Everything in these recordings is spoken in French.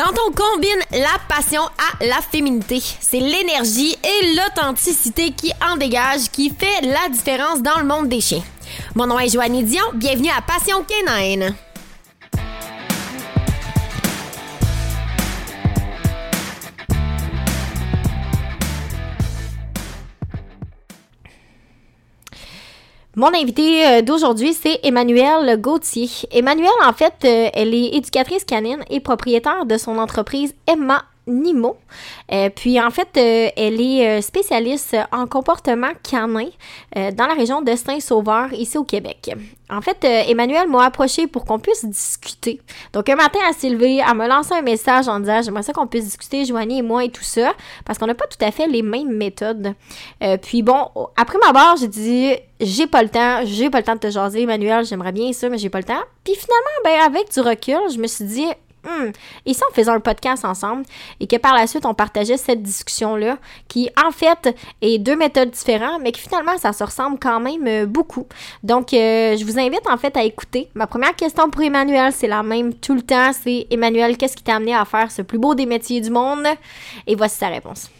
Quand on combine la passion à la féminité, c'est l'énergie et l'authenticité qui en dégagent qui fait la différence dans le monde des chiens. Mon nom est Joanie Dion, bienvenue à Passion Canine. Mon invitée d'aujourd'hui, c'est Emmanuelle Gauthier. Emmanuelle, en fait, elle est éducatrice canine et propriétaire de son entreprise Emma Nimo. Puis, en fait, elle est spécialiste en comportement canin dans la région de Saint-Sauveur, ici au Québec. En fait, Emmanuelle m'a approché pour qu'on puisse discuter. Donc, un matin, elle s'est levée, elle m'a lancé un message en disant « J'aimerais ça qu'on puisse discuter, Joanie et moi et tout ça, parce qu'on n'a pas tout à fait les mêmes méthodes. » Puis bon, après ma barre, j'ai dit « J'ai pas le temps de te jaser, Emmanuelle, j'aimerais bien ça, mais j'ai pas le temps. » Puis finalement, ben avec du recul, je me suis dit et si on faisait un podcast ensemble et que par la suite, on partageait cette discussion-là qui, en fait, est deux méthodes différentes, mais que finalement, ça se ressemble quand même beaucoup. Donc, je vous invite, en fait, à écouter. Ma première question pour Emmanuelle, c'est la même tout le temps. C'est, Emmanuelle, qu'est-ce qui t'a amené à faire ce plus beau des métiers du monde? Et voici sa réponse.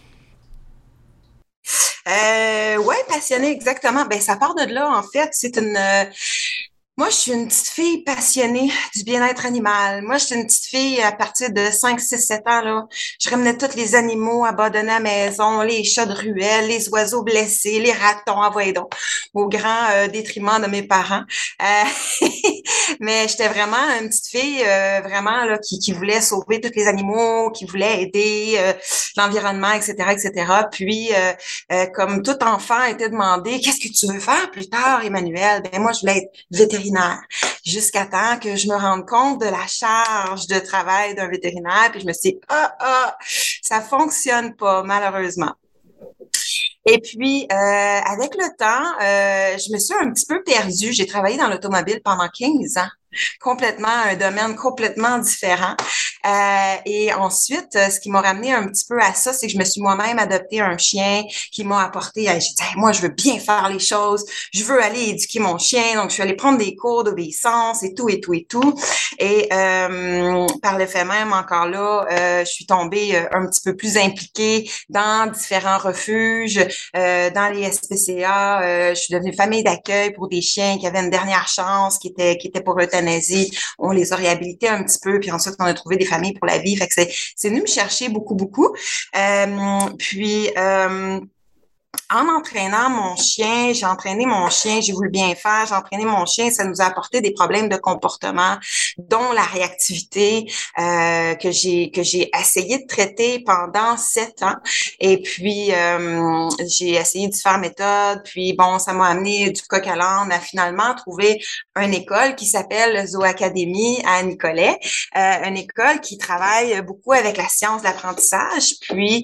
Ouais, passionnée, exactement. Ben, ça part de là, en fait. Moi, je suis une petite fille passionnée du bien-être animal. Moi, je suis une petite fille à partir de 5, 6, 7 ans, là. Je ramenais tous les animaux abandonnés à la maison, les chats de ruelle, les oiseaux blessés, les ratons, voyez donc, au grand détriment de mes parents. Mais j'étais vraiment une petite fille vraiment là qui voulait sauver tous les animaux, qui voulait aider l'environnement, etc., etc. Puis, comme tout enfant était demandé, qu'est-ce que tu veux faire plus tard, Emmanuelle? Ben moi, je voulais être vétérinaire. Jusqu'à temps que je me rende compte de la charge de travail d'un vétérinaire, puis je me suis dit, ça fonctionne pas, malheureusement. Et puis, avec le temps, je me suis un petit peu perdue. J'ai travaillé dans l'automobile pendant 15 ans. Complètement, un domaine complètement différent. Et ensuite, ce qui m'a ramené un petit peu à ça, c'est que je me suis moi-même adopté un chien qui m'a apporté, j'ai dit, hey, moi, je veux bien faire les choses, je veux aller éduquer mon chien, donc je suis allée prendre des cours d'obéissance et tout, et tout, et tout. Et par le fait même, encore là, je suis tombée un petit peu plus impliquée dans différents refuges, dans les SPCA. Je suis devenue famille d'accueil pour des chiens qui avaient une dernière chance, qui étaient pour euthanasie. On les a réhabilités un petit peu, puis ensuite on a trouvé des familles pour la vie. Fait que c'est venu me chercher beaucoup, beaucoup. Puis en entraînant mon chien, j'ai voulu bien faire, j'ai entraîné mon chien, ça nous a apporté des problèmes de comportement, dont la réactivité que j'ai essayé de traiter pendant 7 ans. Et puis, j'ai essayé différentes méthodes, puis bon, ça m'a amené du coq à l'âne à finalement trouver une école qui s'appelle Zoo Academy à Nicolet, une école qui travaille beaucoup avec la science de l'apprentissage, puis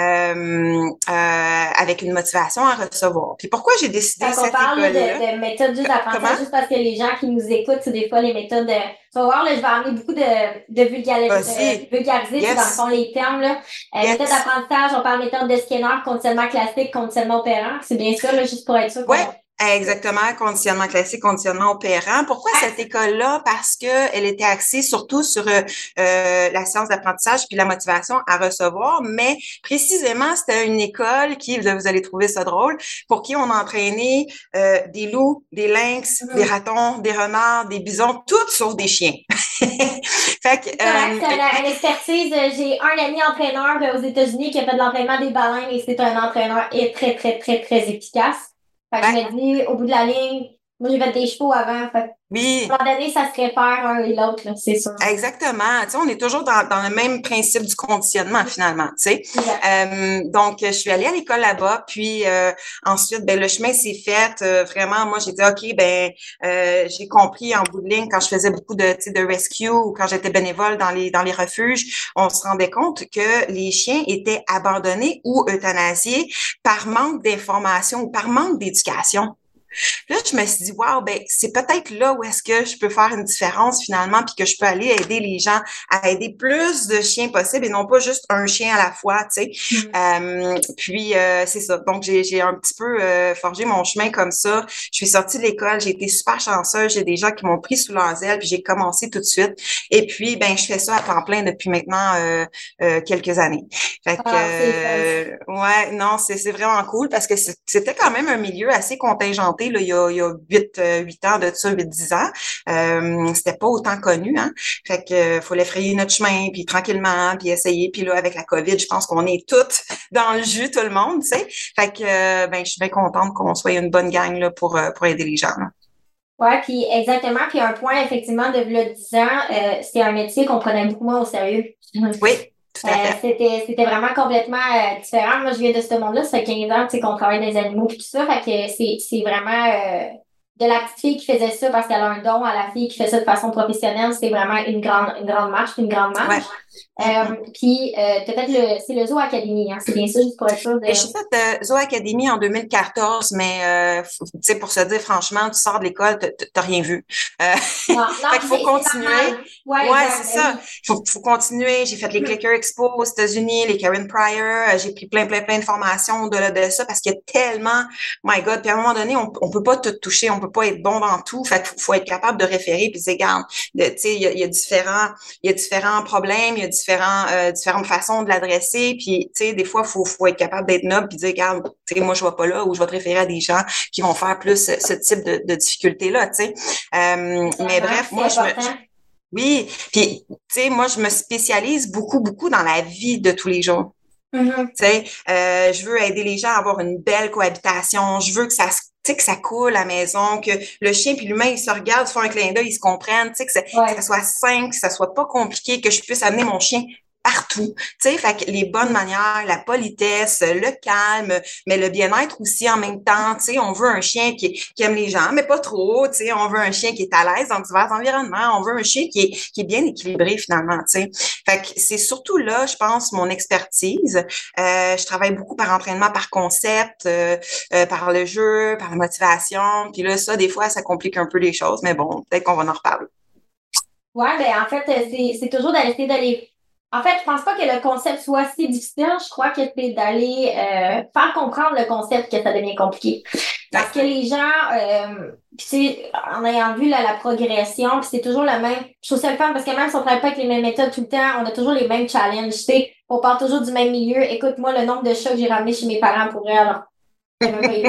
avec une motivation à recevoir. Puis pourquoi j'ai décidé cette école-là? Quand on parle de méthodes juste d'apprentissage, juste parce que les gens qui nous écoutent, c'est des fois les méthodes de... Tu vas voir, là, je vais amener beaucoup de vulgariser, yes. Dans le fond, les termes, là. Méthode d'apprentissage, on parle méthode de Skinner, conditionnement classique, conditionnement opérant. C'est bien ça, là, juste pour être sûr. Ouais. Exactement, conditionnement classique, conditionnement opérant. Pourquoi cette école-là? Parce que elle était axée surtout sur la science d'apprentissage puis la motivation à recevoir, mais précisément, c'était une école qui, vous allez trouver ça drôle, pour qui on entraînait des loups, des lynx, des ratons, des renards, des bisons, toutes sauf des chiens. Fait que, c'est une expertise. J'ai un ami entraîneur aux États-Unis qui a fait de l'entraînement des baleines et c'est un entraîneur très, très, très, très efficace. Fait que je me dis, au bout de la ligne, moi j'ai fait des chevaux avant, fait oui. À un moment donné, ça se réfère un et l'autre, là, c'est sûr. Exactement. Tu sais, on est toujours dans le même principe du conditionnement, finalement, tu sais. Donc, je suis allée à l'école là-bas, puis ensuite, ben le chemin s'est fait. Vraiment, moi, j'ai dit, OK, j'ai compris en bout de ligne, quand je faisais beaucoup de rescue ou quand j'étais bénévole dans les refuges, on se rendait compte que les chiens étaient abandonnés ou euthanasiés par manque d'information ou par manque d'éducation. Puis là, je me suis dit, wow, ben, c'est peut-être là où est-ce que je peux faire une différence finalement, puis que je peux aller aider les gens à aider plus de chiens possible et non pas juste un chien à la fois, tu sais. Puis, c'est ça. Donc, j'ai un petit peu forgé mon chemin comme ça. Je suis sortie de l'école, j'ai été super chanceuse. J'ai des gens qui m'ont pris sous leurs ailes, puis j'ai commencé tout de suite. Et puis, ben, je fais ça à temps plein depuis maintenant quelques années. Fait que, ouais, non, c'est vraiment cool parce que c'était quand même un milieu assez contingenté, là, il y a 8 ans de ça, 8-10 ans. C'était pas autant connu, hein. Fait que, fallait frayer notre chemin, puis tranquillement, puis essayer. Puis là, avec la COVID, je pense qu'on est toutes dans le jus, tout le monde, tu sais. Fait que, ben, je suis bien contente qu'on soit une bonne gang, là, pour aider les gens, là. Ouais, puis exactement. Puis un point, effectivement, de là 10 ans, c'était un métier qu'on prenait beaucoup moins au sérieux. Oui, tout à fait. C'était vraiment complètement différent. Moi, je viens de ce monde-là, ça fait 15 ans, tu sais, qu'on travaille des animaux et tout ça. Fait que c'est vraiment de la petite fille qui faisait ça parce qu'elle a un don à la fille qui fait ça de façon professionnelle. C'est vraiment une grande marche, une grande marche. Ouais. Puis t'as fait c'est le Zoo Academy, hein, c'est bien ça, juste pour être sûr de... J'ai fait Zoo Academy en 2014, mais tu sais, pour se dire franchement, tu sors de l'école, t'as rien vu. Non, fait qu'il faut continuer. Ouais, c'est ça. Faut continuer. J'ai fait les Clicker Expo aux États-Unis, les Karen Pryor. J'ai pris plein d'informations de ça parce qu'il y a tellement, my God. Puis à un moment donné, on peut pas tout toucher, on peut pas être bon dans tout. Fait qu'il faut être capable de référer puis de dire, regarde, tu sais, il y a différents problèmes, il y a différentes façons de l'adresser. Puis tu sais, des fois, faut être capable d'être noble puis dire, regarde, tu sais, moi je vais pas là ou je vais te référer à des gens qui vont faire plus ce type de difficulté-là, tu sais. Mais bref, moi oui, puis tu sais, moi je me spécialise beaucoup dans la vie de tous les jours. Mm-hmm. Tu sais, je veux aider les gens à avoir une belle cohabitation. Je veux que ça, tu sais, que ça coule à la maison, que le chien puis l'humain ils se regardent, se font un clin d'œil, ils se comprennent. Tu sais, que ça soit simple, que ça soit pas compliqué, que je puisse amener mon chien partout. Tu sais, fait que les bonnes manières, la politesse, le calme, mais le bien-être aussi en même temps. Tu sais, on veut un chien qui aime les gens, mais pas trop. Tu sais, on veut un chien qui est à l'aise dans divers environnements. On veut un chien qui est bien équilibré finalement. Tu sais, fait que c'est surtout là, je pense, mon expertise. Je travaille beaucoup par entraînement, par concept, par le jeu, par la motivation. Puis là, ça, des fois, ça complique un peu les choses, mais bon, peut-être qu'on va en reparler. Ouais, ben en fait, c'est toujours d'essayer d'aller. En fait, je pense pas que le concept soit si difficile. Je crois que c'est d'aller faire comprendre le concept que ça devient compliqué. Parce que les gens, tu sais, en ayant vu la progression, puis c'est toujours le même. Je trouve ça le fun parce que même si on travaille pas avec les mêmes méthodes tout le temps, on a toujours les mêmes challenges. Tu sais, on part toujours du même milieu. Écoute, moi, le nombre de chats que j'ai ramenés chez mes parents pourrait alors. Puis,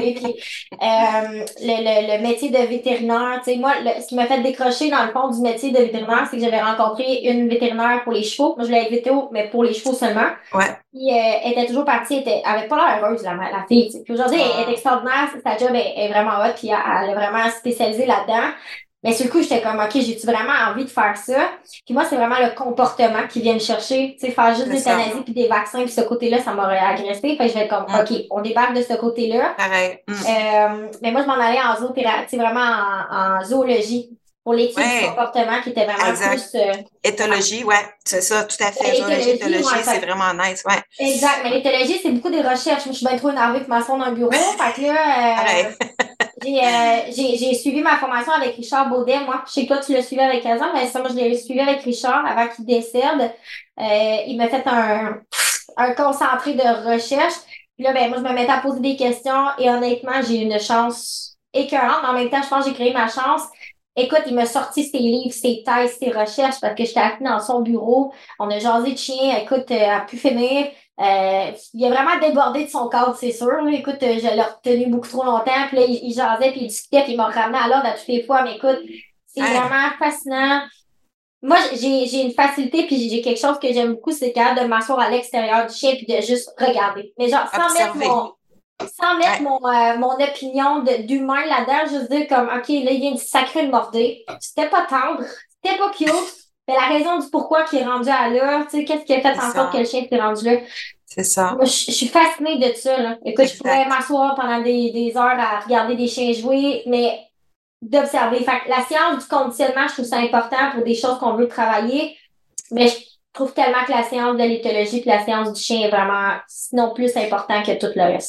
le métier de vétérinaire, tu sais, moi, ce qui m'a fait décrocher dans le fond du métier de vétérinaire, c'est que j'avais rencontré une vétérinaire pour les chevaux. Moi, je voulais être vétéro, mais pour les chevaux seulement. Ouais. Puis, elle était toujours partie, elle avait pas l'air heureuse, la fille, tu sais. Puis aujourd'hui, elle est extraordinaire, sa job est vraiment hot, puis elle est vraiment spécialisée là-dedans. Mais sur le coup, j'étais comme, OK, j'ai-tu vraiment envie de faire ça? Puis moi, c'est vraiment le comportement qui vient me chercher. Tu sais, faire juste des euthanasies puis des vaccins, puis ce côté-là, ça m'aurait agressé. Fait que je vais être comme, OK, on débarque de ce côté-là. Pareil. Mais moi, je m'en allais en zoothérapie, tu sais, vraiment en zoologie. Pour l'étude du comportement qui était vraiment plus... Éthologie, ouais, c'est ça, tout à fait. Zoologie, éthologie, c'est vraiment nice, ouais. Exact, mais l'éthologie, c'est beaucoup des recherches. Moi, je suis bien trop énervée pour m'asseoir dans un bureau. Fait que là, j'ai suivi ma formation avec Richard Baudet. Moi, je sais que toi, tu l'as suivi avec Kazan, mais ça, moi, je l'ai suivi avec Richard avant qu'il décède. Il m'a fait un concentré de recherche. Puis là, ben, moi, je me mettais à poser des questions et honnêtement, j'ai eu une chance écœurante. Mais en même temps, je pense que j'ai créé ma chance. Écoute, il m'a sorti ses livres, ses thèses, ses recherches parce que j'étais assise dans son bureau. On a jasé de chien. Écoute, elle a pu finir. Il a vraiment débordé de son cadre, c'est sûr. Là. Écoute, je l'ai retenu beaucoup trop longtemps. Puis là, il jasait, puis il discutait, puis il m'a ramené à l'ordre à toutes les fois. Mais écoute, c'est vraiment fascinant. Moi, j'ai une facilité, puis j'ai quelque chose que j'aime beaucoup, c'est capable de m'asseoir à l'extérieur du chien puis de juste regarder. Mais genre, sans mettre mon opinion d'humain là-dedans, juste dire comme, OK, là, il vient de sacrer le mordé. C'était pas tendre, c'était pas cute. Mais la raison du pourquoi qu'il est rendu à là, tu sais, qu'est-ce qui a fait en sorte que le chien s'est rendu là? C'est ça. Moi, je suis fascinée de ça, là. Écoute, je pourrais m'asseoir pendant des heures à regarder des chiens jouer, mais d'observer. Fait que la science du conditionnement, je trouve ça important pour des choses qu'on veut travailler, mais je trouve tellement que la science de l'éthologie et la science du chien est vraiment, sinon plus important que tout le reste.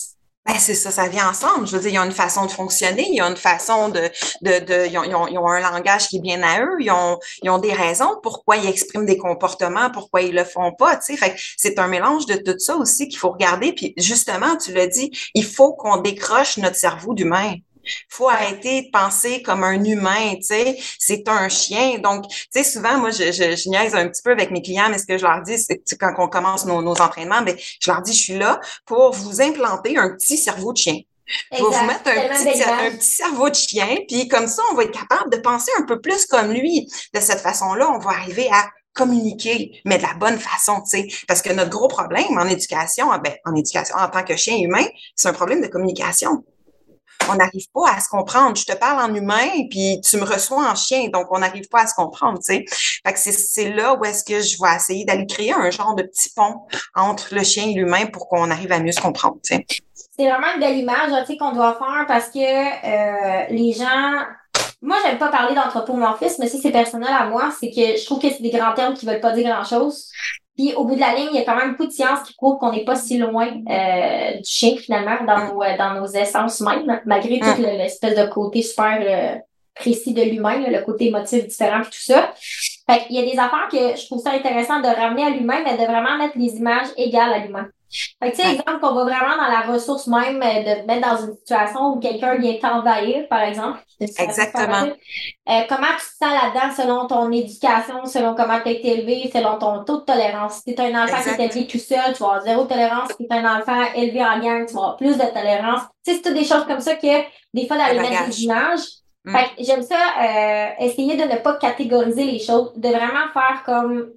Ben, c'est ça, ça vient ensemble. Je veux dire, ils ont une façon de fonctionner, ils ont une façon ils ont un langage qui est bien à eux, ils ont des raisons pourquoi ils expriment des comportements, pourquoi ils le font pas, tu sais. Fait que c'est un mélange de tout ça aussi qu'il faut regarder. Puis, justement, tu l'as dit, il faut qu'on décroche notre cerveau d'humain. Faut arrêter de penser comme un humain, tu sais, c'est un chien. Donc, tu sais, souvent, moi, je niaise un petit peu avec mes clients, mais ce que je leur dis, c'est quand on commence nos entraînements, ben, je leur dis, je suis là pour vous implanter un petit cerveau de chien. Je vais vous mettre un petit cerveau de chien, puis comme ça, on va être capable de penser un peu plus comme lui. De cette façon-là, on va arriver à communiquer, mais de la bonne façon, tu sais. Parce que notre gros problème en éducation, en tant que chien humain, c'est un problème de communication. On n'arrive pas à se comprendre. Je te parle en humain, puis tu me reçois en chien, donc on n'arrive pas à se comprendre, tu sais. Fait que c'est là où est-ce que je vais essayer d'aller créer un genre de petit pont entre le chien et l'humain pour qu'on arrive à mieux se comprendre, tu sais. C'est vraiment une belle image, tu sais, qu'on doit faire parce que les gens... Moi, j'aime pas parler d'anthropomorphisme, mais si c'est personnel à moi, c'est que je trouve que c'est des grands termes qui veulent pas dire grand-chose. Puis au bout de la ligne, il y a quand même beaucoup de sciences qui prouvent qu'on n'est pas si loin du chien, finalement, dans nos essences mêmes, malgré tout l'espèce de côté super précis de l'humain, le côté émotif différent et tout ça. Fait qu'il y a des affaires que je trouve ça intéressant de ramener à l'humain, mais de vraiment mettre les images égales à l'humain. Fait que, tu sais, exemple, qu'on va vraiment dans la ressource même, de mettre dans une situation où quelqu'un vient t'envahir, par exemple. Exactement. Comment tu te sens là-dedans selon ton éducation, selon comment tu as été élevé, selon ton taux de tolérance. Si tu es un enfant qui est élevé tout seul, tu vas avoir zéro tolérance. Si tu es un enfant élevé en gang, tu vas avoir plus de tolérance. Tu sais, c'est toutes des choses comme ça que, des fois, d'aller mettre des images. Fait que j'aime ça, essayer de ne pas catégoriser les choses, de vraiment faire comme...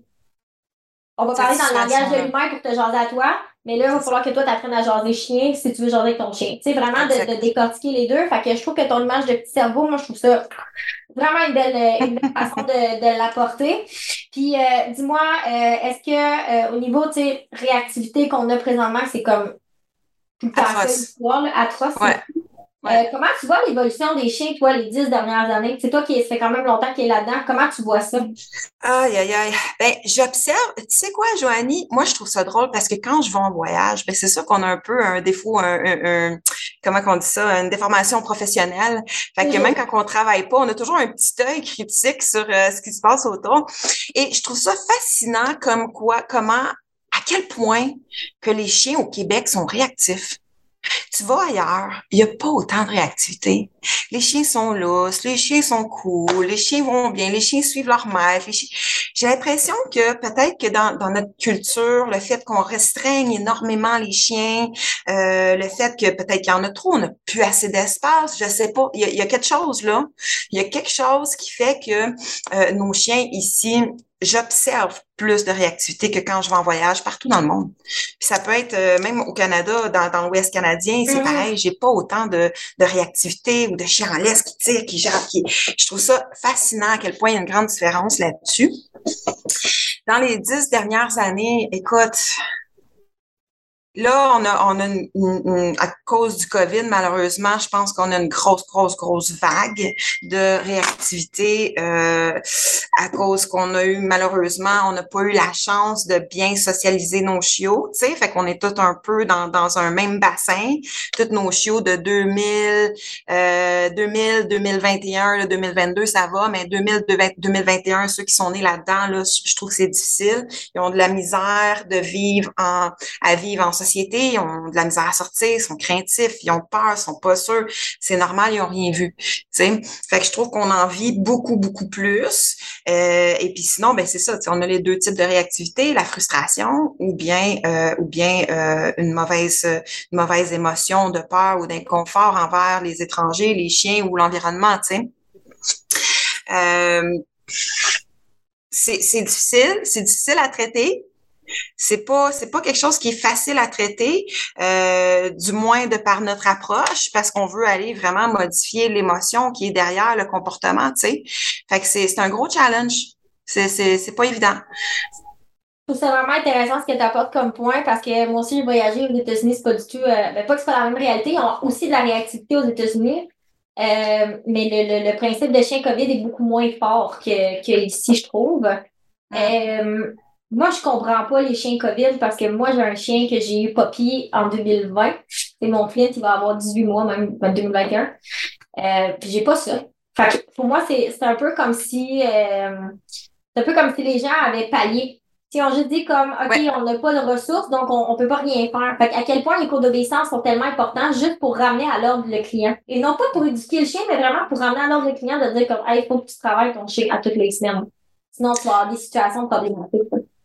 On va parler dans le langage de l'humain pour te jaser à toi, mais là, il va falloir que toi, tu apprennes à jaser chien si tu veux jaser avec ton chien. Tu sais, vraiment de décortiquer les deux. Fait que je trouve que ton image de petit cerveau, moi, je trouve ça vraiment une belle façon de l'apporter. Puis, dis-moi, est-ce que au niveau, tu sais, réactivité qu'on a présentement, c'est comme tout à fait l'histoire, atroce. Comment tu vois l'évolution des chiens, toi, les 10 dernières années? C'est toi qui ça fait quand même longtemps qu'il est là-dedans. Comment tu vois ça? Aïe, aïe, aïe. Ben, j'observe. Tu sais quoi, Joanie? Moi, je trouve ça drôle parce que quand je vais en voyage, ben, c'est sûr qu'on a un peu un défaut, comment qu'on dit ça, une déformation professionnelle. Fait que même quand on travaille pas, on a toujours un petit œil critique sur ce qui se passe autour. Et je trouve ça fascinant comment, à quel point que les chiens au Québec sont réactifs. Tu vas ailleurs, il n'y a pas autant de réactivité. Les chiens sont lousses, les chiens sont cool, les chiens vont bien, les chiens suivent leur maître. J'ai l'impression que peut-être que dans notre culture, le fait qu'on restreigne énormément les chiens, le fait que peut-être qu'il y en a trop, on n'a plus assez d'espace, je sais pas. Il y a quelque chose là. Il y a quelque chose qui fait que nos chiens ici, j'observe plus de réactivité que quand je vais en voyage partout dans le monde. Puis ça peut être même au Canada, dans l'Ouest canadien, c'est pareil, j'ai pas autant de réactivité ou de chiens en laisse qui tirent, qui jappent. Je trouve ça fascinant à quel point il y a une grande différence là-dessus. Dans les 10 dernières années, écoute, là, on a à cause du COVID, malheureusement, je pense qu'on a une grosse vague de réactivité à cause qu'on a eu, malheureusement, on n'a pas eu la chance de bien socialiser nos chiots, tu sais, fait qu'on est tous un peu dans un même bassin. Tous nos chiots de 2000, 2021, 2022, ça va, mais 2021, ceux qui sont nés là-dedans, là, je trouve que c'est difficile. Ils ont de la misère de vivre à vivre en société, ils ont de la misère à sortir, ils sont craintifs, ils ont peur, ils sont pas sûrs. C'est normal, ils ont rien vu. T'sais. Fait que je trouve qu'on en vit beaucoup plus. Et puis sinon, ben c'est ça, on a les deux types de réactivité, la frustration ou bien une mauvaise émotion de peur ou d'inconfort envers les étrangers, les chiens ou l'environnement, tu sais. C'est difficile à traiter. C'est pas quelque chose qui est facile à traiter, du moins de par notre approche, parce qu'on veut aller vraiment modifier l'émotion qui est derrière le comportement, tu sais. Fait que c'est un gros challenge. C'est pas évident. Je trouve ça vraiment intéressant ce que tu apportes comme point parce que moi aussi, j'ai voyagé aux États-Unis, c'est pas du tout, pas que c'est pas la même réalité, ils ont aussi de la réactivité aux États-Unis. Mais le principe de chien COVID est beaucoup moins fort que ici, je trouve. moi, je comprends pas les chiens COVID parce que moi, j'ai un chien que j'ai eu Poppy en 2020. C'est mon Flint, il va avoir 18 mois, même en 2021. Puis j'ai pas ça. Fait que pour moi, c'est un peu comme si c'est un peu comme si les gens avaient pallié. Si on juste dit comme OK, Ouais. on n'a pas de ressources, donc on peut pas rien faire. Fait à quel point les cours d'obéissance sont tellement importants juste pour ramener à l'ordre le client. Et non pas pour éduquer le chien, mais vraiment pour ramener à l'ordre le client de dire comme hey, il faut que tu travailles ton chien à toutes les semaines. Sinon, tu vas avoir des situations problématiques.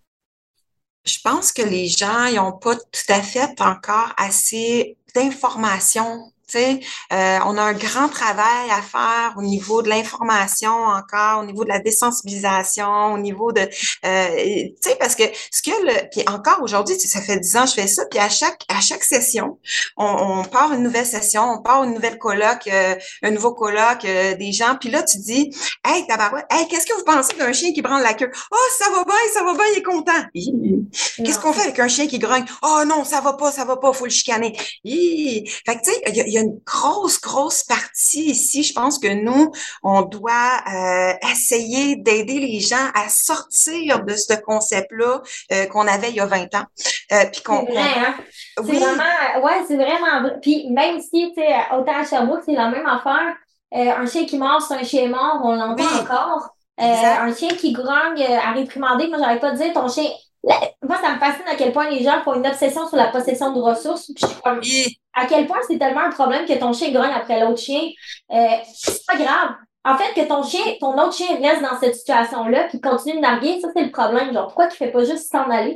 Je pense que les gens, ils n'ont pas tout à fait encore assez d'informations. Tu sais, on a un grand travail à faire au niveau de l'information encore, au niveau de la désensibilisation, au niveau de, tu sais, parce que puis encore aujourd'hui, ça fait 10 ans que je fais ça, puis à chaque session, on part une nouvelle session, on part une nouvelle colloque, un nouveau colloque, des gens, puis là tu dis, hey tabarouette, hey, qu'est-ce que vous pensez d'un chien qui branle la queue? Oh, ça va bien, il est content. Qu'est-ce qu'on fait avec un chien qui grogne? Oh non, ça va pas, faut le chicaner. Fait que tu sais, il y a une grosse partie ici. Je pense que nous, on doit essayer d'aider les gens à sortir de ce concept-là qu'on avait il y a 20 ans. Puis C'est vrai, hein? Oui. C'est vraiment, ouais, c'est vraiment vrai. Puis même si, tu sais, autant à Sherbrooke, c'est la même affaire. Un chien qui mord, c'est un chien mort, on l'entend encore. Un chien qui grogne à réprimander, moi, j'arrête pas de dire, ton chien. Moi, ça me fascine à quel point les gens font une obsession sur la possession de ressources. Puis je suis comme, à quel point c'est tellement un problème que ton chien grogne après l'autre chien. C'est pas grave. En fait, que ton autre chien reste dans cette situation-là, puis continue de narguer, ça, c'est le problème. Genre, pourquoi tu fais pas juste s'en aller?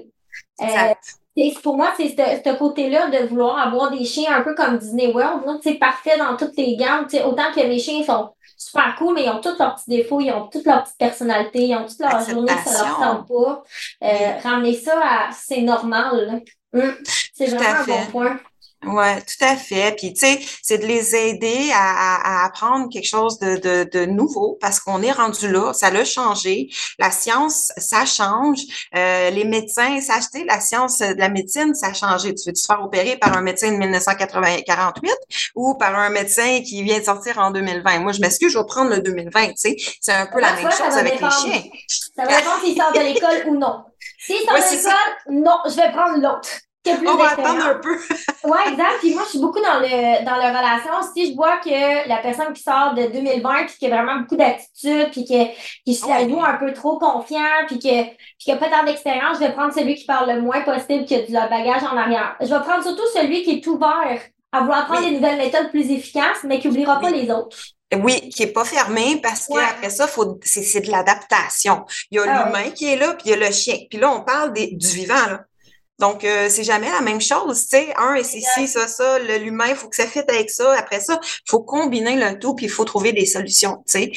Pour moi, c'est ce côté-là de vouloir avoir des chiens un peu comme Disney World, là, parfait dans toutes les gammes. Autant que mes chiens sont super cool, mais ils ont tous leurs petits défauts, ils ont toutes leurs petites personnalités, ils ont toute leur journée que ça leur tente pas. Ramener ça à c'est normal. C'est vraiment un bon point. Ouais, tout à fait. Puis tu sais, c'est de les aider à apprendre quelque chose de nouveau parce qu'on est rendu là, ça l'a changé. La science, ça change. Les médecins, ça tu sais, la science de la médecine, ça a changé. Tu veux te faire opérer par un médecin de 1948 ou par un médecin qui vient de sortir en 2020? Moi, je m'excuse, je vais prendre le 2020. Tu sais, c'est un peu la même chose avec les chiens. Ça va dépendre s'il sort de l'école ou non. S'il sort de l'école, non, je vais prendre l'autre. On va attendre un peu. Oui, exact. Puis moi, je suis beaucoup dans la relation. Si je vois que la personne qui sort de 2020 puis qui a vraiment beaucoup d'attitude puis qui se l'avoue un peu trop confiant puis qui a pas tant d'expérience, je vais prendre celui qui parle le moins possible, qui a du bagage en arrière. Je vais prendre surtout celui qui est ouvert à vouloir prendre des nouvelles méthodes plus efficaces, mais qui n'oubliera pas les autres. Oui, qui est pas fermé parce qu'après ça, c'est de l'adaptation. Il y a l'humain qui est là, puis il y a le chien. Puis là, on parle du vivant, là. Donc, c'est jamais la même chose, tu sais. Et c'est ci, ça. L'humain, il faut que ça fitte avec ça. Après ça, il faut combiner le tout, puis il faut trouver des solutions, tu sais.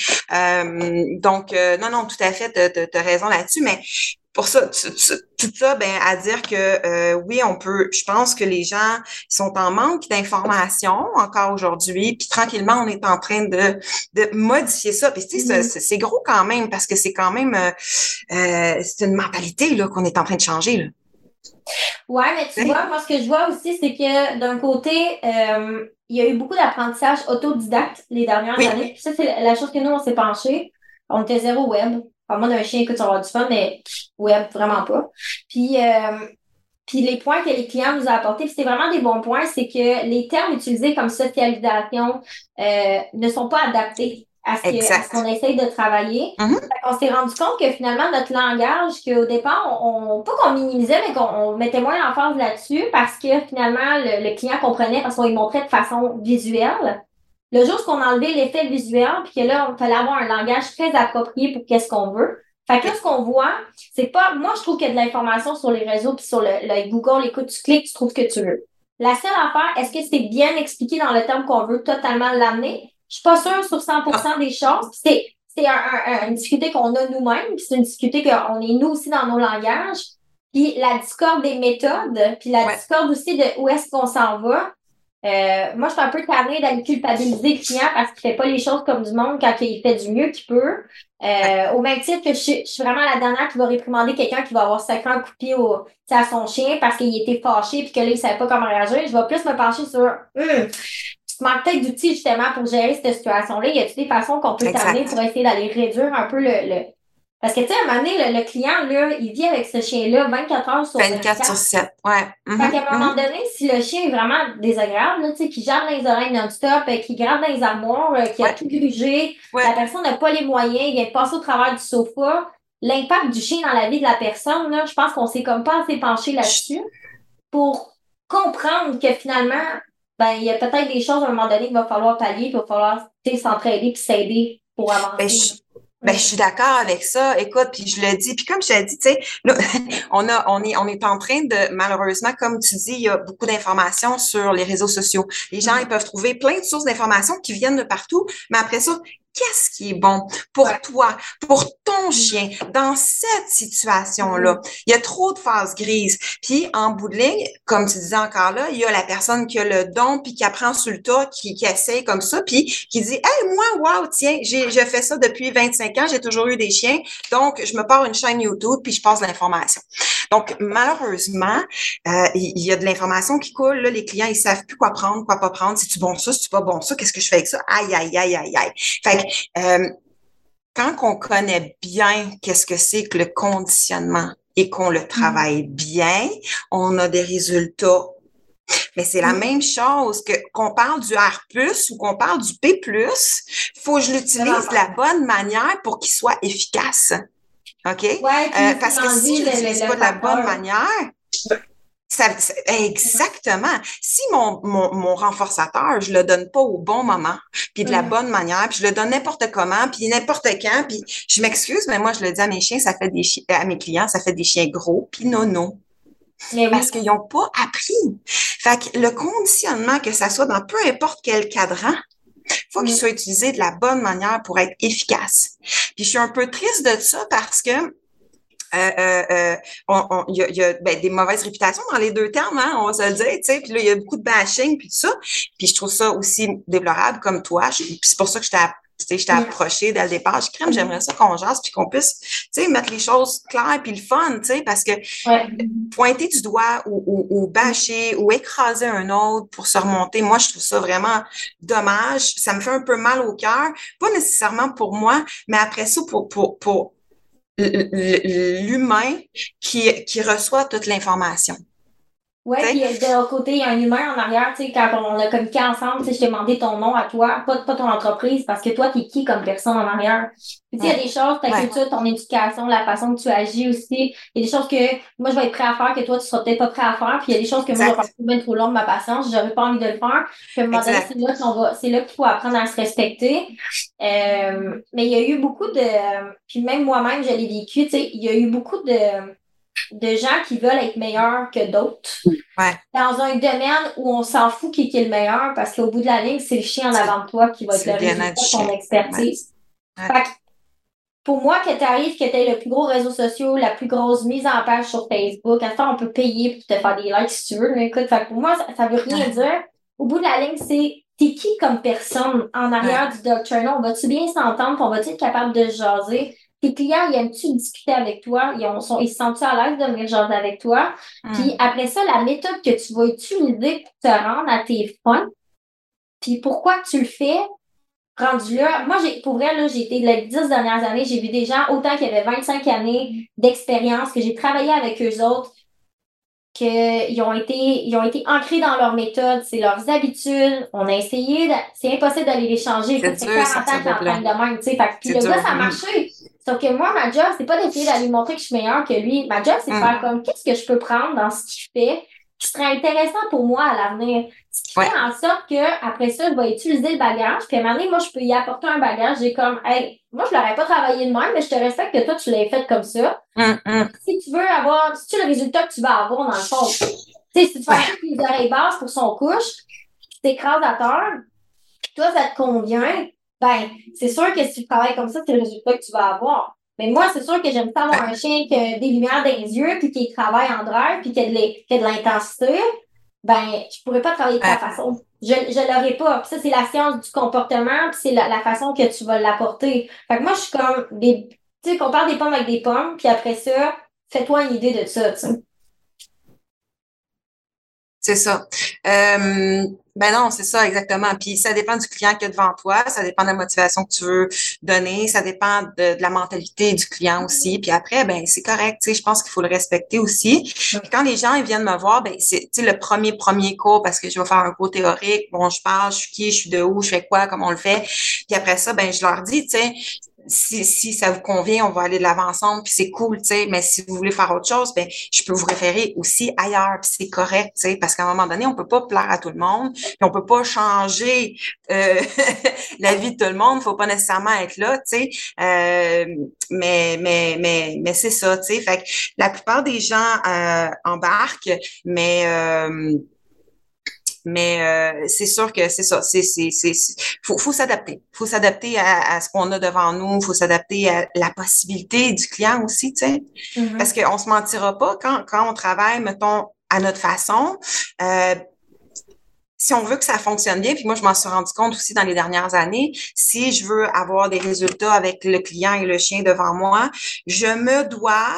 Donc, non, tout à fait, t'as raison là-dessus. Mais pour ça, tout ça, à dire que oui, on peut. Je pense que les gens sont en manque d'informations encore aujourd'hui, puis tranquillement, on est en train de modifier ça. Puis tu sais, c'est gros quand même parce que c'est quand même c'est une mentalité là qu'on est en train de changer là. Ouais, mais tu vois, moi, ce que je vois aussi, c'est que d'un côté, il y a eu beaucoup d'apprentissage autodidacte les dernières années. Puis ça, c'est la chose que nous, on s'est penché. On était zéro web. Enfin, moi, d'un chien, écoute, on va avoir du fun, mais web, vraiment pas. Puis les points que les clients nous ont apportés, puis c'est vraiment des bons points, c'est que les termes utilisés comme socialisation ne sont pas adaptés à ce qu'on essaye de travailler. On s'est rendu compte que finalement, notre langage, qu'au départ, pas qu'on minimisait, mais qu'on mettait moins l'emphase là-dessus parce que finalement, le client comprenait parce qu'on lui montrait de façon visuelle. Le jour où on a enlevé l'effet visuel, puis que là, il fallait avoir un langage très approprié pour qu'est-ce qu'on veut. Fait que là, ce qu'on voit, c'est pas... Moi, je trouve qu'il y a de l'information sur les réseaux puis sur le Google. Écoute, tu cliques, tu trouves ce que tu veux. La seule affaire, est-ce que c'est bien expliqué dans le terme qu'on veut totalement l'amener? Je suis pas sûre sur 100% des choses. C'est une difficulté qu'on a nous-mêmes, puis c'est une difficulté qu'on est nous aussi dans nos langages. Puis la discorde des méthodes, puis la discorde aussi de où est-ce qu'on s'en va. Moi, je suis un peu tannée d'aller culpabiliser le client parce qu'il fait pas les choses comme du monde quand il fait du mieux qu'il peut. Au même titre que je suis vraiment la dernière qui va réprimander quelqu'un qui va avoir sacré un coup de pied à son chien parce qu'il était fâché puis que là, il savait pas comment réagir. Je vais plus me pencher sur tu manques peut-être d'outils justement pour gérer cette situation-là. Y a-t-il des façons qu'on peut t'amener pour essayer d'aller réduire un peu Parce que, tu sais, à un moment donné, le client, là, il vit avec ce chien-là 24 heures sur 24 sur 7, ouais. Fait qu'à un moment donné, si le chien est vraiment désagréable, là, tu sais, qui jappe dans les oreilles non-stop, qui gratte dans les armoires, qui a tout grugé, la personne n'a pas les moyens, il vient de passer au travers du sofa, l'impact du chien dans la vie de la personne, là, je pense qu'on s'est comme pas assez penché là-dessus pour comprendre que finalement, ben, il y a peut-être des choses à un moment donné qu'il va falloir pallier, puis il va falloir, tu sais, s'entraider puis s'aider pour avancer. Je suis d'accord avec ça. Écoute, puis je le dis, puis comme je t'ai dit, tu sais, là, on est en train de, malheureusement, comme tu dis, il y a beaucoup d'informations sur les réseaux sociaux. Les gens, ils peuvent trouver plein de sources d'informations qui viennent de partout, mais après ça, qu'est-ce qui est bon pour toi, pour ton chien, dans cette situation-là? Il y a trop de phases grises. Puis, en bout de ligne, comme tu disais encore là, il y a la personne qui a le don, puis qui apprend sur le tas, qui essaye comme ça, puis qui dit, hey, moi, wow, tiens, je fais ça depuis 25 ans, j'ai toujours eu des chiens, donc je me pars une chaîne YouTube, puis je passe l'information. Donc, malheureusement, il y a de l'information qui coule. Là, les clients, ils savent plus quoi prendre, quoi pas prendre. C'est-tu bon ça? C'est-tu pas bon ça? Qu'est-ce que je fais avec ça? Aïe, aïe, aïe, aïe, aïe. Fait que, quand on connaît bien qu'est-ce que c'est que le conditionnement et qu'on le travaille bien, on a des résultats. Mais c'est la même chose qu'on parle du R+, ou qu'on parle du P+, faut que je l'utilise de la bonne manière pour qu'il soit efficace. OK? Parce que si je l'utilise pas de la bonne manière, exactement. Si mon renforçateur, je le donne pas au bon moment, puis de la bonne manière, puis je le donne n'importe comment, puis n'importe quand, puis je m'excuse, mais moi, je le dis à mes chiens, ça fait à mes clients, ça fait des chiens gros, puis nono. Parce qu'ils n'ont pas appris. Fait que le conditionnement, que ça soit dans peu importe quel cadran, faut qu'il soit utilisé de la bonne manière pour être efficace. Puis je suis un peu triste de ça parce que il y a des mauvaises réputations dans les deux termes, hein, on va se le dire, tu sais. Puis là, il y a beaucoup de bashing puis tout ça. Puis je trouve ça aussi déplorable comme toi. Puis c'est pour ça que je t'ai approché dès le départ. J'aimerais ça qu'on jase puis qu'on puisse, tu sais, mettre les choses claires puis le fun, tu sais, parce que pointer du doigt ou bâcher ou écraser un autre pour se remonter, moi, je trouve ça vraiment dommage. Ça me fait un peu mal au cœur. Pas nécessairement pour moi, mais après ça, pour l'humain qui reçoit toute l'information. Oui, puis de l'autre côté, il y a un humain en arrière, tu sais, quand on a communiqué ensemble, tu sais, je t'ai demandé ton nom à toi, pas ton entreprise, parce que toi, t'es qui comme personne en arrière? Puis tu sais, il y a des choses, ta culture, ton éducation, la façon que tu agis aussi, il y a des choses que moi, je vais être prêt à faire, que toi, tu seras peut-être pas prêt à faire, puis il y a des choses que moi, je vais passer bien trop long de ma patience, j'aurais pas envie de le faire, puis à un moment donné, c'est là qu'il faut apprendre à se respecter. Mais il y a eu beaucoup puis même moi-même, je l'ai vécu, tu sais, il y a eu beaucoup de gens qui veulent être meilleurs que d'autres. Dans un domaine où on s'en fout qui est le meilleur, parce qu'au bout de la ligne, c'est le chien en avant de toi qui va être le résultat de ton expertise. Fait que, pour moi, que tu arrives, que tu aies le plus gros réseau social, la plus grosse mise en page sur Facebook, à ce temps, on peut payer pour te faire des likes si tu veux. Mais écoute, fait que pour moi, ça veut rien dire. Au bout de la ligne, c'est t'es qui comme personne en arrière du Dog Journal? On va-tu bien s'entendre? On va-tu être capable de jaser? Tes clients, ils aiment-tu discuter avec toi? Ils se sentent-tu à l'aise de venir jaser avec toi? Puis après ça, la méthode que tu vas utiliser pour te rendre à tes fins, puis pourquoi tu le fais, rendu là. Moi, pour vrai, là, j'ai été les 10 dernières années, j'ai vu des gens, autant qui avaient 25 années d'expérience, que j'ai travaillé avec eux autres, qu'ils ont été ancrés dans leur méthode, c'est leurs habitudes. On a essayé, c'est impossible d'aller les changer. Ça fait 40 ans qu'ils entraînent de même, tu sais. Puis le gars, ça a marché. Sauf que moi, ma job, c'est pas d'essayer d'aller montrer que je suis meilleure que lui. Ma job, c'est de faire comme, qu'est-ce que je peux prendre dans ce qu'il fait qui serait intéressant pour moi à l'avenir. Ce qui fait en sorte que après ça, je vais utiliser le bagage. Puis à un moment donné, moi, je peux y apporter un bagage. J'ai comme, hey, moi, je l'aurais pas travaillé de même, mais je te respecte que toi, tu l'as fait comme ça. Si tu veux avoir, si tu le résultat que tu vas avoir dans le fond, tu sais, si tu fais les oreilles basses pour son couche, tu t'écrases à terre, puis toi, ça te convient, ben, c'est sûr que si tu travailles comme ça, c'est le résultat que tu vas avoir. Mais moi, c'est sûr que j'aime ça avoir un chien qui a des lumières dans les yeux, puis qui travaille en drive, puis qui a de l'intensité. Ben, je pourrais pas travailler de ta façon. Je l'aurais pas. Puis ça, c'est la science du comportement, puis c'est la façon que tu vas l'apporter. Fait que moi, je suis comme tu sais, qu'on parle des pommes avec des pommes, puis après ça, fais-toi une idée de ça, tu sais. C'est ça. Ben non, c'est ça, exactement. Puis ça dépend du client qui est devant toi, ça dépend de la motivation que tu veux donner, ça dépend de la mentalité du client aussi. Puis après, ben c'est correct, tu sais, je pense qu'il faut le respecter aussi. Puis quand les gens ils viennent me voir, ben c'est tu sais le premier cours parce que je vais faire un cours théorique, bon, je parle, je suis qui, je suis de où, je fais quoi, comment on le fait. Puis après ça, ben je leur dis, tu sais, si ça vous convient, on va aller de l'avant ensemble, puis c'est cool, tu sais. Mais si vous voulez faire autre chose, ben je peux vous référer aussi ailleurs, puis c'est correct, tu sais, parce qu'à un moment donné, on peut pas plaire à tout le monde, puis on peut pas changer la vie de tout le monde. Faut pas nécessairement être là, tu sais. Mais c'est ça, tu sais. Fait que la plupart des gens embarquent, mais c'est sûr que c'est ça. Faut s'adapter. Faut s'adapter à ce qu'on a devant nous. Faut s'adapter à la possibilité du client aussi, tu sais. Mm-hmm. Parce qu'on se mentira pas quand on travaille, mettons, à notre façon. Si on veut que ça fonctionne bien, puis moi, je m'en suis rendu compte aussi dans les dernières années, si je veux avoir des résultats avec le client et le chien devant moi, je me dois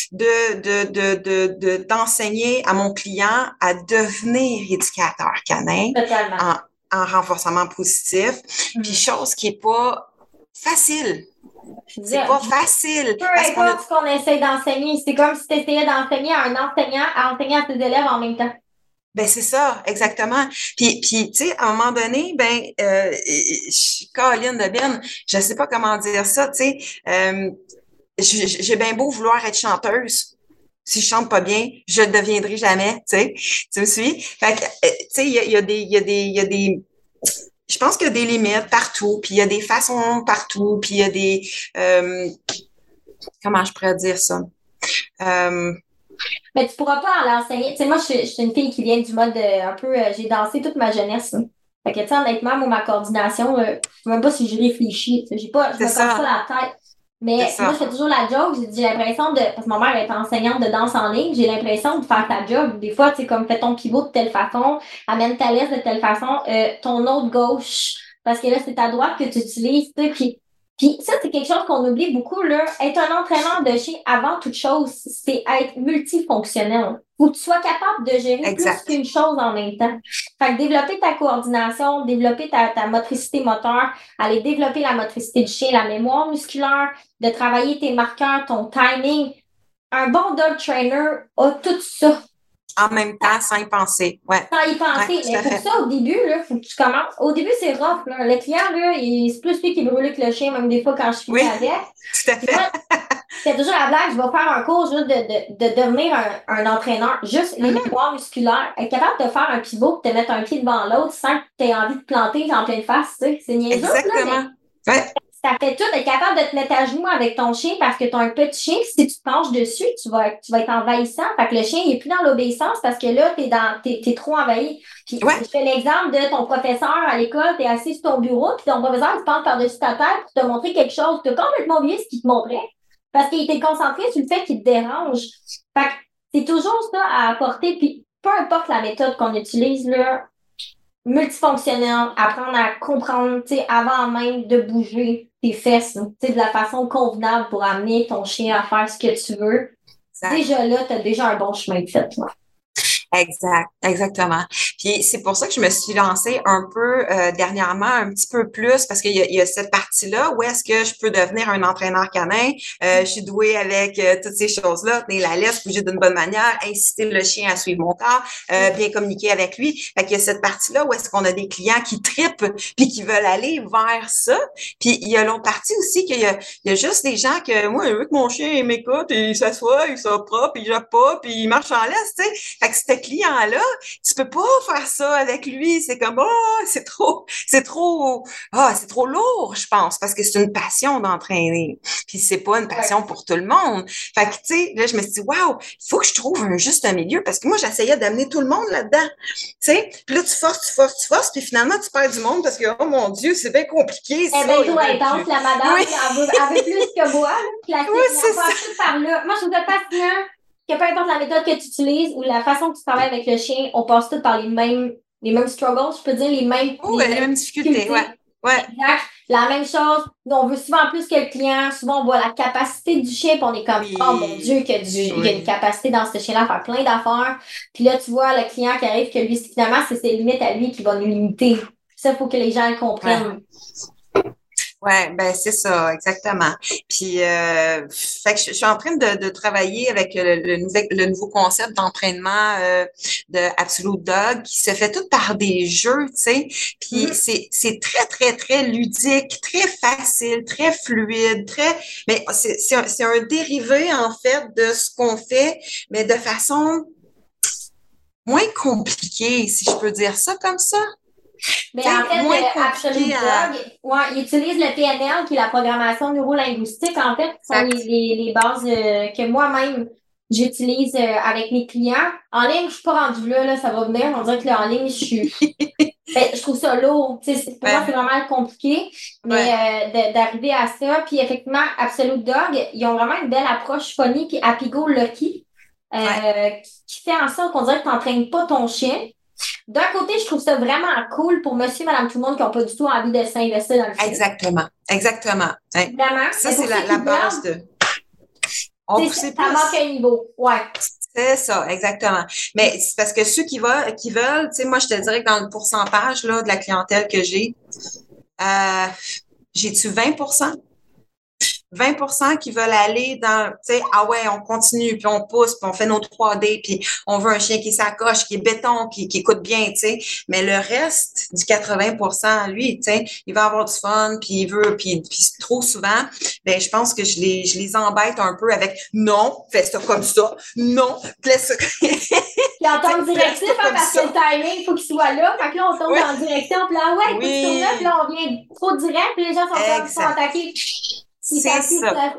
d'enseigner à mon client à devenir éducateur canin en renforcement positif. Puis chose qui est pas facile. C'est pas facile. Peu importe ce qu'on essaie d'enseigner, c'est comme si tu essayais d'enseigner à un enseignant à enseigner à ses élèves en même temps. Ben c'est ça, exactement. Puis tu sais, à un moment donné, je suis Caroline de Ben, je sais pas comment dire ça, tu sais, j'ai bien beau vouloir être chanteuse. Si je chante pas bien, je le deviendrai jamais, tu sais. Tu me suis? Fait que, tu sais, il y a des je pense qu'il y a des limites partout, puis il y a des façons partout, puis il y a des comment je pourrais dire ça? Mais tu pourras pas l'enseigner. Tu sais, moi, je suis une fille qui vient du mode un peu. J'ai dansé toute ma jeunesse. Là. Fait que, tu sais, honnêtement, moi, ma coordination, je sais même pas si je réfléchis. Je me casse pas la tête. Mais moi, je fais toujours la joke. J'ai l'impression de. Parce que ma mère est enseignante de danse en ligne. J'ai l'impression de faire ta job. Des fois, tu sais, comme fais ton pivot de telle façon, amène ta laisse de telle façon, ton autre gauche. Parce que là, c'est ta droite que tu utilises, tu sais. Puis ça, c'est quelque chose qu'on oublie beaucoup, là. Être un entraîneur de chien, avant toute chose, c'est être multifonctionnel. Faut que tu sois capable de gérer plus qu'une chose en même temps. Fait que développer ta coordination, développer ta motricité moteur, aller développer la motricité du chien, la mémoire musculaire, de travailler tes marqueurs, ton timing. Un bon dog trainer a tout ça. En même temps, sans y penser. Ouais. Sans y penser. Mais pour ça, au début, là, faut que tu commences. Au début, c'est rough, là. Le client, là, c'est plus lui qui brûle que le chien, même des fois quand je suis avec. Tout à fait. C'est toujours la blague, je vais faire un cours juste de devenir un entraîneur. Juste les mémoires musculaires. Être capable de faire un pivot et de te mettre un pied devant l'autre sans que tu aies envie de planter en pleine face, tu sais. C'est niaiseux, exactement. Là, mais ça fait tout être capable de te mettre à genoux avec ton chien parce que tu as un petit chien. Si tu te penches dessus, tu vas être envahissant. Fait que le chien, il est plus dans l'obéissance parce que là, t'es trop envahi. Puis, je fais l'exemple de ton professeur à l'école, t'es assis sur ton bureau, puis ton professeur, il se penche par-dessus ta tête pour te montrer quelque chose. Tu as complètement oublié ce qu'il te montrait parce qu'il était concentré sur le fait qu'il te dérange. Fait que c'est toujours ça à apporter. Puis, peu importe la méthode qu'on utilise, là, multifonctionnel, apprendre à comprendre, tu sais, avant même de bouger tes fesses, tu sais, de la façon convenable pour amener ton chien à faire ce que tu veux. Exact. Déjà là, tu as déjà un bon chemin de fait. Exactement. Puis c'est pour ça que je me suis lancée un peu dernièrement, un petit peu plus, parce qu'il y a cette partie-là où est-ce que je peux devenir un entraîneur canin. Je suis douée avec toutes ces choses-là, tenir la laisse, bouger d'une bonne manière, inciter le chien à suivre mon corps, bien communiquer avec lui. Fait qu'il y a cette partie-là où est-ce qu'on a des clients qui trippent puis qui veulent aller vers ça. Puis il y a l'autre partie aussi qu'il y a juste des gens que moi, je veux que mon chien m'écoute, il s'assoit, il soit propre, il jappe pas, puis il marche en laisse, tu sais. Fait que c'était client-là, tu peux pas faire ça avec lui. C'est comme, c'est trop lourd, je pense, parce que c'est une passion d'entraîner. Puis c'est pas une passion pour tout le monde. Fait que, tu sais, là, je me suis dit, waouh, il faut que je trouve un juste milieu, parce que moi, j'essayais d'amener tout le monde là-dedans. Tu sais, puis là, tu forces, puis finalement, tu perds du monde parce que, oh mon Dieu, c'est bien compliqué, ça. Eh bien, toi, intense, la madame, elle veut plus que moi, là. Oui, c'est ça. Par là. Moi, je trouve ça fascinant. Que peu importe la méthode que tu utilises ou la façon que tu travailles avec le chien, on passe tous par les mêmes struggles, je peux dire, les mêmes difficultés, ouais. Ouais. Exact. La même chose, on veut souvent plus que le client. Souvent, on voit la capacité du chien, puis on est comme, oh mon Dieu, il y a une capacité dans ce chien-là à faire plein d'affaires. Puis là, tu vois le client qui arrive, que lui, finalement, c'est ses limites à lui qui vont nous limiter. Ça, il faut que les gens le comprennent. Ouais, ben c'est ça, exactement. Puis, fait que je suis en train de travailler avec le nouveau concept d'entraînement de Absolute Dog qui se fait tout par des jeux, tu sais. Puis c'est très très très ludique, très facile, très fluide, mais c'est un dérivé en fait de ce qu'on fait, mais de façon moins compliquée, si je peux dire ça comme ça. Mais en fait, Absolute Dog, il utilise le PNL, qui est la programmation neurolinguistique, en fait, qui sont les bases que moi-même, j'utilise avec mes clients. En ligne, je suis pas rendue là, ça va venir. On dirait que là, en ligne, je trouve ça lourd. Pour moi, c'est vraiment compliqué, mais d'arriver à ça. Puis effectivement, Absolute Dog, ils ont vraiment une belle approche funny, puis Happy-Go Lucky, qui fait en sorte qu'on dirait que tu n'entraînes pas ton chien. D'un côté, je trouve ça vraiment cool pour monsieur, madame, tout le monde qui n'ont pas du tout envie de s'investir dans le film. Exactement. Vraiment. Ça, c'est la base de... Ça manque un niveau. Ouais. C'est ça, exactement. Mais c'est parce que ceux qui veulent, tu sais, moi, je te dirais que dans le pourcentage là, de la clientèle que j'ai-tu 20%? 20% qui veulent aller dans, tu sais, ah ouais, on continue, puis on pousse, puis on fait nos 3D, puis on veut un chien qui s'accroche, qui est béton, qui écoute bien, tu sais. Mais le reste du 80%, lui, tu sais, il va avoir du fun, puis il veut, puis trop souvent, ben je pense que je les embête un peu avec non, fais ça comme ça, non, laisse ça. Puis en tombe directif, parce que le timing, il faut qu'il soit là. Fait que là, on tombe en direction, puis là, ouais, il faut qu'il tourne là, puis là, on vient trop direct, puis les gens sont attaqués. C'est ça.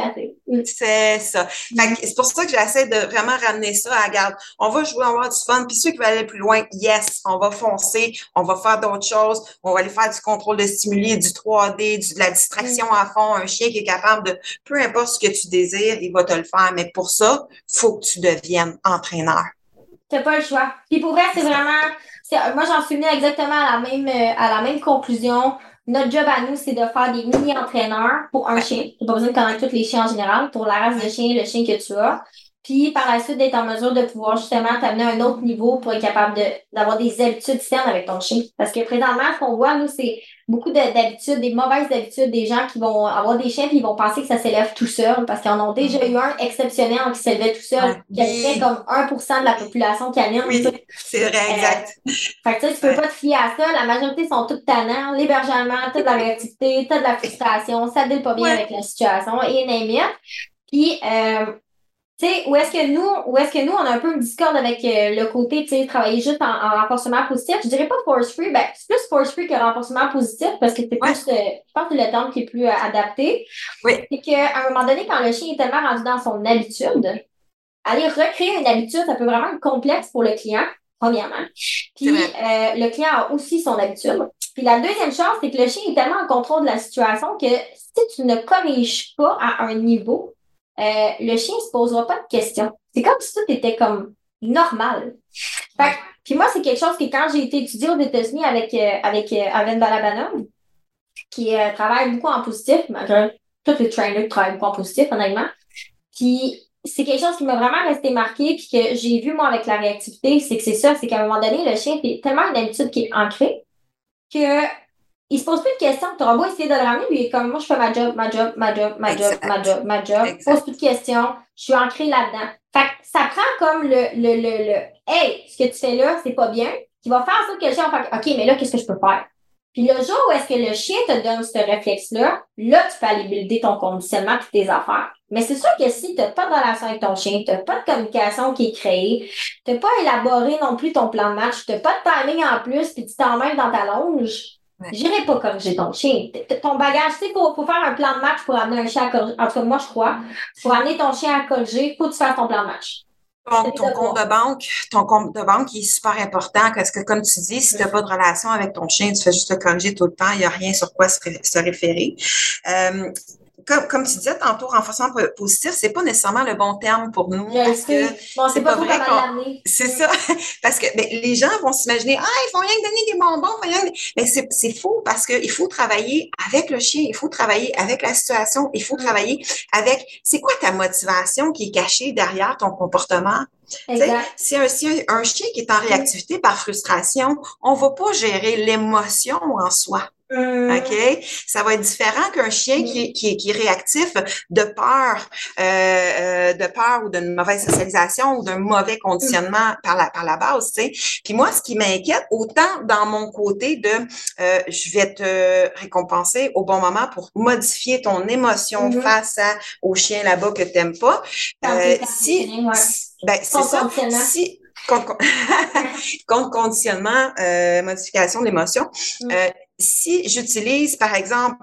C'est ça. Fait que c'est pour ça que j'essaie de vraiment ramener ça à la garde. On va jouer, on va avoir du fun. Puis ceux qui veulent aller plus loin, yes, on va foncer, on va faire d'autres choses, on va aller faire du contrôle de stimuli, du 3D, de la distraction à fond. Un chien qui est capable de, peu importe ce que tu désires, il va te le faire. Mais pour ça, il faut que tu deviennes entraîneur. T'as pas le choix. Puis pour vrai, c'est vraiment... moi, j'en suis venue exactement à la même conclusion. Notre job à nous, c'est de faire des mini-entraîneurs pour un chien. Tu n'as pas besoin de connaître tous les chiens en général, pour la race de chien, le chien que tu as. Puis par la suite, d'être en mesure de pouvoir justement t'amener à un autre niveau pour être capable d'avoir des habitudes saines avec ton chien. Parce que présentement, ce qu'on voit, nous, c'est beaucoup d'habitudes, des mauvaises habitudes, des gens qui vont avoir des chiens puis ils vont penser que ça s'élève tout seul parce qu'ils en ont déjà eu un exceptionnel qui s'élevait tout seul, qui était comme 1% de la population canine. Oui, c'est vrai, exact. Fait que tu peux pas te fier à ça. La majorité sont toutes tannants, l'hébergement, t'as de la réactivité, t'as de la frustration, ça ne deal pas bien avec la situation et name it. Puis, tu sais, où est-ce que nous, on a un peu une discorde avec le côté, tu sais, travailler juste en renforcement positif. Je dirais pas force free, ben, c'est plus force free que renforcement positif parce que c'est plus, je pense que c'est le terme qui est plus adapté. Oui. C'est qu'à un moment donné, quand le chien est tellement rendu dans son habitude, aller recréer une habitude, ça peut vraiment être complexe pour le client, premièrement. Puis, le client a aussi son habitude. Puis la deuxième chose, c'est que le chien est tellement en contrôle de la situation que si tu ne corriges pas à un niveau, le chien ne se posera pas de questions. C'est comme si tout était comme normal. Fait, puis moi, c'est quelque chose que quand j'ai été étudiée aux États-Unis avec Aven Balabanov, qui travaille beaucoup en positif, malgré tous les trainers travaillent beaucoup en positif, honnêtement. Puis c'est quelque chose qui m'a vraiment resté marqué puis que j'ai vu, moi, avec la réactivité, c'est que c'est ça, c'est qu'à un moment donné, le chien, c'est tellement une habitude qui est ancrée que il se pose plus de questions. Tu auras beau essayer de le ramener, lui, il est comme, moi, je fais ma job. Pose plus de questions. Je suis ancrée là-dedans. Fait que ça prend comme hey, ce que tu fais là, c'est pas bien, qui va faire ça que le chien va faire, OK, mais là, qu'est-ce que je peux faire? Puis le jour où est-ce que le chien te donne ce réflexe-là, là, tu peux aller builder ton conditionnement et tes affaires. Mais c'est sûr que si tu n'as pas de relation avec ton chien, tu n'as pas de communication qui est créée, tu n'as pas élaboré non plus ton plan de match, tu n'as pas de timing en plus, puis tu t'emmènes dans ta longe, j'irai pas corriger ton chien. Ton bagage, tu sais, faut faire un plan de match pour amener un chien à corriger. En tout cas, moi, je crois. Pour amener ton chien à corriger, faut que tu fasses ton plan de match. Ton compte de banque, il est super important parce que, comme tu dis, si tu n'as pas de relation avec ton chien, tu fais juste le corriger tout le temps, il n'y a rien sur quoi se référer. comme tu disais tantôt, renforcement positif, c'est pas nécessairement le bon terme pour nous. Parce que c'est pas vrai c'est ça. Parce que les gens vont s'imaginer, ils font rien que donner des bonbons, mais c'est faux parce que il faut travailler avec le chien, il faut travailler avec la situation, il faut travailler avec, c'est quoi ta motivation qui est cachée derrière ton comportement? Si un chien qui est en réactivité par frustration, on va pas gérer l'émotion en soi. OK? Ça va être différent qu'un chien qui est réactif de peur ou d'une mauvaise socialisation ou d'un mauvais conditionnement par la base, tu sais. Puis moi, ce qui m'inquiète, autant dans mon côté de je vais te récompenser au bon moment pour modifier ton émotion face au chien là-bas que t'aimes pas. C'est ça. Contre conditionnement, modification de l'émotion. Si j'utilise, par exemple,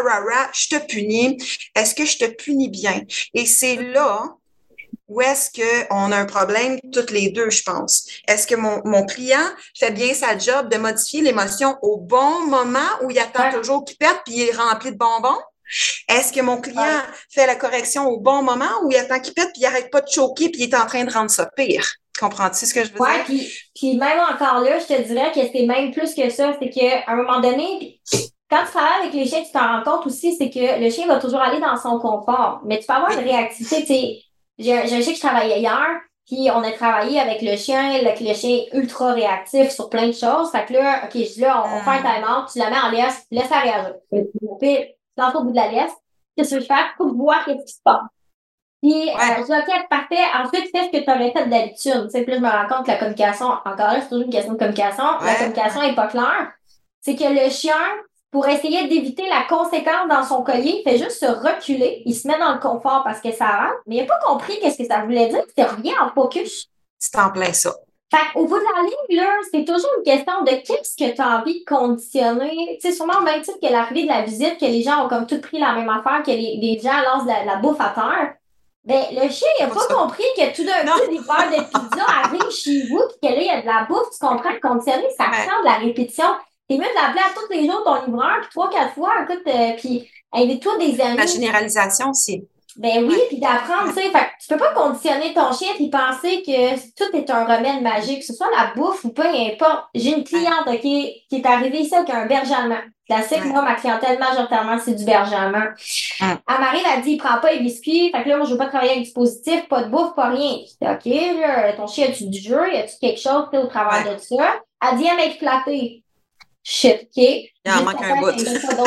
je te punis, est-ce que je te punis bien? Et c'est là où est-ce qu'on a un problème toutes les deux, je pense. Est-ce que mon client fait bien sa job de modifier l'émotion au bon moment où il attend toujours qu'il pète puis il est rempli de bonbons? Est-ce que mon client fait la correction au bon moment où il attend qu'il pète puis il arrête pas de choquer puis il est en train de rendre ça pire? Comprends-tu ce que je veux dire? Puis même encore là, je te dirais que c'est même plus que ça. C'est qu'à un moment donné, quand tu travailles avec les chiens, tu t'en rends compte aussi, c'est que le chien va toujours aller dans son confort. Mais tu peux avoir une réactivité, tu sais. J'ai un chien que je travaillais hier, puis on a travaillé avec le chien ultra réactif sur plein de choses. Fait que là, OK, je dis là, on fait un time-out, tu la mets en laisse, laisse-la réagir. Puis, tu lances au bout de la laisse. Qu'est-ce que je fais? Faut voir qu'est-ce qui se passe. Puis, je dis, OK, parfait. Ensuite, fais ce que tu aurais fait d'habitude. Tu sais, puis là, je me rends compte que la communication, encore là, c'est toujours une question de communication. La communication est pas claire. C'est que le chien, pour essayer d'éviter la conséquence dans son collier, il fait juste se reculer. Il se met dans le confort parce que ça rentre. Mais il n'a pas compris qu'est-ce que ça voulait dire. C'était rien en focus. C'est en plein ça. Fait au bout de la ligne, là, c'est toujours une question de qu'est-ce que tu as envie de conditionner. Tu sais, sûrement au même titre que l'arrivée de la visite, que les gens ont comme tout pris la même affaire, que les gens lancent la bouffe à terre. Ben, le chien, il n'a pas compris que tout d'un coup, des verres de pizza arrivent chez vous, puis que là, il y a de la bouffe, tu comprends, conditionner, ça prend de la répétition. C'est mieux de l'appeler à tous les jours ton livreur, puis 3-4 fois, écoute, puis invite-toi des amis. La généralisation aussi. Ben oui, puis d'apprendre, tu sais, fait tu peux pas conditionner ton chien puis penser que tout est un remède magique, que ce soit la bouffe ou peu importe. J'ai une cliente, OK, qui est arrivée ici avec un berger allemand. Classique, moi, ma clientèle, majoritairement, c'est du berger allemand. Elle m'arrive, elle dit, il prend pas les biscuits, fait que là, moi, je veux pas travailler avec dispositif, pas de bouffe, pas rien. Je dis, OK, là, ton chien, as-tu du jeu, as-tu quelque chose, tu sais, au travers de ça? Elle dit, elle m'a éclaté. Shit, OK. Il en manque un bout.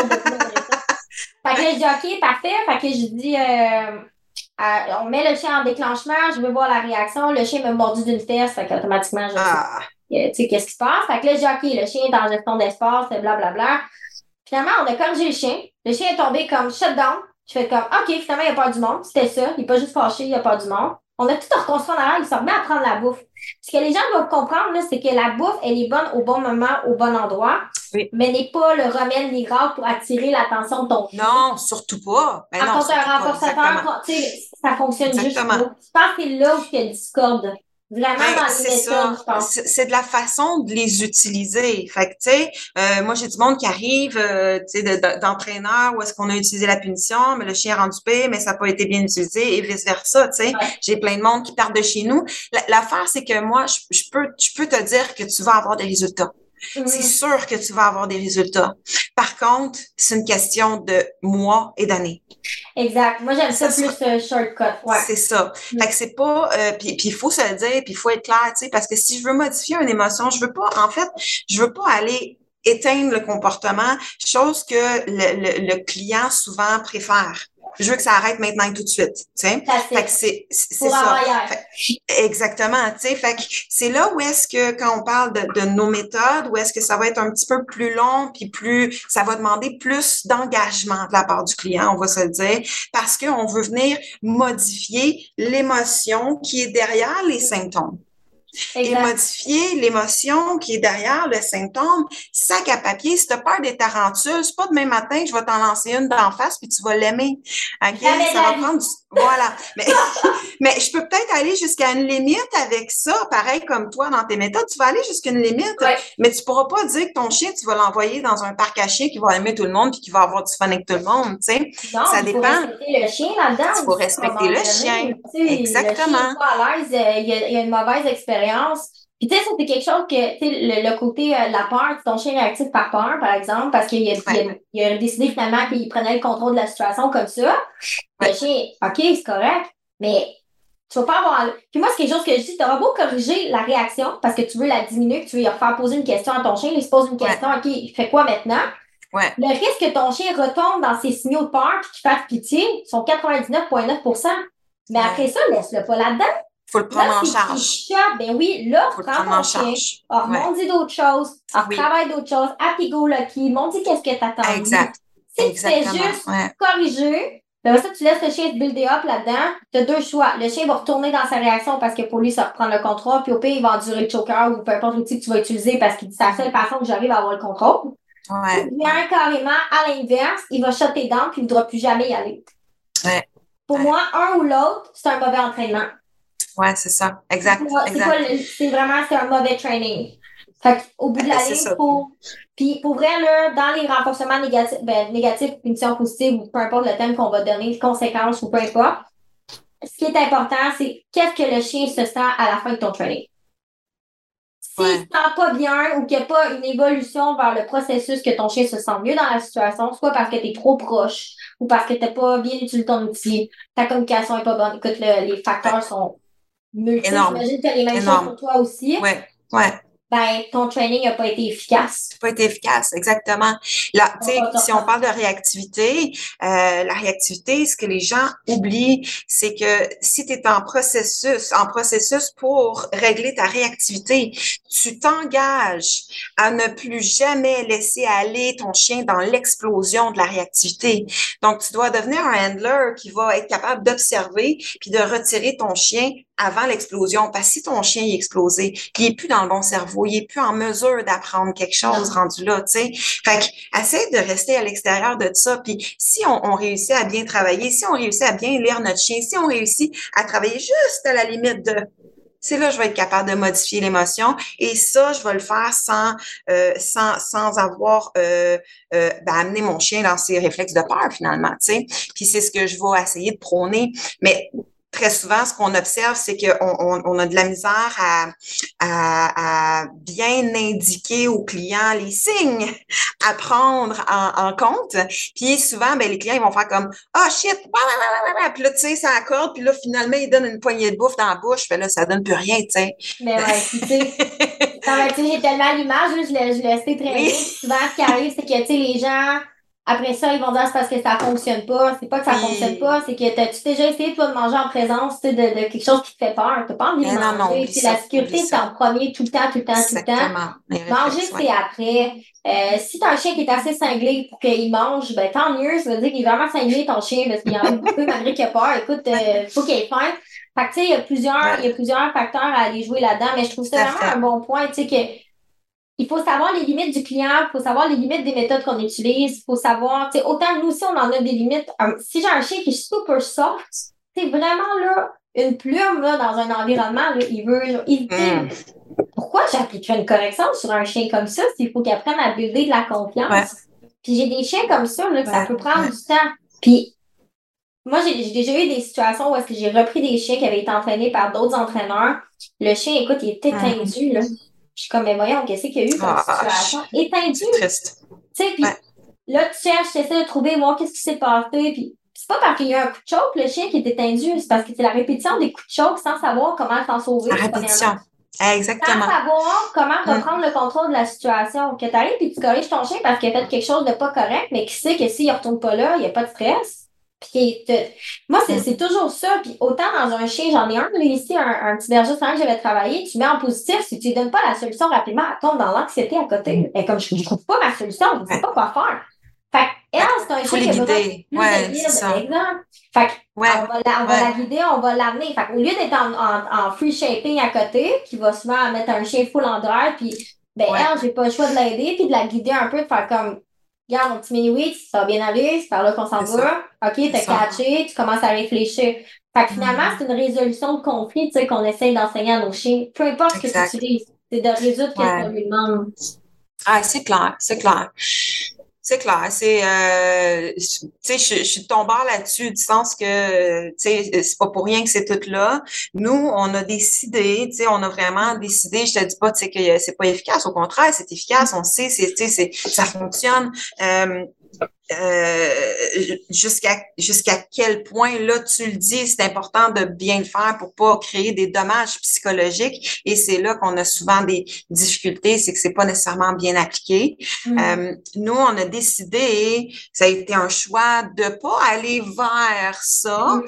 Fait que là, je dis, OK, parfait. Fait que je dis, on met le chien en déclenchement, je veux voir la réaction. Le chien m'a mordu d'une fesse, fait qu'automatiquement, je sais, tu sais, qu'est-ce qui se passe. Fait que là, je dis, OK, le chien est en gestion d'espace, blablabla. Finalement, on a corrigé le chien. Le chien est tombé comme shutdown. Je fais comme, OK, finalement, il n'y a pas du monde. C'était ça. Il n'est pas juste fâché, il n'y a pas du monde. On a tout reconstruit en arrière, il se remet à prendre la bouffe. Ce que les gens doivent comprendre, là, c'est que la bouffe, elle est bonne au bon moment, au bon endroit, mais n'est pas le remède miracle pour attirer l'attention de ton chien. Non, surtout pas. Ben quand tu as un renforçateur, tu sais, ça fonctionne juste pas. Je pense que c'est là où il y a discorde. Vraiment dans les méthodes, je pense. C'est de la façon de les utiliser. Fait que, tu sais, moi, j'ai du monde qui arrive, tu sais, d'entraîneurs où est-ce qu'on a utilisé la punition, mais le chien est rendu pire, mais ça n'a pas été bien utilisé et vice-versa, tu sais. J'ai plein de monde qui partent de chez nous. L'affaire, c'est que moi, je peux te dire que tu vas avoir des résultats. C'est sûr que tu vas avoir des résultats. Par contre, c'est une question de mois et d'années. Exact. Moi, j'aime ça plus shortcut. Ouais. C'est ça. Fait que c'est pas... puis il faut se le dire, puis il faut être clair, tu sais, parce que si je veux modifier une émotion, je veux pas aller éteindre le comportement, chose que le client souvent préfère. Je veux que ça arrête maintenant et tout de suite, tu sais. Fait que c'est ça. Exactement, tu sais. Fait que c'est là où est-ce que, quand on parle de nos méthodes, où est-ce que ça va être un petit peu plus long, puis ça va demander plus d'engagement de la part du client, on va se le dire, parce qu'on veut venir modifier l'émotion qui est derrière les symptômes. et modifier l'émotion qui est derrière le symptôme. Sac à papier, si tu as peur des tarentules, c'est pas demain matin que je vais t'en lancer une d'en face puis tu vas l'aimer. OK? Ça va prendre Voilà. Mais je peux peut-être aller jusqu'à une limite avec ça, pareil comme toi dans tes méthodes. Tu vas aller jusqu'à une limite, mais tu pourras pas dire que ton chien, tu vas l'envoyer dans un parc à chiens qui va aimer tout le monde puis qui va avoir du fun avec tout le monde, tu sais. Non, ça dépend. Il faut respecter le chien là-dedans. Il faut respecter le chien. Exactement. Le chien est pas à l'aise, il y a une mauvaise expérience. Puis tu sais, ça c'est quelque chose que, tu sais, le côté la peur, ton chien réactif par peur, par exemple, parce qu'il a décidé finalement qu'il prenait le contrôle de la situation comme ça. Le chien, OK, c'est correct, mais tu vas pas avoir... Puis moi, c'est quelque chose que je dis, tu auras beau corriger la réaction parce que tu veux la diminuer, que tu veux lui faire poser une question à ton chien, il se pose une question, OK, il fait quoi maintenant? Le risque que ton chien retombe dans ses signaux de peur et qu'il fasse pitié sont 99,9%. Mais après ça, laisse-le pas là-dedans. Faut le prendre en charge. Ben oui, là, prends ton chien, remonte-y d'autres choses, travaille d'autres choses, happy-go-lucky, montre-y qu'est-ce que t'attends. Exact. Si tu fais juste corriger, ben ça, tu laisses le chien se builder up là-dedans, tu as deux choix. Le chien va retourner dans sa réaction parce que pour lui, ça reprend le contrôle, puis au pire, il va endurer le choker ou peu importe l'outil que tu vas utiliser parce qu'il dit c'est la seule façon que j'arrive à avoir le contrôle. Bien carrément, à l'inverse, il va shutter down puis il ne voudra plus jamais y aller. Pour moi, un ou l'autre, c'est un mauvais entraînement. Ouais, c'est ça. Exact. C'est un mauvais training. Fait qu'au bout de la ligne, puis pour vrai, là, dans les renforcements négatifs, punitions positives, ou peu importe le thème qu'on va donner, conséquences ou peu importe, ce qui est important, c'est qu'est-ce que le chien se sent à la fin de ton training. S'il ne se sent pas bien ou qu'il n'y a pas une évolution vers le processus que ton chien se sent mieux dans la situation, soit parce que tu es trop proche ou parce que tu n'as pas bien utilisé ton outil, ta communication n'est pas bonne. Écoute, les facteurs sont multiples. J'imagine que tu as les mêmes choses pour toi aussi. Ben, ton training n'a pas été efficace. Pas été efficace, exactement. Là, tu sais, si on parle de réactivité, la réactivité, ce que les gens oublient, c'est que si tu es en processus pour régler ta réactivité, tu t'engages à ne plus jamais laisser aller ton chien dans l'explosion de la réactivité. Donc, tu dois devenir un handler qui va être capable d'observer puis de retirer ton chien avant l'explosion. Parce que si ton chien est explosé, il est plus dans le bon cerveau, il est plus en mesure d'apprendre quelque chose rendu là, tu sais. Fait que, essaie de rester à l'extérieur de ça. Puis, si on réussit à bien travailler, si on réussit à bien lire notre chien, si on réussit à travailler juste à la limite de... C'est là que je vais être capable de modifier l'émotion et ça, je vais le faire sans avoir amener mon chien dans ses réflexes de peur finalement, tu sais. Puis c'est ce que je vais essayer de prôner. Mais très souvent, ce qu'on observe, c'est qu'on a de la misère à bien indiquer aux clients les signes à prendre en compte. Puis souvent, ben les clients, ils vont faire comme « Ah, shit! » Puis là, tu sais, ça accorde. Puis là, finalement, ils donnent une poignée de bouffe dans la bouche. Puis là, ça donne plus rien, tu sais. Mais tu sais... j'ai tellement l'image, je le sais très bien. Souvent, ce qui arrive, c'est que, tu sais, les gens... Après ça, ils vont dire c'est parce que ça fonctionne pas. C'est pas que ça fonctionne pas, c'est que t'as-tu déjà essayé toi de manger en présence de quelque chose qui te fait peur. T'as pas envie de manger. La sécurité, c'est en premier tout le temps. Manger, c'est après. Si t'as un chien qui est assez cinglé pour qu'il mange, ben tant mieux. Ça veut dire qu'il est vraiment cinglé ton chien parce qu'il a envie de bouffer malgré qu'il a peur. Écoute, faut qu'il ait faim. Fait que tu sais, il y a plusieurs facteurs à aller jouer là-dedans, mais je trouve ça vraiment un bon point, tu sais que il faut savoir les limites du client, il faut savoir les limites des méthodes qu'on utilise, il faut savoir, tu sais, autant nous aussi, on en a des limites. Si j'ai un chien qui est super soft, c'est vraiment, là, une plume, là, dans un environnement, là, il veut éviter. Pourquoi j'appliquerais une correction sur un chien comme ça s'il faut qu'il apprenne à builder de la confiance? Puis j'ai des chiens comme ça, là, que ça peut prendre du temps. Puis, moi, j'ai déjà eu des situations où est-ce que j'ai repris des chiens qui avaient été entraînés par d'autres entraîneurs. Le chien, écoute, il était tendu, là. Je suis comme, mais voyons, qu'est-ce qu'il y a eu comme situation? Étendu. C'est triste. Tu sais, puis là, tu cherches, tu essaies de trouver, moi, qu'est-ce qui s'est passé, puis c'est pas parce qu'il y a un coup de choke, le chien qui était tendu, c'est parce que c'est la répétition des coups de choke sans savoir comment t'en sauver. La répétition. Exactement. Sans savoir comment reprendre le contrôle de la situation. Que t'arrives puis tu corriges ton chien parce qu'il a fait quelque chose de pas correct, mais qui sait que s'il retourne pas là, il n'y a pas de stress. Puis moi, c'est toujours ça. Puis autant dans un chien, j'en ai un là, ici, un petit berger que j'avais travaillé, tu mets en positif, si tu lui donnes pas la solution rapidement, elle tombe dans l'anxiété à côté. Et comme je trouve pas ma solution, je ne sais pas quoi faire. Fait elle, c'est un faut chien les qui a besoin de guider. plus Ouais, de c'est guide, ça. exemple. Fait que, Ouais, on va la guider, on va l'amener. Fait qu'au lieu d'être en free shaping à côté, qui va souvent mettre un chien full en drive, puis, ben, ouais, elle, j'ai pas le choix de l'aider, puis de la guider un peu, de faire comme, regarde, mon petit mini-wheat, ça va bien aller, c'est par là qu'on s'en c'est ça. va. OK, C'est t'as ça. catché, tu commences à réfléchir. Fait que finalement, Mhm. c'est une résolution de conflit, tu sais, qu'on essaye d'enseigner à nos chiens. Peu importe ce que tu Exact. utilises, c'est de résoudre ce qu'on Ouais. lui demande. Ah, c'est clair, c'est clair. C'est clair, tu sais, je suis de ton bord là-dessus, du sens que, tu sais, c'est pas pour rien que c'est tout là. Nous, on a décidé, tu sais, on a vraiment décidé, je te dis pas, tu sais, que c'est pas efficace, au contraire, c'est efficace, on sait, tu sais, ça fonctionne. Jusqu'à quel point, là, tu le dis, c'est important de bien le faire pour pas créer des dommages psychologiques. Et c'est là qu'on a souvent des difficultés, c'est que c'est pas nécessairement bien appliqué. Nous, on a décidé, ça a été un choix de pas aller vers ça.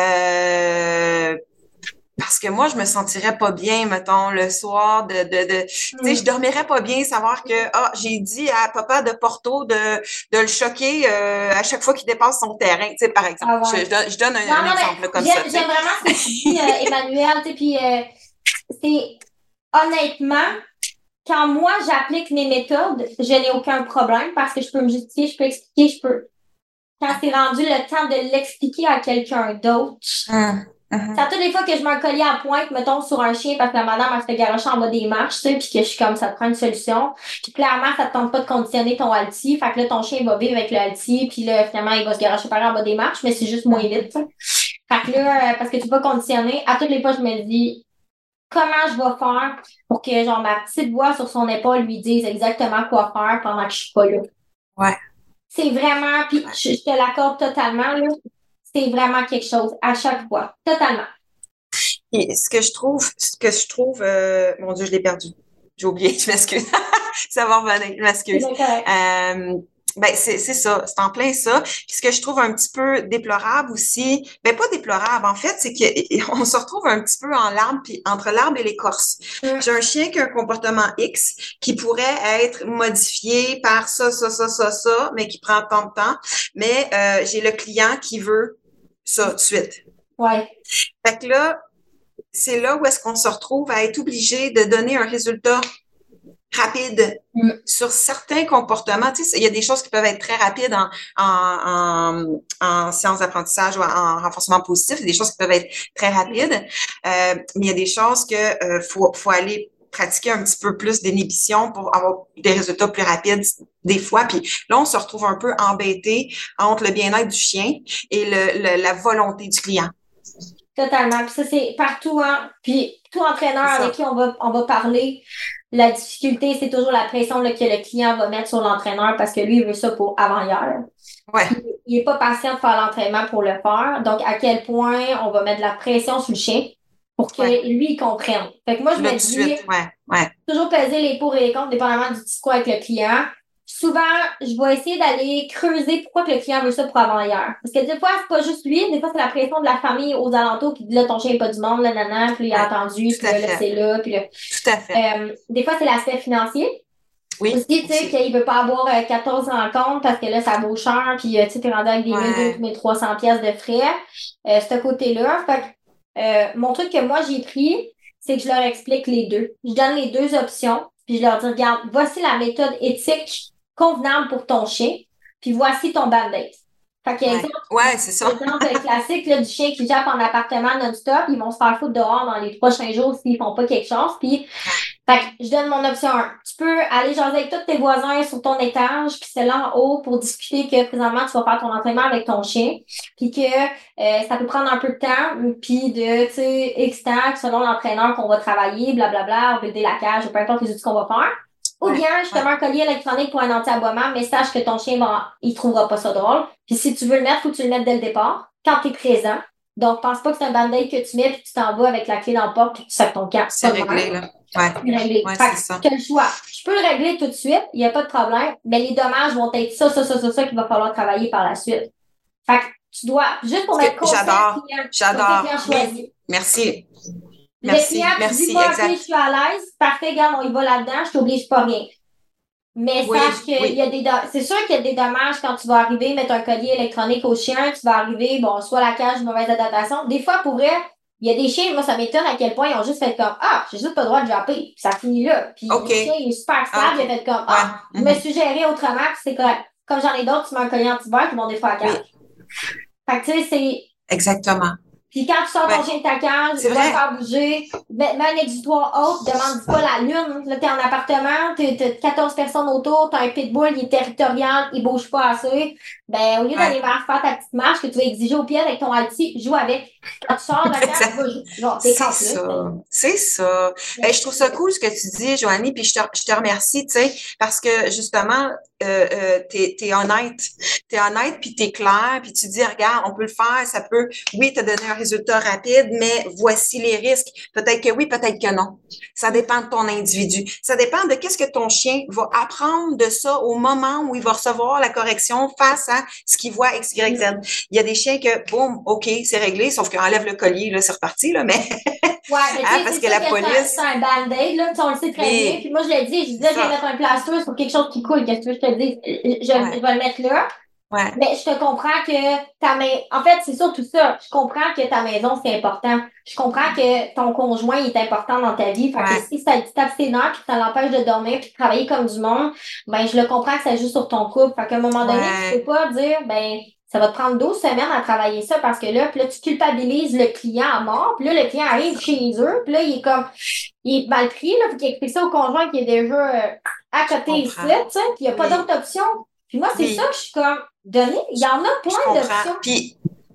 Parce que moi, je me sentirais pas bien, mettons, le soir tu sais, je dormirais pas bien savoir que, j'ai dit à papa de Porto de le choquer à chaque fois qu'il dépasse son terrain, tu sais, par exemple. Ah ouais. Je donne un Non, exemple là, comme mais ça. j'aime vraiment ce que tu dis, Emmanuel, tu sais, puis c'est honnêtement, quand moi j'applique mes méthodes, je n'ai aucun problème parce que je peux me justifier, je peux expliquer, quand c'est rendu le temps de l'expliquer à quelqu'un d'autre. Ça toutes les fois que je mets un collier à pointe, mettons, sur un chien parce que la madame, elle se fait garocher en bas des marches, tu sais, puis que je suis comme, ça te prend une solution. Puis clairement, ça te tente pas de conditionner ton alti. Fait que là, ton chien va vivre avec le alti, puis là, finalement, il va se garocher par en bas des marches, mais c'est juste moins vite, tu sais. Fait que là, parce que tu vas conditionner, à toutes les fois, je me dis, comment je vais faire pour que, genre, ma petite voix sur son épaule lui dise exactement quoi faire pendant que je suis pas là. Ouais. C'est vraiment, puis je te l'accorde totalement, là. C'est vraiment quelque chose, à chaque fois. Totalement. Et ce que je trouve, mon Dieu, je l'ai perdu. J'ai oublié, je m'excuse. Ça va revenir, je m'excuse. Ben, c'est ça, c'est en plein ça. Puis ce que je trouve un petit peu déplorable aussi, ben pas déplorable, en fait, c'est qu'on se retrouve un petit peu entre l'arbre et l'écorce. J'ai un chien qui a un comportement X qui pourrait être modifié par ça, mais qui prend tant de temps. Mais j'ai le client qui veut ça tout de suite. Ouais. Fait que là, c'est là où est-ce qu'on se retrouve à être obligé de donner un résultat rapide sur certains comportements. Tu sais, il y a des choses qui peuvent être très rapides en sciences d'apprentissage ou en renforcement positif. Il y a des choses qui peuvent être très rapides, mais il y a des choses que faut aller pratiquer un petit peu plus d'inhibition pour avoir des résultats plus rapides des fois. Puis là, on se retrouve un peu embêté entre le bien-être du chien et la volonté du client. Totalement. Puis ça, c'est partout, hein. Puis tout entraîneur avec qui on va parler, la difficulté, c'est toujours la pression là, que le client va mettre sur l'entraîneur parce que lui, il veut ça pour avant-hier. Ouais. Il n'est pas patient de faire l'entraînement pour le faire. Donc, à quel point on va mettre de la pression sur le chien pour que lui, il comprenne. Fait que moi, je me dis, toujours peser les pour et les contre, dépendamment du discours avec le client. Souvent, je vais essayer d'aller creuser pourquoi que le client veut ça pour avant-hier. Parce que des fois, c'est pas juste lui, des fois, c'est la pression de la famille aux alentours, puis là, ton chien n'est pas du monde, là, nanana, puis il a entendu, puis là, c'est là, puis là. Tout à fait. Des fois, c'est l'aspect financier. Oui. Aussi, tu sais, qu'il veut pas avoir 14 rencontres parce que là, ça vaut cher, puis tu sais, t'es rendu avec des 1 300 pièces de frais. Ce côté-là. Fait que, mon truc que moi, j'ai pris, c'est que je leur explique les deux. Je donne les deux options, puis je leur dis, regarde, voici la méthode éthique convenable pour ton chien, puis voici ton band-aid. Fait que, exemple, c'est ça. exemple classique là, du chien qui jappe en appartement non-stop, ils vont se faire foutre dehors dans les prochains jours s'ils font pas quelque chose. Puis, fait que je donne mon option 1. Tu peux aller jaser avec tous tes voisins sur ton étage, puis c'est là en haut pour discuter que présentement tu vas faire ton entraînement avec ton chien, puis que ça peut prendre un peu de temps, puis de, tu sais, X temps selon l'entraîneur qu'on va travailler, blablabla, builder la cage, peu importe les outils qu'on va faire. Ou bien, je te mets un collier électronique pour un anti-aboiement, mais sache que ton chien, il trouvera pas ça drôle. Puis si tu veux le mettre, faut que tu le mettes dès le départ, quand tu es présent. Donc, pense pas que c'est un band-aid que tu mets, puis tu t'en vas avec la clé dans la porte, puis tu sacs ton camp. C'est réglé, là. C'est réglé. C'est ça. Tu as le choix. Je peux le régler tout de suite, il n'y a pas de problème, mais les dommages vont être ça qu'il va falloir travailler par la suite. Fait que tu dois, juste pour mettre conscient, J'adore. Choisi. Merci. Le client, tu dis pas, OK, je suis à l'aise, parfait, regarde, on y va là-dedans, je t'oblige pas rien. Mais sache qu'il y a c'est sûr qu'il y a des dommages quand tu vas arriver, mettre un collier électronique au chien, tu vas arriver, bon, soit la cage, mauvaise adaptation. Des fois, pour vrai, il y a des chiens, moi, ça m'étonne à quel point ils ont juste fait comme, j'ai juste pas le droit de japper. Puis ça finit là. Puis le chien, il est super stable, il a fait comme, je me suis géré autrement, puis c'est correct. Comme j'en ai d'autres, tu mets un collier anti-beurre qui vont des fois à la cage. Fait que, tu sais, c'est... Exactement. Puis quand tu sors ton chien de ta cage, tu vas le faire bouger, mets un exutoire haute, demande pas la lune. Là, t'es en appartement, t'as 14 personnes autour, t'as un pitbull, il est territorial, il bouge pas assez. Ben, au lieu d'aller faire ta petite marche que tu vas exiger au pied avec ton alti, joue avec. Quand tu sors de la cage, tu vas jouer. Genre, c'est ça. C'est ça. Ben, je trouve ça cool ce que tu dis, Joanie, puis je te remercie, tu sais, parce que justement, t'es honnête. T'es honnête, puis t'es clair, puis tu dis, regarde, on peut le faire, ça peut, oui, te donner un résultat rapide, mais voici les risques. Peut-être que oui, peut-être que non. Ça dépend de ton individu. Ça dépend de qu'est-ce que ton chien va apprendre de ça au moment où il va recevoir la correction face à ce qu'il voit X, Y, Z. Il y a des chiens que, boum, OK, c'est réglé, sauf qu'on enlève le collier, là, c'est reparti, là, mais... Ouais, mais parce que la police... C'est un band-aid, là, on le sait très bien. Puis moi, je l'ai dit, je disais, je vais mettre un plaster sur quelque chose qui coule. Qu'est-ce que tu veux que je te dise? Je vais le mettre là. Ouais. Mais je te comprends que ta maison, en fait, c'est surtout ça. Je comprends que ta maison, c'est important. Je comprends que ton conjoint il est important dans ta vie. Fait que si ça te tape ses nerfs puis que ça l'empêche de dormir puis de travailler comme du monde, ben, je le comprends que ça joue sur ton couple. Fait qu'à un moment donné, tu peux pas dire, ben, ça va te prendre 12 semaines à travailler ça parce que là, puis là, tu culpabilises le client à mort. Puis là, le client arrive chez eux. Puis là, il est mal pris, là, puis qu'il explique ça au conjoint qui est déjà à côté ici, tu sais, puis il n'y a pas d'autre option. Puis moi, c'est ça que je suis comme, donné, il y en a plein d'options. Puis,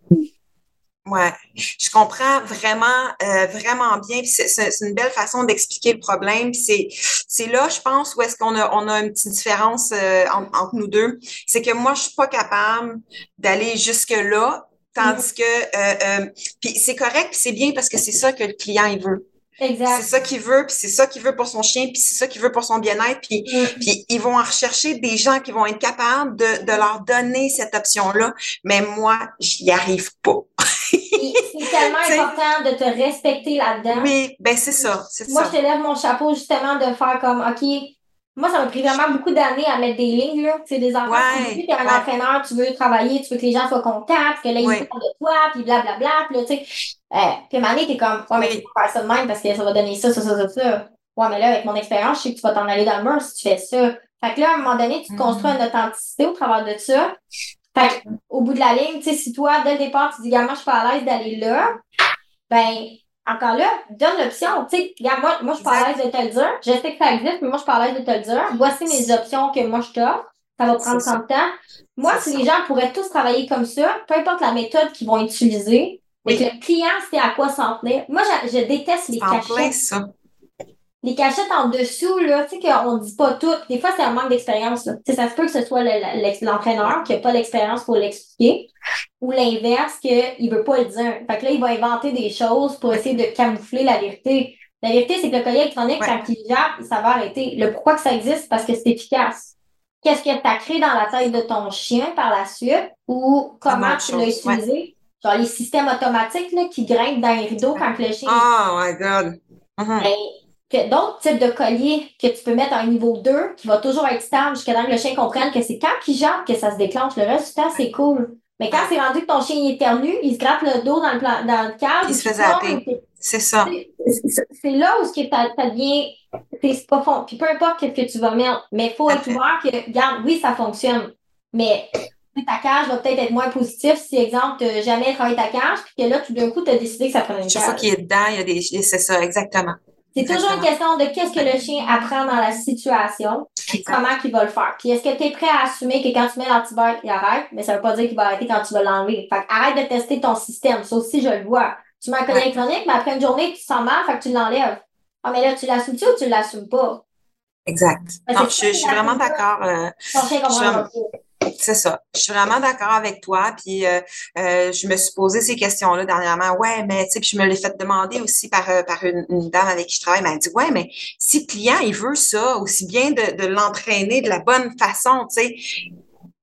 ouais, je comprends vraiment, vraiment bien. Puis c'est une belle façon d'expliquer le problème. Puis c'est là, je pense, où est-ce qu'on a une petite différence entre nous deux. C'est que moi, je suis pas capable d'aller jusque-là, tandis que, puis c'est correct, puis c'est bien parce que c'est ça que le client, il veut. Exact. C'est ça qu'il veut, puis c'est ça qu'il veut pour son chien, puis c'est ça qu'il veut pour son bien-être, puis ils vont en rechercher des gens qui vont être capables de leur donner cette option-là, mais moi, j'y arrive pas. C'est tellement important de te respecter là-dedans. Oui, ben c'est ça, moi, je te lève mon chapeau justement de faire comme, OK, moi, ça m'a pris vraiment beaucoup d'années à mettre des lignes, là. Tu sais, des enfants, tu es un entraîneur, tu veux travailler, tu veux que les gens soient contents, que là, ils parlent de toi, puis blablabla, puis là, tu sais. Puis à un moment donné, t'es comme, mais tu peux faire ça de même parce que ça va donner ça. Ouais, mais là, avec mon expérience, je sais que tu vas t'en aller dans le mur si tu fais ça. Fait que là, à un moment donné, tu te construis une authenticité au travers de ça. Fait qu'au bout de la ligne, tu sais, si toi, dès le départ, tu dis, moi, je suis pas à l'aise d'aller là, ben, encore là, donne l'option. Tu sais, regarde, moi, je suis pas à l'aise de te le dire. Je sais que ça existe, mais moi, je suis pas à l'aise de te le dire. Voici mes options que moi, je t'offre. Ça va prendre tant de temps. Moi, si les gens pourraient tous travailler comme ça, peu importe la méthode qu'ils vont utiliser, mais que le client sait à quoi s'en tenir. Moi, je déteste les cachettes. Plein ça. Les cachettes en dessous, là, tu sais, qu'on dit pas tout. Des fois, c'est un manque d'expérience, là. Tu sais, ça se peut que ce soit l'entraîneur qui a pas l'expérience pour l'expliquer, ou l'inverse, qu'il veut pas le dire. Fait que là, il va inventer des choses pour essayer de camoufler la vérité. La vérité, c'est que le collier électronique, quand il jappe, ça va arrêter. Le pourquoi que ça existe, parce que c'est efficace. Qu'est-ce que tu as créé dans la tête de ton chien par la suite, ou comment tu l'as utilisé? Genre les systèmes automatiques là, qui grimpent dans les rideaux quand le chien... Oh my God! Ben, d'autres types de colliers que tu peux mettre à un niveau 2 qui va toujours être stable jusqu'à temps que le chien comprenne que c'est quand il jappe que ça se déclenche. Le reste du temps, c'est cool. Mais quand c'est rendu que ton chien éternue, il se gratte le dos dans le cadre. Il se fait zapper. C'est ça. C'est là où ça devient... C'est pas fond. Puis peu importe ce que tu vas mettre, mais il faut être ouvert que, regarde, oui, ça fonctionne. Mais... ta cage va peut-être être moins positif si, exemple, tu n'as jamais travaillé ta cage, puis que là, tout d'un coup, tu as décidé que ça prenait une cage. Chaque fois qu'il est dedans, il y a des... C'est ça, exactement. C'est toujours une question de qu'est-ce que le chien apprend dans la situation, puis comment il va le faire. Puis est-ce que tu es prêt à assumer que quand tu mets l'antibiotique, il arrête, mais ça veut pas dire qu'il va arrêter quand tu vas l'enlever. Fait arrête de tester ton système. Ça aussi, je le vois. Tu mets un collier électronique, mais après une journée, tu te sens mal, fait que tu l'enlèves. Ah, mais là, tu l'assumes-tu ou tu l'assumes pas? Exact. Non, je suis vraiment d'accord. Ton chien comprend c'est ça. Je suis vraiment d'accord avec toi. Puis je me suis posé ces questions-là dernièrement. Ouais, mais tu sais, puis je me l'ai fait demander aussi par une dame avec qui je travaille. Elle m'a dit, ouais, mais si le client il veut ça, aussi bien de l'entraîner de la bonne façon, tu sais.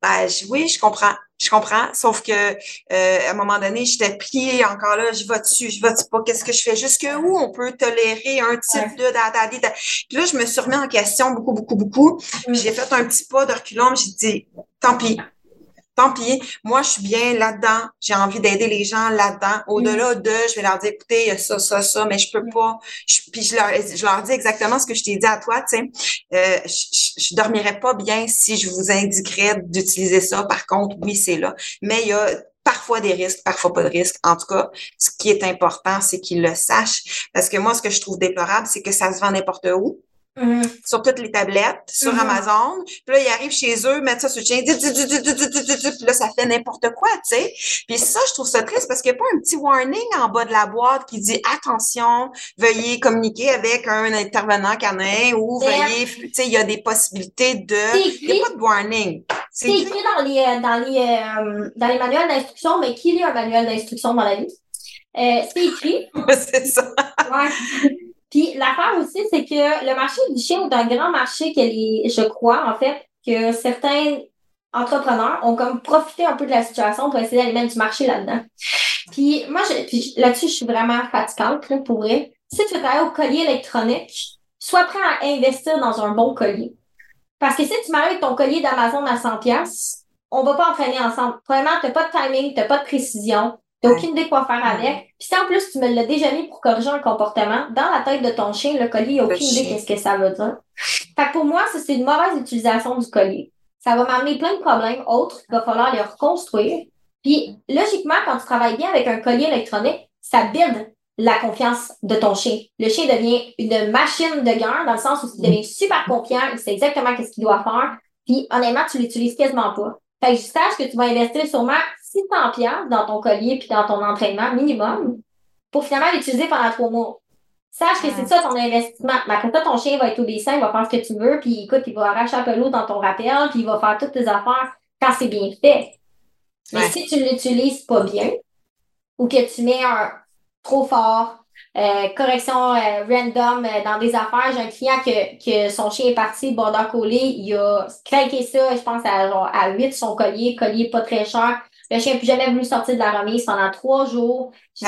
Oui, je comprends. Je comprends. Sauf que à un moment donné, j'étais pliée encore là, je vais-tu pas, qu'est-ce que je fais? Jusqu'où on peut tolérer un type de. Puis là, je me suis remis en question beaucoup, beaucoup, beaucoup. Puis j'ai fait un petit pas de reculons, j'ai dit, tant pis. Tant pis, moi, je suis bien là-dedans. J'ai envie d'aider les gens là-dedans. Au-delà de, je vais leur dire, écoutez, il y a ça, mais je peux pas. Puis je leur dis exactement ce que je t'ai dit à toi, tu sais. Je dormirais pas bien si je vous indiquerais d'utiliser ça. Par contre, oui, c'est là. Mais il y a parfois des risques, parfois pas de risques. En tout cas, ce qui est important, c'est qu'ils le sachent. Parce que moi, ce que je trouve déplorable, c'est que ça se vend n'importe où. Sur toutes les tablettes, sur Amazon. Puis là, ils arrivent chez eux, mettent ça sur le chien, puis là, ça fait n'importe quoi, tu sais. Puis ça, je trouve ça triste parce qu'il n'y a pas un petit warning en bas de la boîte qui dit attention, veuillez communiquer avec un intervenant canin ou veuillez, tu sais, il y a des possibilités de. Il n'y a pas de warning. C'est écrit dans les manuels d'instruction, mais qui lit un manuel d'instruction dans la vie? C'est écrit. C'est ça. Ouais. Puis l'affaire aussi, c'est que le marché du chien est un grand marché je crois, en fait, que certains entrepreneurs ont comme profité un peu de la situation pour essayer d'aller mettre du marché là-dedans. Puis moi, là-dessus, je suis vraiment fatigante, là, pour vrai. Si tu veux travailler au collier électronique, sois prêt à investir dans un bon collier. Parce que si tu m'arrives ton collier d'Amazon à 100$, on va pas entraîner ensemble. Premièrement, t'as pas de timing, t'as pas de précision. T'as aucune idée quoi faire avec. Puis si en plus tu me l'as déjà mis pour corriger un comportement, dans la tête de ton chien, le collier, il n'a aucune idée qu'est-ce que ça veut dire. Fait que pour moi, ça, c'est une mauvaise utilisation du collier. Ça va m'amener plein de problèmes autres qu'il va falloir les reconstruire. Puis logiquement, quand tu travailles bien avec un collier électronique, ça build la confiance de ton chien. Le chien devient une machine de guerre dans le sens où il devient super confiant, il sait exactement ce qu'il doit faire. Puis honnêtement, tu l'utilises quasiment pas. Fait que je sache que tu vas investir sûrement 600$ dans ton collier puis dans ton entraînement minimum pour finalement l'utiliser pendant 3 mois. Sache que c'est ça ton investissement. Mais après ça, ton chien va être obéissant, il va faire ce que tu veux, puis écoute, il va arracher un peu l'eau dans ton rappel, puis il va faire toutes tes affaires quand c'est bien fait. Mais si tu l'utilises pas bien, ou que tu mets un trop fort, correction random dans des affaires. J'ai un client que son chien est parti, border collie, il a craqué ça, je pense à 8 son collier pas très cher. Le chien n'a plus jamais voulu sortir de la remise pendant 3 jours.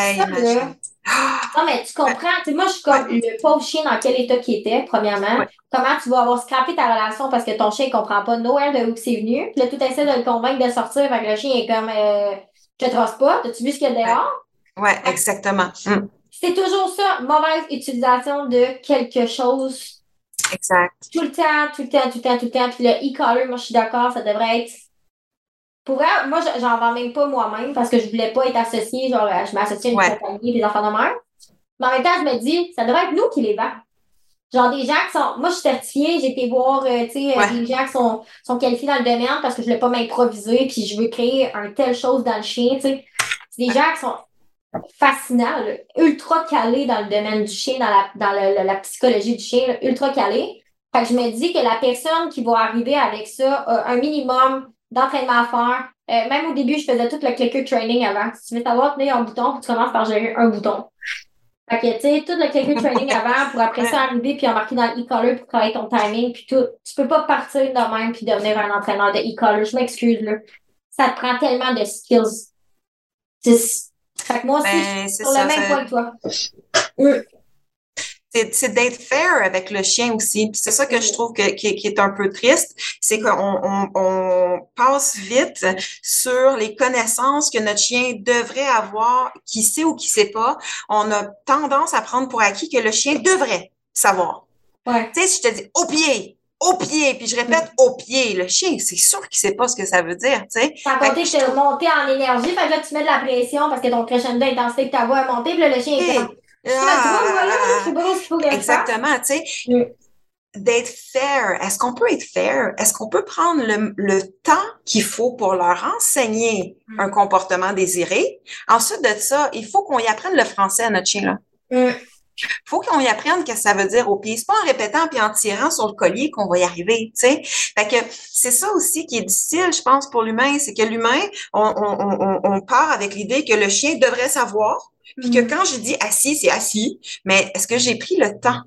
Non, mais tu comprends, tu sais, moi, je suis comme le pauvre chien dans quel état qu'il était, premièrement. Comment tu vas avoir scrappé ta relation parce que ton chien ne comprend pas nowhere de où c'est venu. Puis là, tout essaie de le convaincre de sortir, fait que le chien est comme je te trosse pas, as-tu vu ce qu'il y a dehors? Oui, exactement. C'est toujours ça, mauvaise utilisation de quelque chose. Exact. Tout le temps. Puis le e-collar, moi, je suis d'accord, ça devrait être. Pour vrai, moi, j'en vends même pas moi-même parce que je voulais pas être associée, genre, je m'associe à une compagnie et des enfants de mère. Mais en même temps, je me dis, ça devrait être nous qui les vendons. Genre, des gens qui sont. Moi, je suis certifiée, j'ai été voir, des gens qui sont qualifiés dans le domaine parce que je voulais pas m'improviser puis je veux créer un telle chose dans le chien, tu sais. C'est des gens qui sont fascinants, là, ultra calés dans le domaine du chien, dans la psychologie du chien, là, ultra calés. Fait que je me dis que la personne qui va arriver avec ça a un minimum d'entraînement à faire. Même au début, je faisais tout le clicker training avant. Si tu veux savoir tenir un bouton, tu commences par gérer un bouton. Fait que, tu sais, tout le clicker training avant pour après ça arriver puis embarquer dans l'e-collar pour travailler ton timing puis tout. Tu peux pas partir de même puis devenir un entraîneur de e-collar. Je m'excuse, là. Ça te prend tellement de skills. Fait que moi aussi, je suis sur le même point que toi. C'est d'être fair avec le chien aussi. Puis c'est ça que je trouve qui est un peu triste, c'est qu'on passe vite sur les connaissances que notre chien devrait avoir, qui sait ou qui sait pas. On a tendance à prendre pour acquis que le chien devrait savoir. Ouais. Tu sais, si je te dis au pied, puis je répète au pied, le chien, c'est sûr qu'il sait pas ce que ça veut dire, tu sais. Sans compter que tu es monté en énergie, fait que là, tu mets de la pression parce que ton crescendo d'intensité que ta voix a monté, puis là, le chien est comme... Exactement, tu sais. D'être fair. Est-ce qu'on peut être fair? Est-ce qu'on peut prendre le temps qu'il faut pour leur enseigner un comportement désiré? Ensuite de ça, il faut qu'on y apprenne le français à notre chien, là. Faut qu'on y apprenne ce que ça veut dire au pied. C'est pas en répétant puis en tirant sur le collier qu'on va y arriver, tu sais. Fait que c'est ça aussi qui est difficile, je pense, pour l'humain. C'est que l'humain, on part avec l'idée que le chien devrait savoir. Puis que quand je dis assis, c'est assis. Mais est-ce que j'ai pris le temps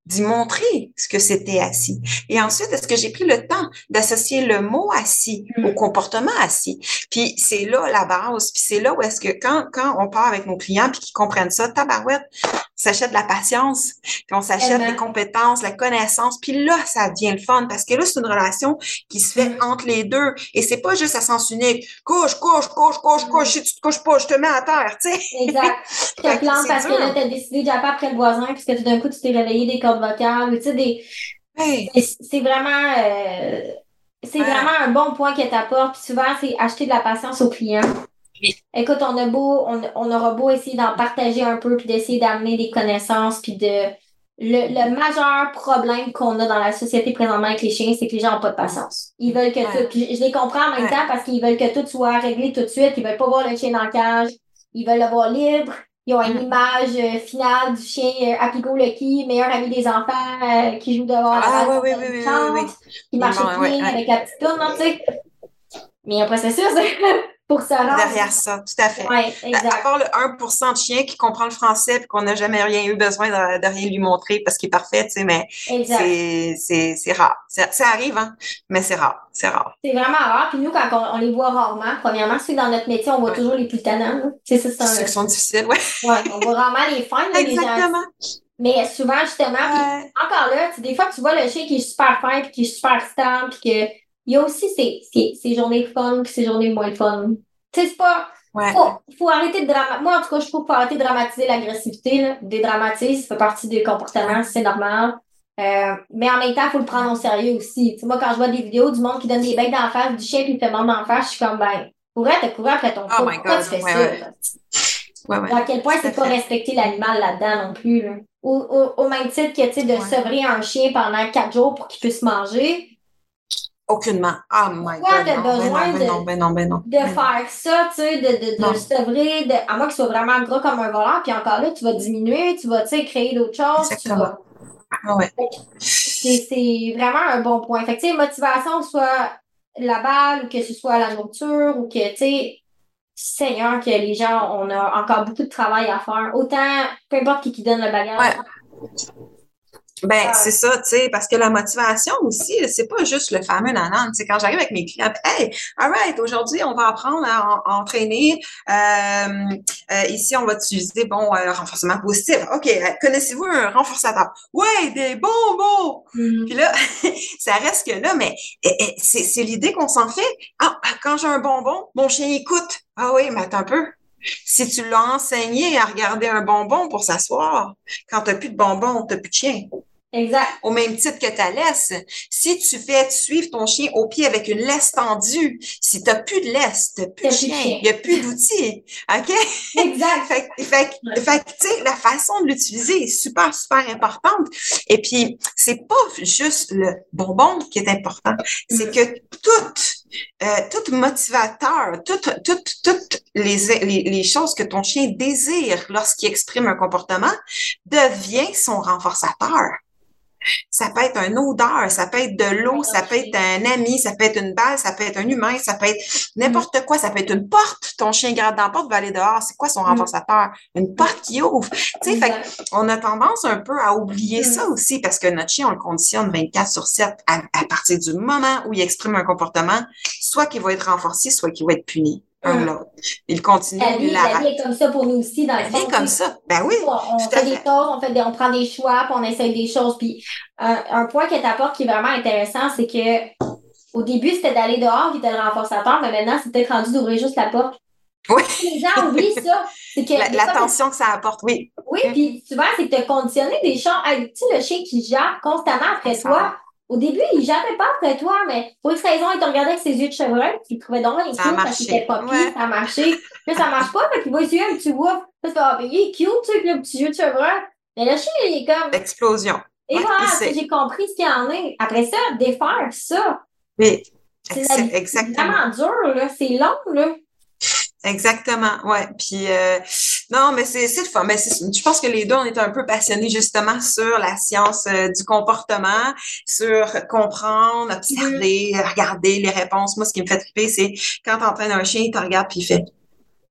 d'y montrer ce que c'était assis. Et ensuite, est-ce que j'ai pris le temps d'associer le mot assis au comportement assis? Puis c'est là la base. Puis c'est là où est-ce que quand on part avec nos clients puis qu'ils comprennent ça, tabarouette, on s'achète de la patience, puis on s'achète des compétences, la connaissance. Puis là, ça devient le fun parce que là, c'est une relation qui se fait entre les deux. Et c'est pas juste à sens unique. Couche. Si tu te couches pas, je te mets à terre, tu sais. Exact. Tu te plantes parce que là, t'as décidé de japper après le voisin puisque tout d'un coup, tu t'es réveillé des cordes vocales. Tu sais, c'est vraiment... c'est vraiment un bon point que tu apportes. Puis souvent, c'est acheter de la patience aux clients. Oui. Écoute, on aura beau essayer d'en partager un peu, puis d'essayer d'amener des connaissances, puis le majeur problème qu'on a dans la société présentement avec les chiens, c'est que les gens n'ont pas de patience. Ils veulent que tout... Puis je les comprends en même temps parce qu'ils veulent que tout soit réglé tout de suite. Ils veulent pas voir le chien dans le cage. Ils veulent le voir libre. Ils ont une image finale du chien Happy-Go Lucky, meilleur ami des enfants, qui joue dehors à la oui. Qui marche au pied avec la petite tourne, tu sais. Mais il y a un processus pour ça. Derrière ça, tout à fait. Ouais, exact. À part le 1% de chien qui comprend le français et qu'on n'a jamais rien eu besoin de rien lui montrer parce qu'il est parfait, tu sais, mais c'est rare. Ça arrive, hein, mais c'est rare. C'est rare. C'est vraiment rare. Puis nous, quand on les voit rarement, premièrement, c'est dans notre métier, on voit toujours les plus tannants. C'est ça, ceux qui sont difficiles, Ouais, on voit rarement les fins, là, exactement. Les gens. Mais souvent, justement, puis encore là, des fois, tu vois le chien qui est super fin puis qui est super stable puis que il y a aussi ces journées de fun puis ces journées moins de fun. Tu sais, c'est pas... Faut arrêter de dramatiser. Moi, en tout cas, je trouve qu'il faut arrêter de dramatiser l'agressivité, là. Dédramatiser, ça fait partie des comportements, c'est normal. Mais en même temps, il faut le prendre au sérieux aussi. Tu sais, moi, quand je vois des vidéos du monde qui donne des becs d'en face, du chien qui fait mal d'en face, je suis comme, t'as couru après ton tour. Pourquoi tu fais ça? À quel point c'est pas respecter l'animal là-dedans non plus, là. Au même titre que, tu sais, de sevrer un chien pendant 4 jours pour qu'il puisse manger. Aucunement. Oh my God. T'as besoin de faire ça, tu sais, de sevrer, à moins qu'il soit vraiment gros comme un voleur, puis encore là, tu vas diminuer, tu vas, tu sais, créer d'autres choses. Exactement. C'est vraiment un bon point. Fait que, tu sais, motivation, soit la balle, ou que ce soit la nourriture, ou que, tu sais, Seigneur, que les gens, on a encore beaucoup de travail à faire. Autant, peu importe qui donne le bagage. C'est ça, tu sais, parce que la motivation aussi, c'est pas juste le fameux nanan. Tu sais, quand j'arrive avec mes clients, hey, all right, aujourd'hui, on va apprendre à entraîner. Ici, on va utiliser, renforcement positif. OK, connaissez-vous un renforçateur? Ouais, des bonbons! Puis là, ça reste que là, mais c'est l'idée qu'on s'en fait. Ah, quand j'ai un bonbon, mon chien écoute. Ah oui, mais attends un peu. Si tu l'as enseigné à regarder un bonbon pour s'asseoir, quand tu n'as plus de bonbons, tu n'as plus de chien. Exact. Au même titre que ta laisse. Si tu fais suivre ton chien au pied avec une laisse tendue, si tu n'as plus de laisse, tu n'as plus de chien. Il n'y a plus d'outils. OK? Exact. fait tu sais, la façon de l'utiliser est super, super importante. Et puis, c'est pas juste le bonbon qui est important. C'est que tout motivateur, toutes les choses que ton chien désire lorsqu'il exprime un comportement devient son renforçateur. Ça peut être une odeur, ça peut être de l'eau, ça peut être un ami, ça peut être une balle, ça peut être un humain, ça peut être n'importe quoi, ça peut être une porte. Ton chien gratte dans la porte, va aller dehors. C'est quoi son renforçateur? Une porte qui ouvre. Tu sais, on a tendance un peu à oublier ça aussi parce que notre chien, on le conditionne 24/7 à partir du moment où il exprime un comportement, soit qu'il va être renforcé, soit qu'il va être puni. Un ou l'autre. Il continue, il l'arrête. La vie est comme ça pour nous aussi. Dans la vie est comme ça. Ben oui. On fait des choses, on prend des choix, puis on essaye des choses. Puis un point que tu apportes qui est vraiment intéressant, c'est que au début, c'était d'aller dehors, puis t'es le renforçateur, mais maintenant, c'est peut-être rendu d'ouvrir juste la porte. Oui. Les gens oublient ça. C'est que l'attention que ça apporte, oui. Oui, puis souvent, c'est que tu as conditionné des choses. Tu sais, le chien qui jappe constamment après toi. Au début, il jappait pas après toi, mais pour une raison, il te regardait avec ses yeux de chevreuil, il trouvait donc les cute parce qu'il était pas pire, ça a marché. Là, ça marche pas, mais il va essayer un petit whoop. Là, tu vas il est cute, tu sais, avec le petit yeux de chevreuil. Mais le chien, il est comme... Explosion. Et voilà, j'ai compris ce qu'il y en a. Après ça, défaire ça. Oui, exactement. C'est vraiment dur, là. C'est long, là. Exactement, ouais. Puis non, mais c'est le fun. Mais je pense que les deux, on est un peu passionnés justement sur la science du comportement, sur comprendre, observer, regarder les réponses. Moi, ce qui me fait triper, c'est quand tu entraînes un chien, il te regarde puis il fait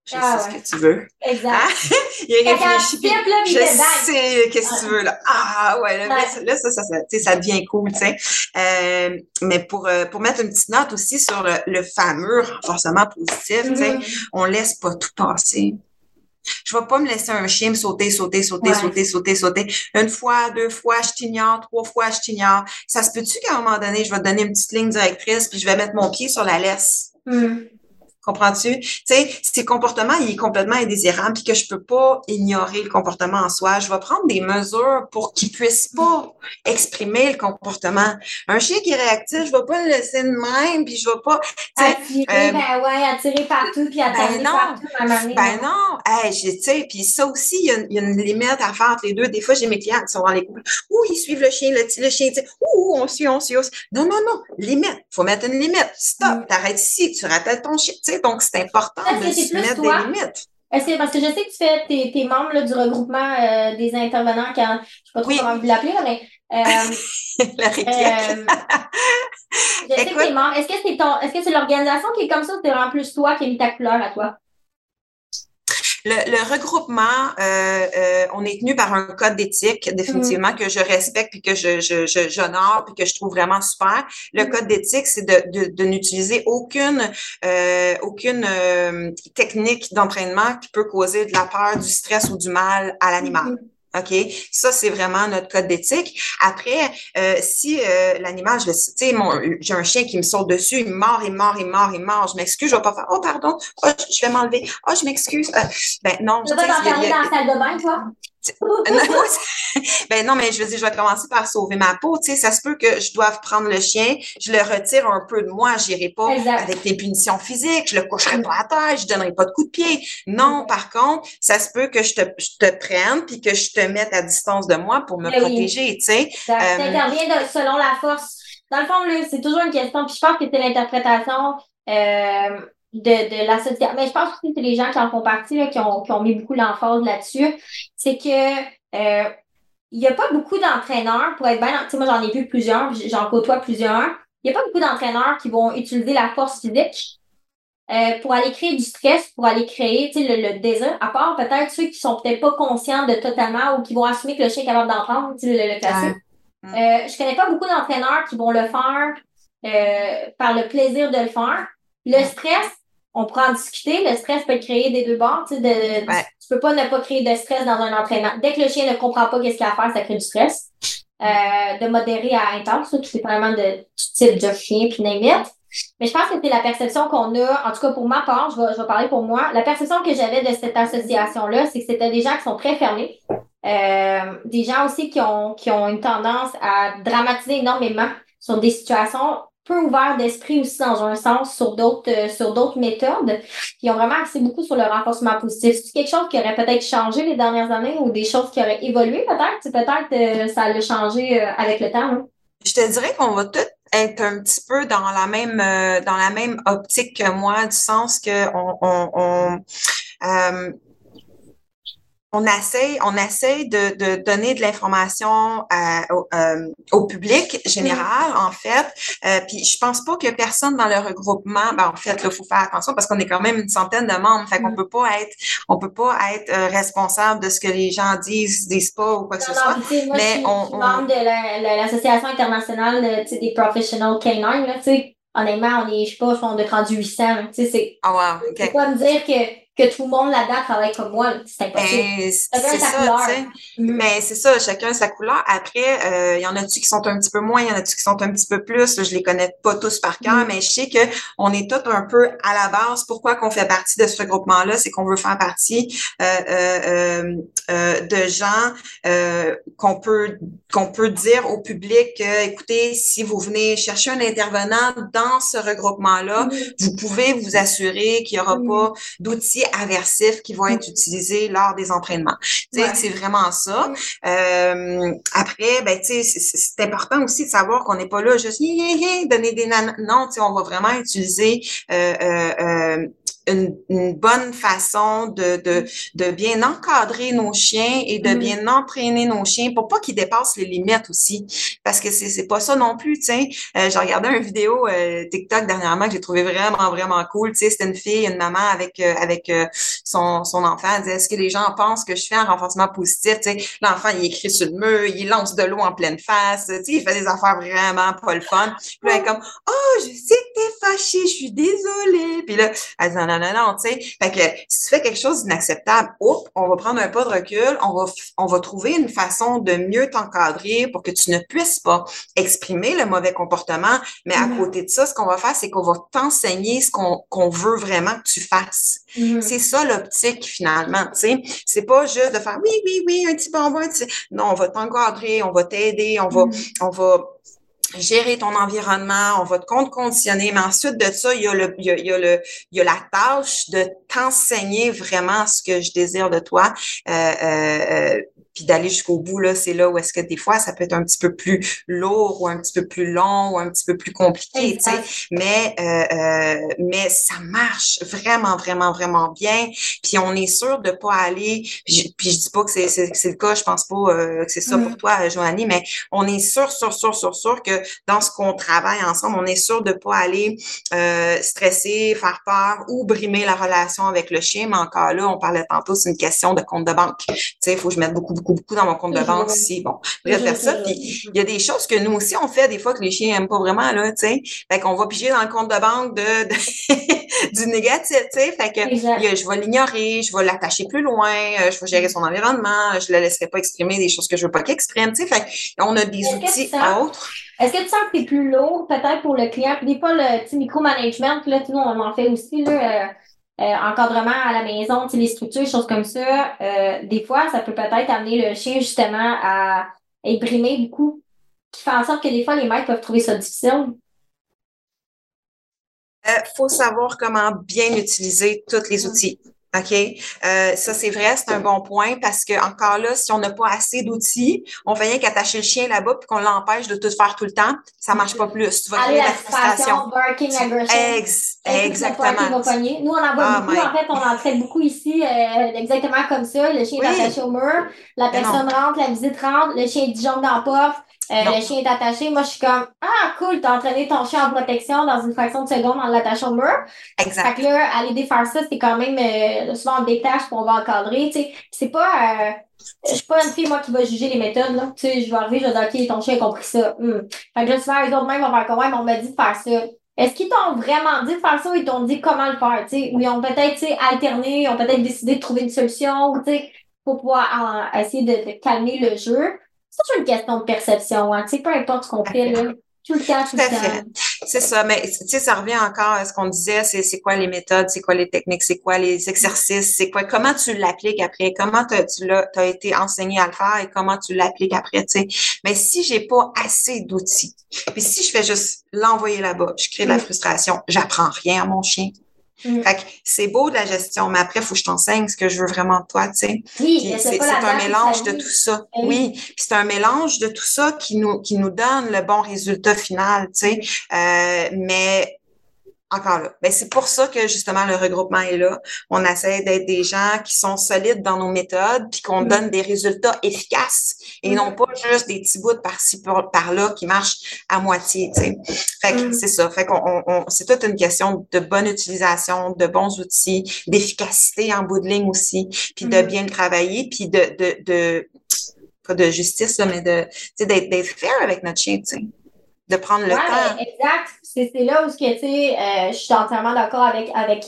Je sais ce que tu veux. Exact. Hein? Il réfléchit, puis je sais qu'est-ce que tu veux, là. Ah, ouais, là, ça devient cool, tu sais. Mais pour mettre une petite note aussi sur le fameux renforcement positif, tu sais, on laisse pas tout passer. Je vais pas me laisser un chien me sauter. Une fois, 2 fois, je t'ignore, 3 fois, je t'ignore. Ça se peut-tu qu'à un moment donné, je vais te donner une petite ligne directrice, puis je vais mettre mon pied sur la laisse? Comprends-tu? Tu sais, si le comportement il est complètement indésirable puis que je peux pas ignorer le comportement en soi, je vais prendre des mesures pour qu'il puisse pas exprimer le comportement. Un chien qui est réactif, je vais pas le laisser de même puis je vais pas attirer partout puis attarder partout à ma manière. Ben non, tu sais, puis ça aussi il y a une limite à faire entre les deux. Des fois, j'ai mes clients qui sont dans les couples. Ils suivent le chien, le chien, tu sais. On suit. Non, limite. Faut mettre une limite. Stop, t'arrêtes ici, tu rappelles ton chien. Tu sais, donc c'est important de se mettre des limites. Est-ce que, parce que je sais que tu fais tes membres là, du regroupement des intervenants, quand je sais pas trop comment vous l'appelez, mais la réplique. je sais que tes membres, est-ce que c'est l'organisation qui est comme ça ou c'est vraiment plus toi qui as mis ta couleur à toi? Le regroupement, on est tenu par un code d'éthique, définitivement, que je respecte puis que j'honore puis que je trouve vraiment super. Le code d'éthique, c'est de n'utiliser aucune technique d'entraînement qui peut causer de la peur, du stress ou du mal à l'animal. OK? Ça, c'est vraiment notre code d'éthique. Après, si l'animal, j'ai un chien qui me saute dessus, il mord. Je m'excuse, je vais pas faire, oh, pardon, je vais m'enlever. Oh, je m'excuse. Ben, non. Tu vas t'enfermer dans la salle de bain, toi? Ben non, mais je veux dire, je vais commencer par sauver ma peau. Tu sais, ça se peut que je doive prendre le chien, je le retire un peu de moi, j'irai pas avec des punitions physiques, je le coucherai pas à terre, je donnerai pas de coups de pied. Non, par contre, ça se peut que je te prenne puis que je te mette à distance de moi pour me protéger, tu sais. Ça intervient selon la force. Dans le fond, là, c'est toujours une question, puis je pense que c'est l'interprétation de l'association. Mais je pense aussi que c'est les gens qui en font partie, là, qui ont mis beaucoup l'emphase là-dessus. C'est que il n'y a pas beaucoup d'entraîneurs, pour être bien, tu sais, moi j'en ai vu plusieurs, j'en côtoie plusieurs. Il n'y a pas beaucoup d'entraîneurs qui vont utiliser la force physique pour aller créer du stress, pour aller créer, tu sais, le désir, à part peut-être ceux qui sont peut-être pas conscients de totalement ou qui vont assumer que le chien est capable d'en prendre, tu sais, le classique. Je connais pas beaucoup d'entraîneurs qui vont le faire par le plaisir de le faire. Le stress, on pourra en discuter. Le stress peut créer des deux bords. Tu peux pas ne pas créer de stress dans un entraînement. Dès que le chien ne comprend pas qu'est-ce qu'il a à faire, ça crée du stress. De modéré à intense, tout dépendamment de type de chien, puis name it. Mais je pense que c'est la perception qu'on a, en tout cas pour ma part, je vais parler pour moi. La perception que j'avais de cette association-là, c'est que c'était des gens qui sont très fermés. Des gens aussi qui ont une tendance à dramatiser énormément sur des situations peu ouvertes d'esprit aussi dans un sens sur d'autres méthodes. Ils ont vraiment axé beaucoup sur le renforcement positif. C'est quelque chose qui aurait peut-être changé les dernières années ou des choses qui auraient évolué peut-être? Peut-être ça a changé avec le temps. Hein? Je te dirais qu'on va tous être un petit peu dans la même optique que moi, du sens que on essaie de donner de l'information au public général, en fait. Puis je pense pas que personne dans le regroupement, en fait, là, faut faire attention parce qu'on est quand même une centaine de membres. Fait qu'on peut pas être responsable de ce que les gens disent pas ou quoi que ce soit. Moi, mais je suis membre de l'Association internationale des professional canines, là, tu sais. Honnêtement, je doit être rendu 800, tu sais, c'est. Ah wow, OK. Tu peux pas me dire que tout le monde là-dedans travaille comme moi, c'est impossible. C'est ça, tu sais. Mais c'est ça, chacun sa couleur. Après, y en a-tu qui sont un petit peu moins, y en a-tu qui sont un petit peu plus. Là, je les connais pas tous par cœur, mais je sais que on est tous un peu à la base. Pourquoi qu'on fait partie de ce regroupement-là, c'est qu'on veut faire partie de gens qu'on peut dire au public écoutez, si vous venez chercher un intervenant dans ce regroupement-là, vous pouvez vous assurer qu'il y aura pas d'outils aversifs qui vont être utilisés lors des entraînements. C'est vraiment ça. Après, ben tu sais, c'est important aussi de savoir qu'on n'est pas là juste donner des non, tu sais, on va vraiment utiliser une bonne façon de bien encadrer nos chiens et de bien entraîner nos chiens pour pas qu'ils dépassent les limites aussi. Parce que c'est pas ça non plus, tu sais. J'ai regardé une vidéo TikTok dernièrement que j'ai trouvé vraiment, vraiment cool. Tu sais, c'était une fille, une maman avec son enfant. Elle disait, est-ce que les gens pensent que je fais un renforcement positif? Tu sais, l'enfant, il écrit sur le mur, il lance de l'eau en pleine face. Tu sais, il fait des affaires vraiment pas le fun. Puis là, elle est comme, oh, je sais que t'es fâchée, je suis désolée. Puis là, elle dit, non, non, non, non, tu sais. Fait que si tu fais quelque chose d'inacceptable, on va prendre un pas de recul, on va trouver une façon de mieux t'encadrer pour que tu ne puisses pas exprimer le mauvais comportement. Mais à côté de ça, ce qu'on va faire, c'est qu'on va t'enseigner ce qu'on veut vraiment que tu fasses. C'est ça l'optique, finalement, tu sais. C'est pas juste de faire oui, oui, oui, un petit bonbon, non, on va t'encadrer, on va t'aider, on va gérer ton environnement, on va te conditionner, mais ensuite de ça, il y a la tâche de t'enseigner vraiment ce que je désire de toi, puis d'aller jusqu'au bout, là, c'est là où est-ce que des fois, ça peut être un petit peu plus lourd ou un petit peu plus long ou un petit peu plus compliqué, tu sais, mais ça marche vraiment, vraiment, vraiment bien, puis on est sûr de pas aller, puis je dis pas que c'est le cas, je pense pas que c'est ça pour toi, Joanie, mais on est sûr que dans ce qu'on travaille ensemble, on est sûr de pas aller stresser, faire peur ou brimer la relation avec le chien, mais encore là, on parlait tantôt, c'est une question de compte de banque. Tu sais, il faut que je mette beaucoup dans mon compte de banque si, bon, bref, faire ça. Puis, il y a des choses que nous aussi, on fait des fois que les chiens aiment pas vraiment, là, tu sais. Fait qu'on va piger dans le compte de banque du négatif, tu sais. Fait que, je vais l'ignorer, je vais l'attacher plus loin, je vais gérer son environnement, je le laisserai pas exprimer des choses que je veux pas qu'il exprime, tu sais. Fait qu'on a des outils autres. Est-ce que tu sens que c'est plus lourd, peut-être, pour le client? Puis des fois, le petit micromanagement, là, nous, on en fait aussi, là, encadrement à la maison, les structures, choses comme ça. Des fois, ça peut peut-être amener le chien, justement, à être brimé beaucoup, qui fait en sorte que des fois, les maîtres peuvent trouver ça difficile. Faut savoir comment bien utiliser tous les outils. OK? Ça, c'est vrai, c'est un bon point parce que, encore là, si on n'a pas assez d'outils, on fait rien qu'attacher le chien là-bas puis qu'on l'empêche de tout faire tout le temps, ça marche pas plus. Tu vas créer la frustration. Barking, aggression. Exactement. Nous, on en voit beaucoup. En fait, on en traite beaucoup ici, exactement comme ça. Le chien est attaché au mur, la personne rentre, la visite rentre, le chien disjoncte dans la porte. Le chien est attaché. Moi, je suis comme, ah, cool, t'as entraîné ton chien en protection dans une fraction de seconde en l'attachant au mur. Exact. Fait que là, aller défaire ça, c'est quand même, souvent on détache puis on va encadrer, tu sais. C'est pas, je suis pas une fille, moi, qui va juger les méthodes, là. Tu sais, je vais arriver, je vais dire, OK, ton chien a compris ça. Fait que là, souvent, les autres mêmes vont faire comme, ouais, mais on m'a dit de faire ça. Est-ce qu'ils t'ont vraiment dit de faire ça ou ils t'ont dit comment le faire, tu sais? Ou ils ont peut-être, tu sais, alterné, ils ont peut-être décidé de trouver une solution, ou, tu sais, pour pouvoir essayer de calmer le jeu. C'est toujours une question de perception, hein. Tu sais, peu importe ce qu'on fait, là. Tout le temps. C'est ça, mais tu sais, ça revient encore à ce qu'on disait, c'est quoi les méthodes, c'est quoi les techniques, c'est quoi les exercices, c'est quoi, comment tu l'appliques après, comment t'as été enseigné à le faire et comment tu l'appliques après, tu sais. Mais si j'ai pas assez d'outils, puis si je fais juste l'envoyer là-bas, je crée de la frustration, j'apprends rien à mon chien. Fait que c'est beau de la gestion, mais après, il faut que je t'enseigne ce que je veux vraiment de toi, tu sais. Oui, c'est un mélange de tout ça. Oui, puis c'est un mélange de tout ça qui nous donne le bon résultat final, tu sais. Mais encore là, ben c'est pour ça que justement le regroupement est là. On essaie d'être des gens qui sont solides dans nos méthodes, puis qu'on donne des résultats efficaces et non pas juste des petits bouts par-ci par-là qui marchent à moitié. Tu sais. Fait que c'est ça. Fait qu'on c'est toute une question de bonne utilisation, de bons outils, d'efficacité en bout de ligne aussi, puis de bien le travailler, puis pas de justice là, mais d'être fair avec notre chien, tu sais. De prendre le temps. Exact. C'est là où tu sais, je suis entièrement d'accord avec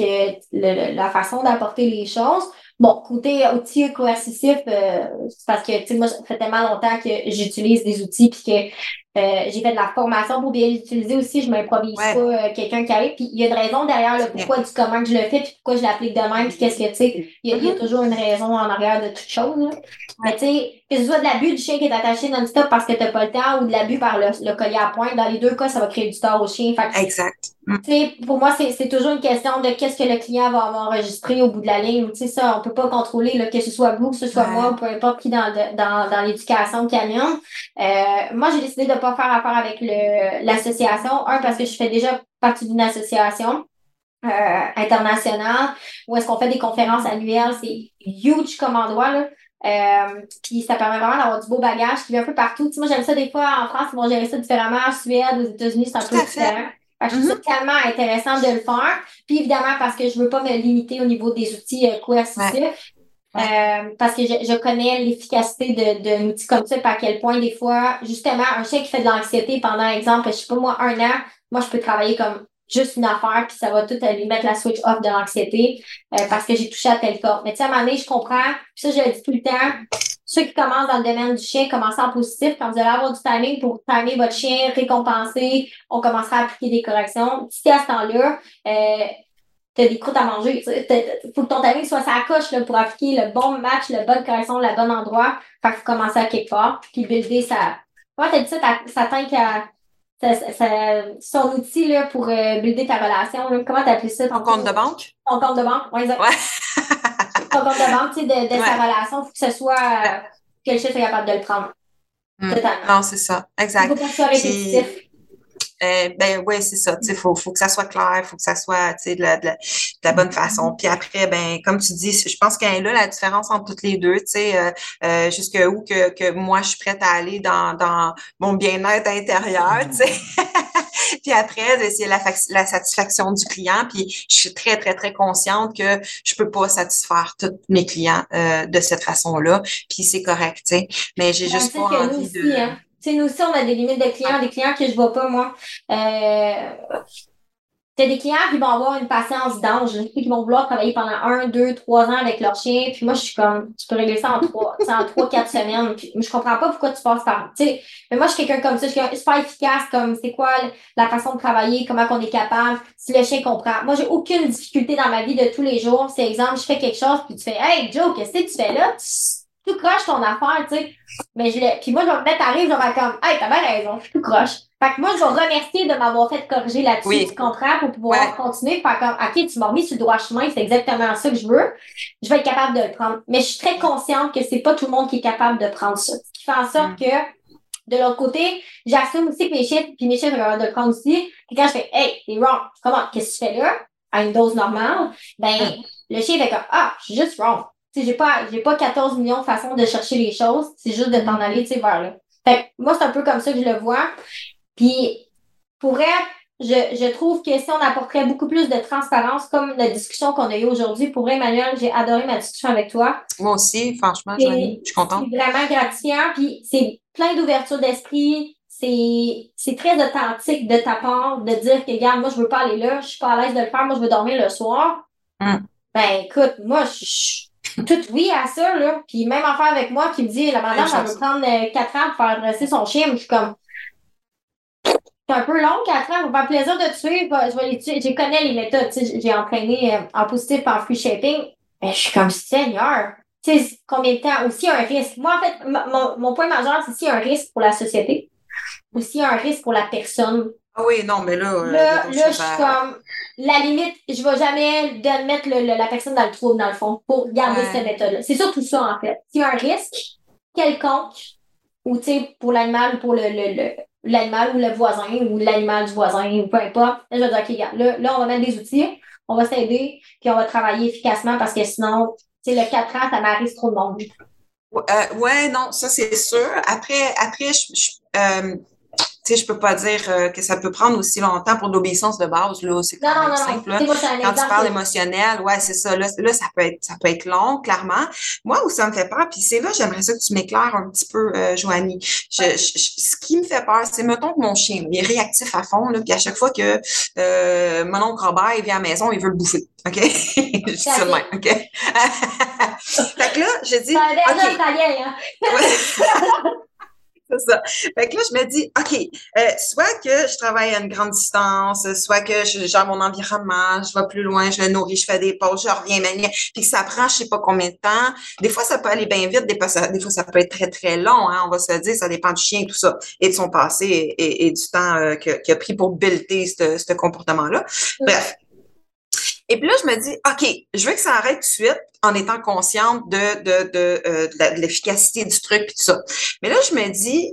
la façon d'apporter les choses. Bon, côté outils coercitifs, c'est parce que tu sais, moi, ça fait tellement longtemps que j'utilise des outils puis que j'ai fait de la formation pour bien l'utiliser aussi. Je m'improvise pas quelqu'un qui arrive. Puis il y a une raison derrière le pourquoi du comment que je le fais puis pourquoi je l'applique de même puis qu'est-ce que tu sais. Il y a toujours une raison en arrière de toute chose. Là. Mais tu sais, que ce soit de l'abus du chien qui est attaché non-stop parce que t'as pas le temps ou de l'abus par le collier à pointe, dans les deux cas, ça va créer du tort au chien. Fait que, exact. Tu sais, pour moi, c'est toujours une question de qu'est-ce que le client va enregistrer au bout de la ligne. Tu sais, ça, on peut pas contrôler, là, que ce soit vous, que ce soit moi, ou peu importe qui dans l'éducation canine. Moi, j'ai décidé de pas faire affaire avec l'association. Un, parce que je fais déjà partie d'une association. international, où est-ce qu'on fait des conférences annuelles. C'est huge comme endroit, là. Puis ça permet vraiment d'avoir du beau bagage qui vient un peu partout. Tu sais, moi, j'aime ça des fois en France, ils vont gérer ça différemment. En Suède, aux États-Unis, c'est un peu différent. Fait que je trouve ça tellement intéressant de le faire. Puis évidemment, parce que je veux pas me limiter au niveau des outils coercitifs. Parce que je connais l'efficacité d'un outil comme ça, puis à quel point des fois, justement, un chien qui fait de l'anxiété pendant, exemple, je sais pas moi, 1 an, moi je peux travailler comme juste une affaire, puis ça va tout lui mettre la switch off de l'anxiété parce que j'ai touché à tel corps. Mais tu sais, à un moment donné, je comprends, puis ça je le dis tout le temps, ceux qui commencent dans le domaine du chien, commencez en positif, quand vous allez avoir du timing pour timer votre chien, récompenser, on commencera à appliquer des corrections. Si à ce temps-là, t'as des croûtes à manger. Faut que ton timing soit sa coche là, pour appliquer le bon match, la bonne correction, le bon endroit. Fait qu'il faut commencer à quelque part. Puis builder sa. Comment t'as dit ça? Ça tank à. Son outil là, pour builder ta relation. Là. Comment t'appelles ça? Ton compte de banque? Ton compte de banque, oui, exact. Ton compte de banque, tu sais, de sa relation, faut que ce soit que le chef soit capable de le prendre. Totalement. Non, c'est ça. Exact. Il faut que ce soit répétitif. Ben oui, c'est ça. Tu sais, faut que ça soit clair, faut que ça soit, tu sais, de la bonne façon. Puis après, ben comme tu dis, je pense qu'il y a là la différence entre toutes les deux. Tu sais, jusqu'où que moi je suis prête à aller dans mon bien-être intérieur. Tu sais. Puis après, c'est la satisfaction du client. Puis je suis très, très, très consciente que je peux pas satisfaire tous mes clients de cette façon-là. Puis c'est correct, tu sais. Mais j'ai juste pas envie de... Hein. Tu sais, nous aussi, on a des limites de clients, des clients que je vois pas, moi. T'as des clients qui vont avoir une patience d'ange, qui vont vouloir travailler pendant 1, 2, 3 ans avec leur chien. Puis moi, je suis comme, tu peux régler ça en 3, 4 semaines. Puis je comprends pas pourquoi tu passes par, tu sais. Mais moi, je suis quelqu'un comme ça, je suis super efficace, comme c'est quoi la façon de travailler, comment qu'on est capable, si le chien comprend. Moi, j'ai aucune difficulté dans ma vie de tous les jours. C'est exemple, je fais quelque chose, puis tu fais, hey, Joe, qu'est-ce que tu fais là? Tu croches ton affaire, tu sais. Mais puis moi, je vais me mettre à rire, je vais faire comme, hey, t'as bien raison, je suis tout croche. Fait que moi, je vais remercier de m'avoir fait corriger là-dessus, oui. Tu comprends, pour pouvoir continuer, faire comme, OK, tu m'as remis sur le droit chemin, c'est exactement ça que je veux. Je vais être capable de le prendre. Mais je suis très consciente que c'est pas tout le monde qui est capable de prendre ça. Ce qui fait en sorte que, de l'autre côté, j'assume aussi que mes chiens sont capables de le prendre aussi. Puis quand je fais, hey, t'es wrong, comment, qu'est-ce que tu fais là? À une dose normale, ben, le chien fait comme, ah, je suis juste wrong. Tu sais, j'ai pas 14 millions de façons de chercher les choses. C'est juste de t'en aller, tu sais, vers là. Fait que moi, c'est un peu comme ça que je le vois. Puis, pour être, je trouve que si on apporterait beaucoup plus de transparence, comme la discussion qu'on a eue aujourd'hui, pour vrai, Emmanuel, j'ai adoré ma discussion avec toi. Moi aussi, franchement, je suis contente. C'est vraiment gratifiant, puis c'est plein d'ouverture d'esprit. C'est très authentique de ta part de dire que, regarde, moi, je veux pas aller là, je suis pas à l'aise de le faire, moi, je veux dormir le soir. Ben, écoute, moi, je tout oui à ça, là. Puis même affaire avec moi qui me dit, la madame, elle veut prendre 4 ans pour faire dresser son chien, mais je suis comme, c'est un peu long, 4 ans, ça va me faire plaisir de te suivre, je vais les tuer. Je connais les méthodes, tu sais, j'ai entraîné en positif en free shaping, mais je suis comme, Seigneur, tu sais, combien de temps? Aussi un risque. Moi, en fait, mon point majeur, c'est s'il y a un risque pour la société, ou s'il y a un risque pour la personne. Ah oui, non, mais là, je suis comme, la limite, je vais jamais mettre la personne dans le trouble, dans le fond, pour garder cette méthode-là. C'est surtout ça, en fait. S'il y a un risque quelconque, ou tu sais, pour l'animal ou pour l'animal ou le voisin, ou l'animal du voisin, ou peu importe, là, je vais dire, OK, regarde, là, on va mettre des outils, on va s'aider, puis on va travailler efficacement, parce que sinon, tu sais, le 4 ans, ça m'arrive trop de monde. Ouais, non, ça, c'est sûr. Après, tu sais, je peux pas dire que ça peut prendre aussi longtemps pour l'obéissance de base, là. C'est quand même simple, là. Quand tu parles émotionnel, ouais, c'est ça. Là, ça peut être long, clairement. Moi, où ça me fait peur, puis c'est là, j'aimerais ça que tu m'éclaires un petit peu, Joanie. Ce qui me fait peur, c'est, mettons que mon chien, il est réactif à fond, là, puis à chaque fois que mon oncle Robert, il vient à la maison, il veut le bouffer. OK? Je dis ça de même, OK? Fait que là, je dis. C'est ça. Fait que là, je me dis, OK, soit que je travaille à une grande distance, soit que je gère mon environnement, je vais plus loin, je le nourris, je fais des pauses, je reviens, puis que ça prend je sais pas combien de temps. Des fois, ça peut aller bien vite, des fois, ça peut être très, très long, hein, on va se le dire, ça dépend du chien et tout ça, et de son passé et du temps qu'il a pris pour builder ce comportement-là. Bref. Et puis là, je me dis, OK, je veux que ça arrête tout de suite en étant consciente de l'efficacité du truc et tout ça. Mais là, je me dis,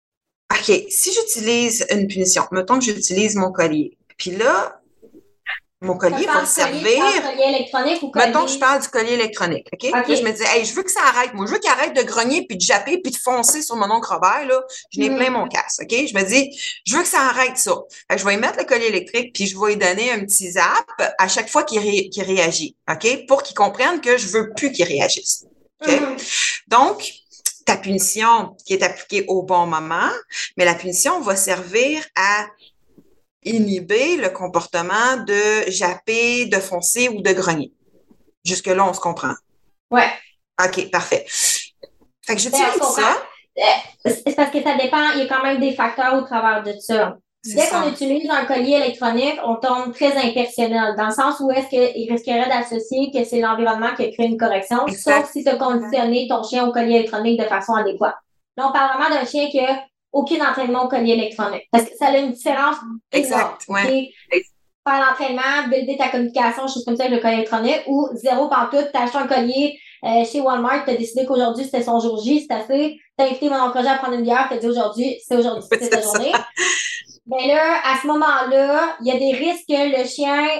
OK, si j'utilise une punition, mettons que j'utilise mon collier, puis là, Mon collier va servir. Collier électronique ou collier? Mettons, je parle du collier électronique, OK? Là, je me dis, hey, je veux que ça arrête. Moi, je veux qu'il arrête de grogner, puis de japper, puis de foncer sur mon oncle Robert, là. Je n'ai plein mon casse, OK? Je me dis, je veux que ça arrête ça. Fait que je vais lui mettre le collier électrique, puis je vais lui donner un petit zap à chaque fois qu'il réagit, OK? Pour qu'il comprenne que je veux plus qu'il réagisse, OK? Donc, ta punition qui est appliquée au bon moment, mais la punition va servir à inhiber le comportement de japper, de foncer ou de grogner. Jusque-là, on se comprend. Ouais. OK, parfait. Fait que j'utilise ça. C'est parce que ça dépend, il y a quand même des facteurs au travers de ça. Dès qu'on utilise un collier électronique, on tombe très impersonnel, dans le sens où est-ce qu'il risquerait d'associer que c'est l'environnement qui a créé une correction, sauf si tu as conditionné ton chien au collier électronique de façon adéquate. Là, on parle vraiment d'un chien qui a aucun entraînement au collier électronique. Parce que ça a une différence énorme. Ouais. Faire l'entraînement, builder ta communication, choses comme ça avec le collier électronique, ou zéro pantoute, t'as acheté un collier chez Walmart, t'as décidé qu'aujourd'hui c'était son jour J, c'est assez, t'as invité mon oncle à prendre une bière, t'as dit aujourd'hui, c'est ta journée. Ben là, à ce moment-là, il y a des risques que le chien,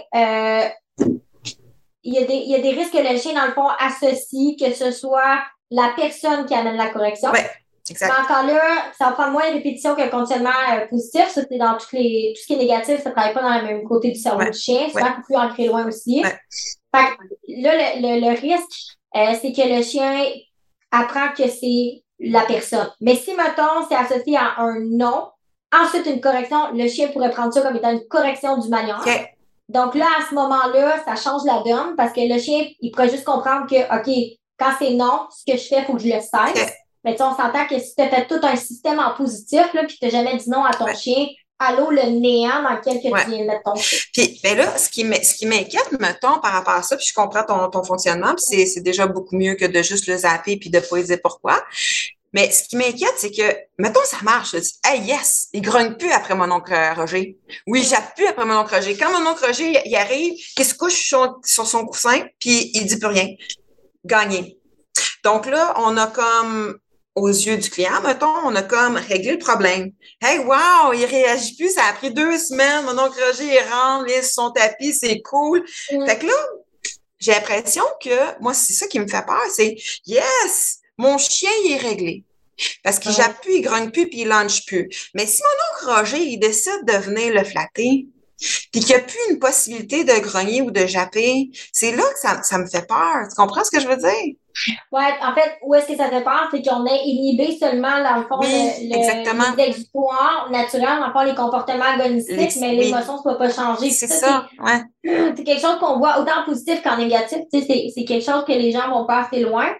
il y a des risques que le chien, dans le fond, associe que ce soit la personne qui amène la correction. Ouais. Exact. Mais encore là, ça va prendre moins de répétition que le conditionnement positif. Ça, c'est dans tout ce qui est négatif, ça ne travaille pas dans le même côté du cerveau du chien. Souvent, il faut plus ancrer loin aussi. Fait que là, le risque, c'est que le chien apprend que c'est la personne. Mais si, mettons, c'est associé à un nom, ensuite une correction, le chien pourrait prendre ça comme étant une correction du manière. Okay. Donc là, à ce moment-là, ça change la donne parce que le chien, il pourrait juste comprendre que, OK, quand c'est non, ce que je fais, il faut que je le cesse. Okay. Mais tu sais, on s'entend que si tu as fait tout un système en positif, là, puis tu n'as jamais dit non à ton chien, allô, le néant dans lequel tu viens de mettre ton chien. Puis, ben là, ce qui m'inquiète, mettons, par rapport à ça, puis je comprends ton fonctionnement, puis c'est déjà beaucoup mieux que de juste le zapper puis de pas lui dire pourquoi. Mais ce qui m'inquiète, c'est que, mettons, ça marche. Je dis, hey, yes, il grogne plus après mon oncle Roger. Oui, il jappe plus après mon oncle Roger. Quand mon oncle Roger, il arrive, qu'il se couche sur son coussin, puis il dit plus rien. Gagné. Donc là, on a comme, aux yeux du client, mettons, on a comme réglé le problème. Hey, wow, il réagit plus, ça a pris 2 semaines, mon oncle Roger, il rentre, il est sur son tapis, c'est cool. Fait que là, j'ai l'impression que, moi, c'est ça qui me fait peur, c'est, yes, mon chien, il est réglé. Parce qu'il jappe plus, il grogne plus, puis il lunge plus. Mais si mon oncle Roger, il décide de venir le flatter, puis qu'il n'y a plus une possibilité de grogner ou de japper, c'est là que ça me fait peur. Tu comprends ce que je veux dire? Ouais, en fait, où est-ce que ça fait peur? C'est qu'on a inhibé seulement, dans le fond, les exutoires naturels, dans le fond, les comportements agonistiques, mais l'émotion ne peut pas changer. C'est ça, ouais. C'est quelque chose qu'on voit autant en positif qu'en négatif. Tu sais, c'est quelque chose que les gens vont pas assez loin.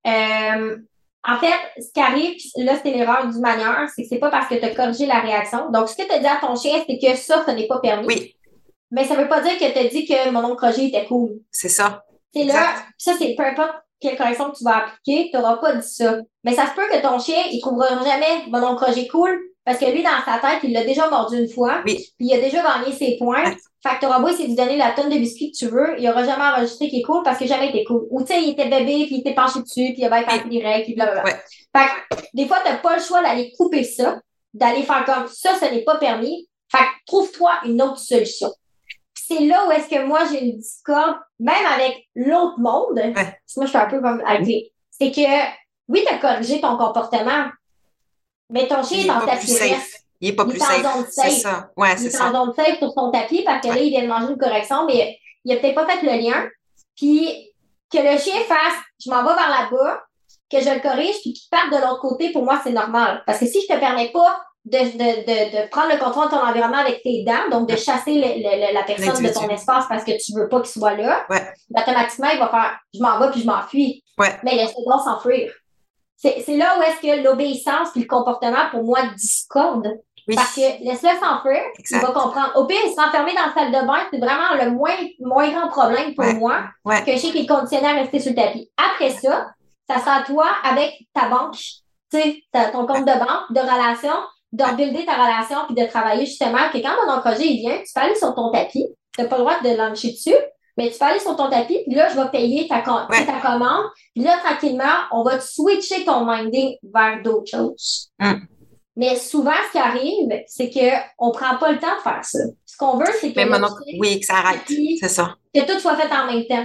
En fait, ce qui arrive, là, c'est l'erreur du manière, c'est que c'est pas parce que tu as corrigé la réaction. Donc, ce que tu as dit à ton chien, c'est que ça n'est pas permis. Oui. Mais ça veut pas dire que tu as dit que mon oncle Roger était cool. C'est ça. C'est là, ça, c'est peu importe quelle correction que tu vas appliquer, tu n'auras pas dit ça. Mais ça se peut que ton chien, il trouvera jamais mon oncle Roger cool, parce que lui, dans sa tête, il l'a déjà mordu une fois, puis il a déjà gagné ses points. Fait que tu auras beau essayer de lui donner la tonne de biscuits que tu veux, il n'aura jamais enregistré qu'il est cool parce que jamais été cool. Ou tu sais, il était bébé, puis il était penché dessus, puis il avait passé des règles, puis blablabla. Fait que des fois, tu n'as pas le choix d'aller couper ça, d'aller faire comme ça, ce n'est pas permis. Fait que trouve-toi une autre solution. C'est là où est-ce que moi, j'ai une discorde, même avec l'autre monde. Moi, je suis un peu comme avec les... C'est que, oui, tu as corrigé ton comportement, mais ton chien est en tapis reste. Il n'est pas plus safe. C'est ça. Ouais, c'est ça. Il est en zone safe sur son tapis parce que là, il vient de manger une correction, mais il n'a peut-être pas fait le lien. Puis, que le chien fasse, je m'en vais vers là-bas, que je le corrige, puis qu'il parte de l'autre côté, pour moi, c'est normal. Parce que si je te permets pas de prendre le contrôle de ton environnement avec tes dents, donc de chasser la personne de ton espace parce que tu veux pas qu'il soit là, automatiquement, il va faire « je m'en vais puis je m'enfuis ». Mais laisse-le droit s'enfuir. C'est là où est-ce que l'obéissance puis le comportement, pour moi, discorde. Parce que laisse-le s'enfuir, il va comprendre. Au pire, il sera enfermé dans la salle de bain, c'est vraiment le moins grand problème pour moi qu'un chien qui est conditionné à rester sur le tapis. Après ça, ça sera à toi avec ta banque, tu sais, ton compte de banque, de relation, de rebuilder ta relation puis de travailler justement que quand mon oncle Roger il vient, tu peux aller sur ton tapis, tu n'as pas le droit de lancer dessus, mais tu peux aller sur ton tapis, puis là, je vais payer ta commande, puis là, tranquillement, on va te switcher ton minding vers d'autres choses. Mais souvent, ce qui arrive, c'est qu'on prend pas le temps de faire ça. Ce qu'on veut, c'est que que ça arrête. C'est ça. Que tout soit fait en même temps.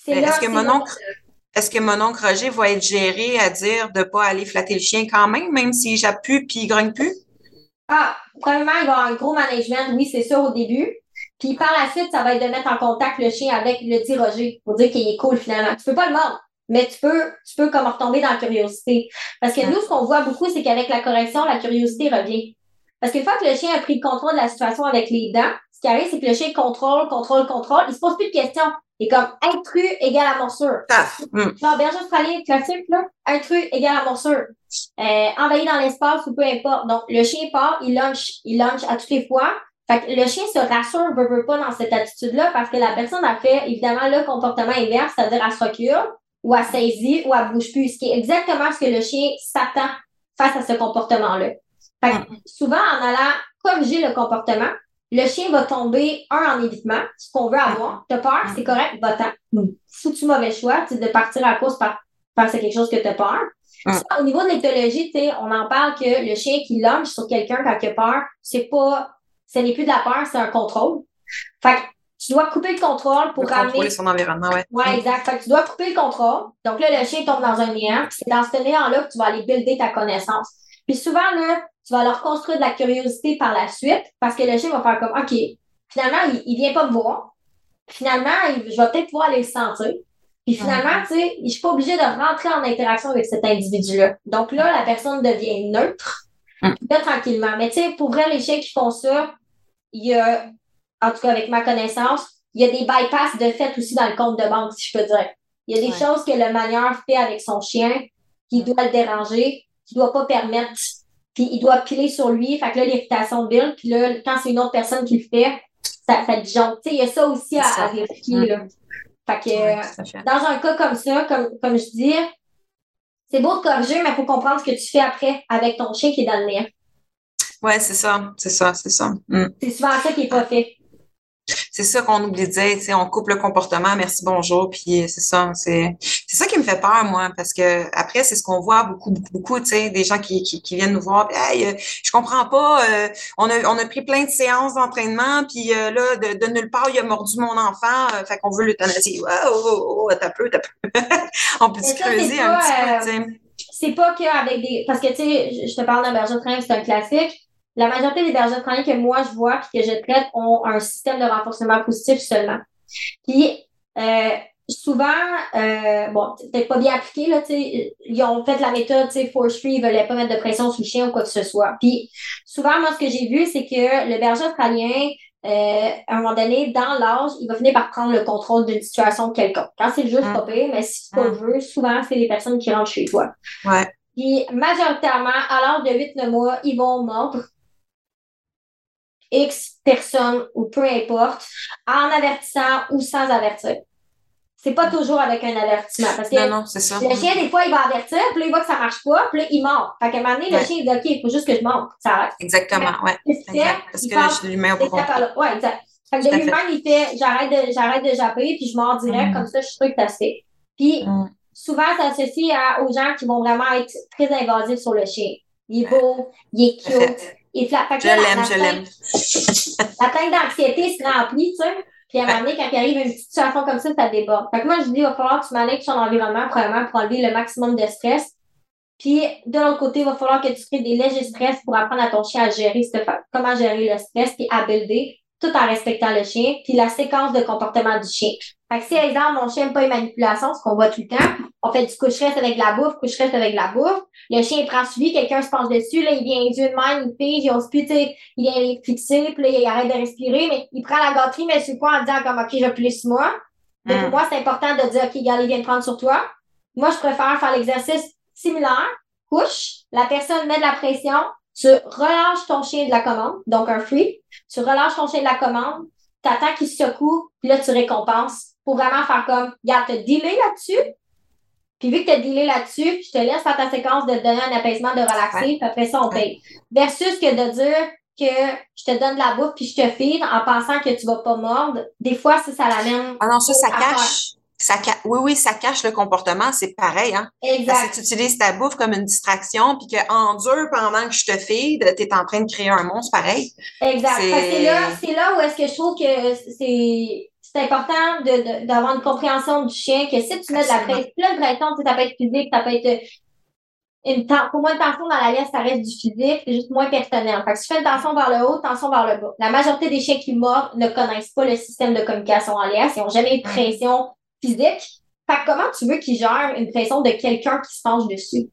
Est-ce que mon oncle Roger va être géré à dire de pas aller flatter le chien quand même s'il jappe plus puis il grogne plus? Ah, premièrement, il va y avoir un gros management, oui, c'est sûr, au début. Puis par la suite, ça va être de mettre en contact le chien avec le dit Roger pour dire qu'il est cool finalement. Tu peux pas le mordre, mais tu peux comme retomber dans la curiosité. Parce que nous, ce qu'on voit beaucoup, c'est qu'avec la correction, la curiosité revient. Parce qu'une fois que le chien a pris le contrôle de la situation avec les dents, ce qui arrive, c'est que le chien contrôle, il se pose plus de questions. Il est comme intrus égale à morsure. Genre, berger australien classique, là, intrus égale à morsure. Envahi dans l'espace ou peu importe. Donc, le chien part, il lunge à toutes les fois. Fait que le chien se rassure, veut pas dans cette attitude-là parce que la personne a fait, évidemment, le comportement inverse, c'est-à-dire elle se recule ou elle saisit ou elle bouge plus, ce qui est exactement ce que le chien s'attend face à ce comportement-là. Fait que souvent, en allant corriger le comportement, le chien va tomber, en évitement, ce qu'on veut avoir. T'as peur, c'est correct, va-t'en. Foutu mauvais choix, de partir à la course parce que c'est quelque chose que t'as peur. Ça, au niveau de l'éthologie, on en parle que le chien qui lunge sur quelqu'un quand il a peur, ce n'est plus de la peur, c'est un contrôle. Fait que tu dois couper le contrôle pour ramener... contrôler son environnement, Ouais, exact. Fait que tu dois couper le contrôle. Donc là, le chien tombe dans un néant. C'est dans ce néant-là que tu vas aller builder ta connaissance. Puis souvent, là, tu vas leur construire de la curiosité par la suite parce que le chien va faire comme, OK, finalement, il vient pas me voir. Finalement, je vais peut-être pouvoir aller le sentir. Puis finalement, tu sais, je suis pas obligée de rentrer en interaction avec cet individu-là. Donc là, la personne devient neutre. Là, tranquillement. Mais tu sais, pour vrai, les chiens qui font ça, il y a, en tout cas avec ma connaissance, il y a des bypass de fait aussi dans le compte de banque, si je peux dire. Il y a des choses que le manieur fait avec son chien qui doit le déranger, qui doit pas permettre, puis il doit piler sur lui. Fait que là, l'irritation build, puis là, quand c'est une autre personne qui le fait, ça disjoncte. Tu sais, il y a ça aussi à vérifier, là. Fait que, dans un cas comme ça, comme je dis, c'est beau de corriger, mais il faut comprendre ce que tu fais après avec ton chien qui est dans le néant. Ouais, c'est ça. C'est souvent ça qui n'est pas fait. C'est ça qu'on oublie de dire, tu sais, on coupe le comportement, merci, bonjour, puis c'est ça qui me fait peur, moi, parce que après, c'est ce qu'on voit beaucoup, tu sais, des gens qui viennent nous voir, puis hey, je comprends pas, on a pris plein de séances d'entraînement, puis là, de nulle part, il a mordu mon enfant, fait qu'on veut l'euthanasier. T'as peu. On peut se creuser un petit peu, tu sais. C'est pas qu'avec des... Parce que, tu sais, je te parle d'un berger de train, c'est un classique. La majorité des bergers de train que moi, je vois et que je traite ont un système de renforcement positif seulement. Puis, souvent, bon, c'est peut-être pas bien appliqué, là, tu sais, ils ont fait la méthode, tu sais, force free, ils veulent pas mettre de pression sur le chien ou quoi que ce soit. Puis, souvent, moi, ce que j'ai vu, c'est que le berger australien, à un moment donné, dans l'âge, il va finir par prendre le contrôle d'une situation quelconque. Quand c'est le jeu, c'est pas pire, mais si c'est pas le jeu, souvent, c'est les personnes qui rentrent chez toi. Ouais. Puis, majoritairement, à l'âge de 8-9 mois, ils vont mordre X personnes ou peu importe, en avertissant ou sans avertir. C'est pas toujours avec un avertissement. Parce que non, c'est ça. Le chien, des fois, il va avertir, puis là, il voit que ça marche pas, puis là, il mord. Fait qu'à un moment donné, le chien, il dit, OK, il faut juste que je morde. Ça arrête. Exactement, ouais. Exact. Parce que l'humain a pas. Ouais, exact. Fait que de lui-même, il fait, j'arrête de japper, puis je mords direct, comme ça, je suis sûre que ça se fait. Puis, souvent, ça s'associe aux gens qui vont vraiment être très invasifs sur le chien. Il est beau, il est cute. Je l'aime. La tête d'anxiété se remplit, tu sais. Puis à un moment donné, quand il arrive une petite situation comme ça déborde. Fait que moi, je dis, il va falloir que tu manèges ton environnement, premièrement, pour enlever le maximum de stress. Puis, de l'autre côté, il va falloir que tu crées des légers stress pour apprendre à ton chien à gérer comment gérer le stress, puis à builder, tout en respectant le chien, puis la séquence de comportement du chien. Fait que si, exemple, mon chien n'aime pas les manipulations, ce qu'on voit tout le temps, on fait du couche-reste avec de la bouffe, couche-reste avec de la bouffe, le chien il prend suivi, quelqu'un se penche dessus, là, il vient les yeux de même, il pige, il ose plus, il vient les fixer, puis là, il arrête de respirer, mais il prend la gâterie, mais sur quoi en disant comme, OK, je vais plus sur moi. Donc, pour moi, c'est important de dire, OK, regarde, il vient de prendre sur toi. Moi, je préfère faire l'exercice similaire, couche, la personne met de la pression, tu relâches ton chien de la commande, donc un free, tu relâches ton chien de la commande, t'attends qu'il se secoue, puis là, tu récompenses pour vraiment faire comme, regarde, t'as dealé là-dessus, puis vu que t'as dealé là-dessus, je te laisse faire ta séquence de te donner un apaisement, de relaxer, puis après ça, on paye. Versus que de dire que je te donne de la bouffe puis je te feed en pensant que tu vas pas mordre, des fois, ça l'amène... Ah non, ça cache. oui, ça cache le comportement, c'est pareil, hein. Exact. Parce que tu utilises ta bouffe comme une distraction, puis qu'en dur, pendant que je te feed, t'es en train de créer un monstre pareil. Exact. C'est là où est-ce que je trouve que c'est important d'avoir une compréhension du chien, que si tu mets de la pression, ça peut être physique, ça peut être pour moi, une tension dans la laisse, ça reste du physique, c'est juste moins personnel. Fait que si tu fais une tension vers le haut, tension vers le bas. La majorité des chiens qui mordent ne connaissent pas le système de communication en laisse, ils n'ont jamais eu de pression physique. Fait que comment tu veux qu'ils gèrent une pression de quelqu'un qui se penche dessus?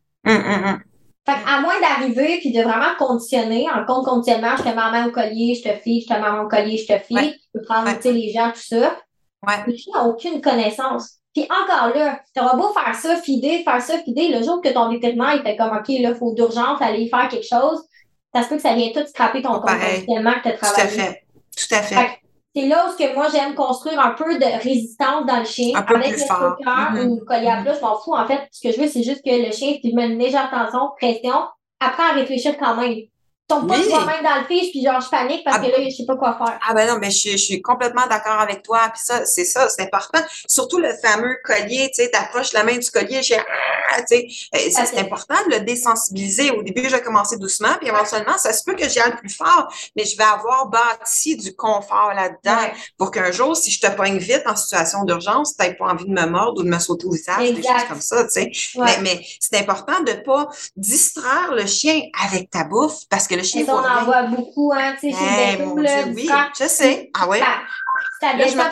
Fait que à moins d'arriver puis de vraiment conditionner, en compte conditionnement, je te mets la main au collier, je te file, je te mets la main au collier, je te file, je peux prendre les gens, tout ça. Les chiens n'ont aucune connaissance. Puis encore là, t'auras beau faire ça, fider, le jour que ton vétérinaire il fait comme OK, là, il faut d'urgence aller faire quelque chose, ça se peut que ça vienne tout scraper ton compte tellement que tu as travaillé. Tout à fait. C'est là où moi j'aime construire un peu de résistance dans le chien. Un peu avec plus le fort. choker ou le collier à plat, je m'en fous. En fait, ce que je veux, c'est juste que le chien, si je mets une légère tension, pression, apprends à réfléchir quand même. Tombe pas toi-même dans le fiche, puis genre, je panique parce que là, je sais pas quoi faire. Ah ben non, mais je suis complètement d'accord avec toi. Puis ça, c'est important. Surtout le fameux collier, tu sais, t'approches la main du collier, tu sais, c'est important de le désensibiliser. Au début, j'ai commencé doucement, puis éventuellement, ça se peut que j'y aille plus fort, mais je vais avoir bâti du confort là-dedans pour qu'un jour, si je te pogne vite en situation d'urgence, t'aies pas envie de me mordre ou de me sauter au visage, des choses comme ça, tu sais. Mais c'est important de pas distraire le chien avec ta bouffe parce que le chien on en voit beaucoup, hein, tu sais, chez le véto, là. Oui, je sais. Ah ouais. Ça descend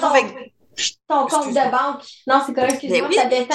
ton compte de banque. Non, c'est correct, excuse-moi,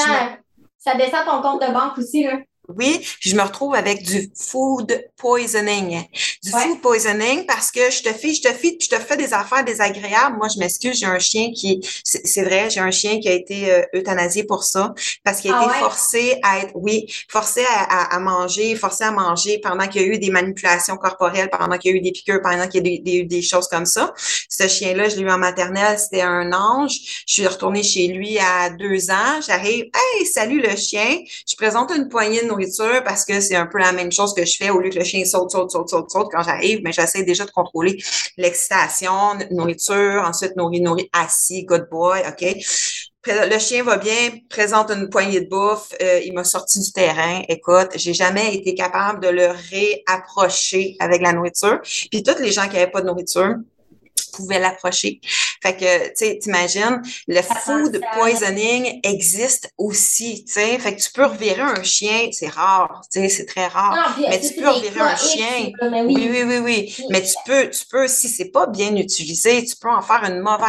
ça descend ton compte de banque aussi, là. Oui, je me retrouve avec du food poisoning. Food poisoning parce que je te fie, puis je te fais des affaires désagréables. Moi, je m'excuse, j'ai un chien c'est vrai, j'ai un chien qui a été euthanasié pour ça parce qu'il a été forcé à être, forcé à manger, forcé à manger pendant qu'il y a eu des manipulations corporelles, pendant qu'il y a eu des piqûres, pendant qu'il y a eu des choses comme ça. Ce chien-là, je l'ai eu en maternelle, c'était un ange. Je suis retournée chez lui à 2 ans. J'arrive, hey, salut le chien. Je présente une poignée de nourriture parce que c'est un peu la même chose que je fais au lieu que le chien saute quand j'arrive, mais j'essaie déjà de contrôler l'excitation, nourriture, ensuite nourrir assis, good boy, OK. Le chien va bien, présente une poignée de bouffe, il m'a sorti du terrain. Écoute, j'ai jamais été capable de le réapprocher avec la nourriture. Puis tous les gens qui avaient pas de nourriture pouvaient l'approcher. Fait que, tu sais, t'imagines, le food poisoning existe aussi, tu sais. Fait que tu peux revirer un chien, c'est rare, tu sais, c'est très rare. Non, mais tu peux revirer un chien. Oui. Mais tu peux, si c'est pas bien utilisé, tu peux en faire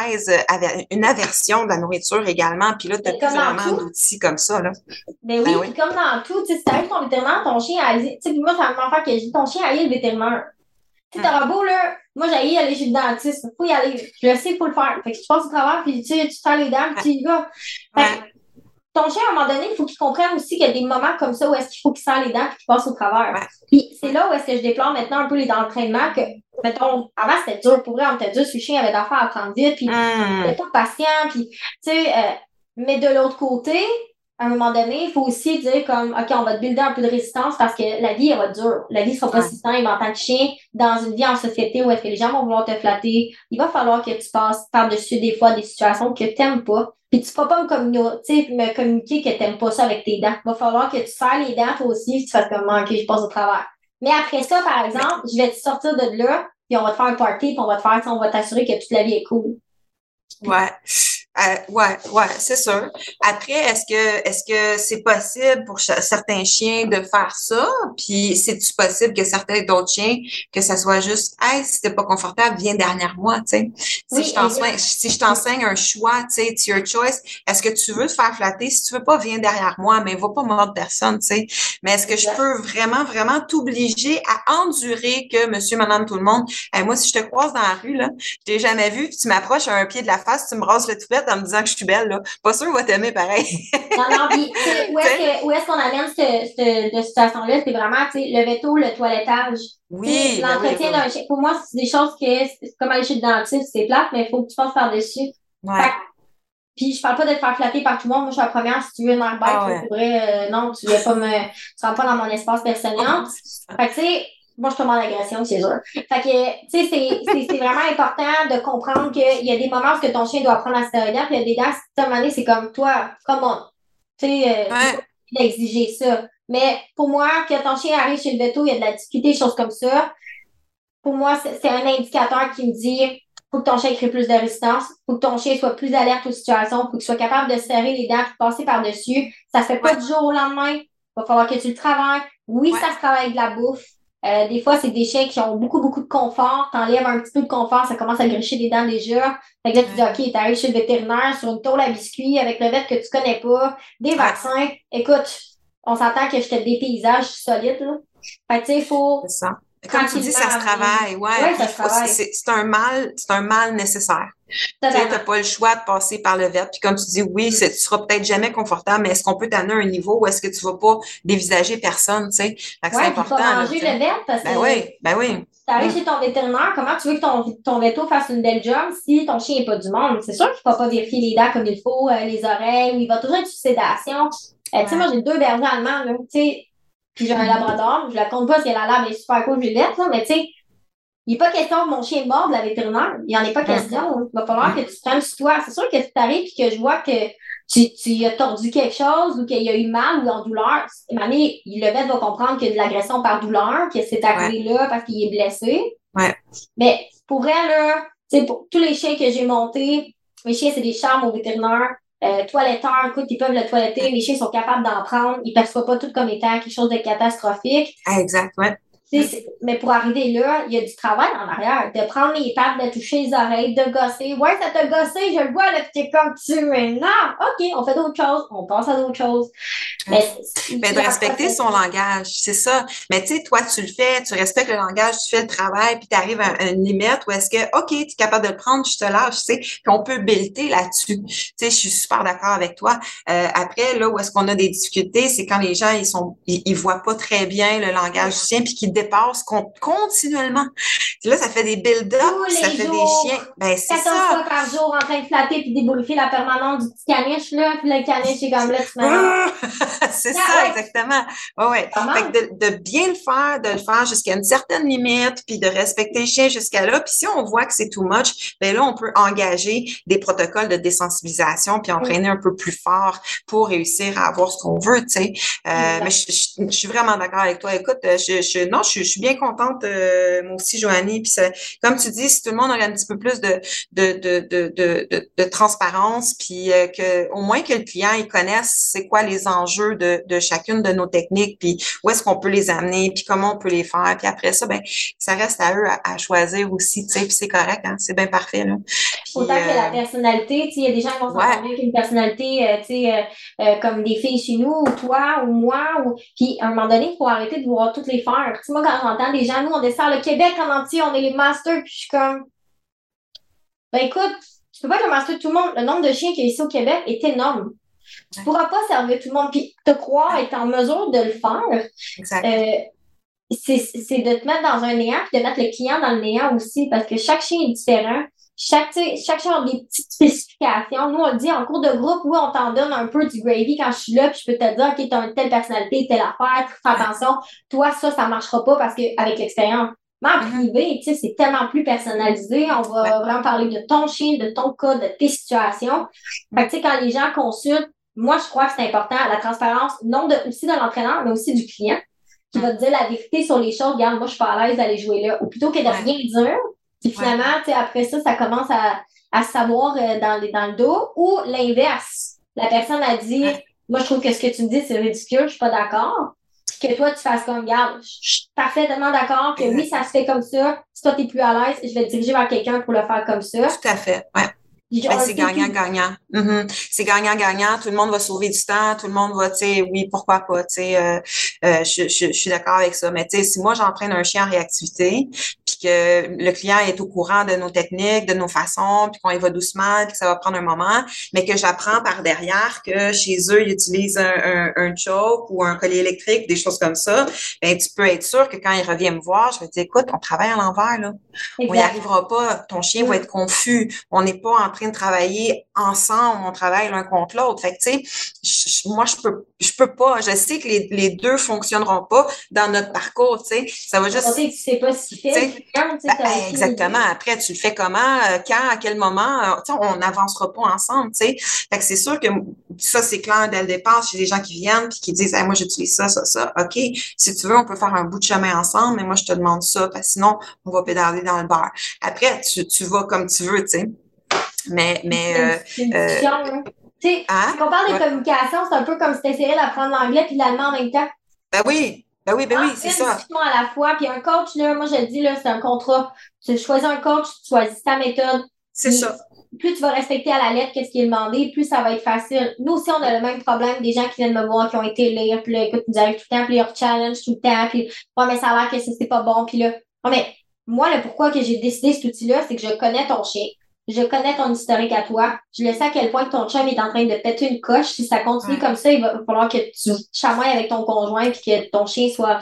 une aversion de la nourriture également. Puis là, t'as plus vraiment d'outils comme ça, là. Mais oui, puis comme dans tout, tu sais, si t'arrives ton vétérinaire, ton chien a tu sais, moi, ça m'en fait que je dis, ton chien a le vétérinaire. Tu sais, t'auras beau, là, moi, j'ai aller chez le dentiste. Faut y aller. Je le sais, il faut le faire. Fait que tu passes au travers, puis tu te sers les dents, puis tu y vas. Fait que ton chien, à un moment donné, il faut qu'il comprenne aussi qu'il y a des moments comme ça où est-ce qu'il faut qu'il serre les dents, puis qu'il passe au travers. Puis c'est là où est-ce que je déplore maintenant un peu les entraînements que, mettons, avant, c'était dur. Pour vrai, on était dur sur le chien, il y avait d'affaires à prendre vite, puis il était pas patient, puis, tu sais, mais de l'autre côté, à un moment donné, il faut aussi dire comme, OK, on va te builder un peu de résistance parce que la vie, elle va être dure. La vie sera pas si simple en tant que chien dans une vie en société où est-ce que les gens vont vouloir te flatter. Il va falloir que tu passes par-dessus des fois des situations que t'aimes pas. Puis tu peux pas me communiquer que t'aimes pas ça avec tes dents. Il va falloir que tu serres les dents toi aussi et tu fasses comme, OK, je passe au travers. Mais après ça, par exemple, je vais te sortir de là puis on va te faire un party puis on va t'assurer que toute la vie est cool. C'est sûr. Après, est-ce que c'est possible pour certains chiens de faire ça? Puis, c'est-tu possible que certains d'autres chiens, que ça soit juste, hey, si t'es pas confortable, viens derrière moi, tu sais. Si je t'enseigne un choix, tu sais, it's your choice. Est-ce que tu veux te faire flatter? Si tu veux pas, viens derrière moi, mais va pas mordre personne, tu sais. Mais est-ce que je peux vraiment t'obliger à endurer que monsieur, madame, tout le monde, moi, si je te croise dans la rue, là, je t'ai jamais vu, puis tu m'approches à un pied de la face, tu me rases le toupette en me disant que je suis belle, là. Pas sûr, va t'aimer pareil. Non, puis où est-ce qu'on amène cette situation-là? C'est vraiment, tu sais, le véto, le toilettage. Oui. L'entretien d'un chien. Pour moi, c'est des choses que, c'est comme aller chez le dentiste, c'est plate, mais il faut que tu passes par-dessus. Puis je parle pas de te faire flatter par tout le monde. Moi, je suis la première, si tu veux une airbag, c'est vrai, non, tu vas pas tu rentres pas dans mon espace personnel. Fait que, tu sais, moi, je tombe en agression, c'est sûr. Fait que, tu sais, c'est vraiment important de comprendre qu'il y a des moments où ton chien doit apprendre à se tenir, puis il y a des dates, à un moment donné, c'est comme toi, tu sais, c'est pas d'exiger ça. Mais pour moi, que ton chien arrive chez le veto, il y a de la difficulté, des choses comme ça. Pour moi, c'est un indicateur qui me dit faut que ton chien crée plus de résistance, faut que ton chien soit plus alerte aux situations, faut qu'il soit capable de serrer les dents et passer par-dessus. Ça se fait pas du jour au lendemain. Il va falloir que tu le travailles. Oui, ça se travaille avec de la bouffe. Des fois, c'est des chiens qui ont beaucoup, beaucoup de confort. T'enlèves un petit peu de confort, ça commence à gricher les dents déjà. Fait que là, tu dis, OK, t'arrives chez le vétérinaire sur une tôle à biscuits avec le vet que tu connais pas, des vaccins. Écoute, on s'entend que je te dépaysage solide, là. Fait que, tu sais, il faut... C'est ça. Comme tu dis, ça se travaille. Ça se travaille. C'est un mal nécessaire. Tu n'as pas le choix de passer par le vet. Puis comme tu dis, oui, tu seras peut-être jamais confortable, mais est-ce qu'on peut t'amener à un niveau où est-ce que tu vas pas dévisager personne, tu sais? C'est important. Pas manger le vet parce que. Ben oui. Tu arrives chez ton vétérinaire, comment tu veux que ton veto fasse une belle job si ton chien n'est pas du monde? C'est sûr qu'il ne va pas vérifier les dents comme il faut, les oreilles, ou il va toujours être sous sédation. Tu sais, moi, j'ai 2 bergers allemands, tu sais. Puis j'ai un labrador, je la compte pas parce que la lab est super cool, Juliette, là, mais tu sais, il n'est pas question que mon chien morde la vétérinaire. Il n'y en est pas question. Il va falloir que tu te prennes sur toi. C'est sûr que si tu arrives et que je vois que tu as tordu quelque chose ou qu'il y a eu mal ou en douleur, le vet va comprendre qu'il y a de l'agression par douleur, que c'est arrivé là parce qu'il est blessé. Mais pour vrai, là, tu sais, pour tous les chiens que j'ai montés, mes chiens, c'est des charmes au vétérinaire. Toiletteurs, écoute, ils peuvent le toiletter, les chiens sont capables d'en prendre, ils ne perçoivent pas tout comme étant quelque chose de catastrophique. Exact, Mais pour arriver là, il y a du travail en arrière. De prendre les pattes, de toucher les oreilles, de gosser. Ouais, ça t'a gossé, je le vois, là, t'es comme tu mais non, OK, on fait d'autres choses, on passe à d'autres choses. Mais de respecter son langage, c'est ça. Mais tu sais, toi, tu le fais, tu respectes le langage, tu fais le travail, puis tu arrives à une limite où est-ce que, OK, tu es capable de le prendre, je te lâche, tu sais, puis on peut builder là-dessus. Tu sais, je suis super d'accord avec toi. Après, là où est-ce qu'on a des difficultés, c'est quand les gens, ils voient pas très bien le langage du chien, puis qu'ils dépassent continuellement. Là, ça fait des build-up, ça fait des chiens. Ben, c'est 14 fois par jour en train de flatter puis débourrifier la permanente du petit caniche, là, puis le caniche est comme là, tu c'est ça, exactement. Ouais. Fait que de bien le faire jusqu'à une certaine limite, puis de respecter le chien jusqu'à là. Puis si on voit que c'est too much, ben là, on peut engager des protocoles de désensibilisation puis entraîner un peu plus fort pour réussir à avoir ce qu'on veut, tu sais. Mais je suis vraiment d'accord avec toi. Écoute, je suis bien contente, moi aussi, Joanie. Puis comme tu dis, si tout le monde aurait un petit peu plus de transparence, puis que au moins que le client il connaisse c'est quoi les enjeux de chacune de nos techniques, puis où est-ce qu'on peut les amener, puis comment on peut les faire. Puis après ça, ben ça reste à eux à choisir aussi, tu sais, puis c'est correct, hein, c'est bien parfait, là. Puis, autant que la personnalité, tu sais, il y a des gens qui vont s'entendre avec une personnalité, tu sais, comme des filles chez nous, ou toi, ou moi, puis à un moment donné, il faut arrêter de vouloir toutes les faire. Tu sais, moi, quand j'entends des gens, nous, on dessert le Québec en entier, on est les masters, puis je suis comme, ben écoute, tu peux pas être le master de tout le monde. Le nombre de chiens qu'il y a ici au Québec est énorme. Tu pourras pas servir tout le monde. Puis te croire être en mesure de le faire, c'est de te mettre dans un néant puis de mettre le client dans le néant aussi parce que chaque chien est différent. Chaque chien a des petites spécifications. Nous, on le dit en cours de groupe, oui, on t'en donne un peu du gravy quand je suis là, puis je peux te dire, OK, t'as une telle personnalité, telle affaire, fais attention. Toi, ça marchera pas parce que avec l'expérience. Mais en privé, tu sais, c'est tellement plus personnalisé. On va vraiment parler de ton chien, de ton cas, de tes situations. Fait que, tu sais, quand les gens consultent, moi, je crois que c'est important, la transparence, aussi de l'entraîneur, mais aussi du client, qui va te dire la vérité sur les choses. Regarde, moi, je suis pas à l'aise d'aller jouer là. Ou plutôt que de rien dire, puis finalement, tu sais, après ça commence à se savoir dans le dos. Ou l'inverse. La personne a dit, moi, je trouve que ce que tu me dis, c'est ridicule, je suis pas d'accord. Que toi, tu fasses comme, regarde, je suis parfaitement d'accord que oui, ça se fait comme ça. Si toi, t'es plus à l'aise, je vais te diriger vers quelqu'un pour le faire comme ça. Tout à fait, c'est gagnant-gagnant. C'est gagnant-gagnant. Tout le monde va sauver du temps. Tout le monde va, tu sais, oui, pourquoi pas, tu sais, je suis d'accord avec ça. Mais tu sais, si moi, j'entraîne un chien en réactivité, puis puis que le client est au courant de nos techniques, de nos façons, puis qu'on y va doucement, que ça va prendre un moment, mais que j'apprends par derrière que chez eux, ils utilisent un choke ou un collier électrique, des choses comme ça, ben tu peux être sûr que quand il revient me voir, je vais dire, écoute, on travaille à l'envers, là. On n'y arrivera pas. Ton chien va être confus. On n'est pas en train de travailler ensemble. On travaille l'un contre l'autre. Fait que, tu sais, moi, je peux pas. Je sais que les deux fonctionneront pas dans notre parcours, tu sais. Ça va juste. Tu sais pas ce qu'il fait. Exactement. Après, tu le fais comment, quand, à quel moment, tu sais, on n'avancera pas ensemble, tu sais. Fait que c'est sûr que ça, c'est clair dès le départ chez les gens qui viennent puis qui disent, hey, moi, j'utilise ça, ça, ça. OK. Si tu veux, on peut faire un bout de chemin ensemble, mais moi, je te demande ça, parce que sinon, on va pédaler dans le beurre. Après, tu vas comme tu veux, tu sais. Mais c'est une discussion, hein. Tu sais, quand on parle de communication, c'est un peu comme si tu essayais d'apprendre l'anglais puis l'allemand en même temps. Ben oui, c'est ça. Une discussion à la fois. Puis un coach, là, moi, je le dis, là, c'est un contrat. Tu choisis un coach, tu choisis ta méthode. C'est ça. Plus tu vas respecter à la lettre qu'est-ce qui est demandé, plus ça va être facile. Nous aussi, on a le même problème des gens qui viennent me voir, qui ont été lire, puis là, écoute, ils nous arrivent tout le temps, puis ils challenge tout le temps, puis ouais, mais ça a l'air que c'est pas bon, puis là, ouais, mais moi, le pourquoi que j'ai décidé cet outil-là, c'est que je connais ton chien. Je connais ton historique à toi. Je le sais à quel point ton chum est en train de péter une coche. Si ça continue comme ça, il va falloir que tu chamoies avec ton conjoint puis que ton chien soit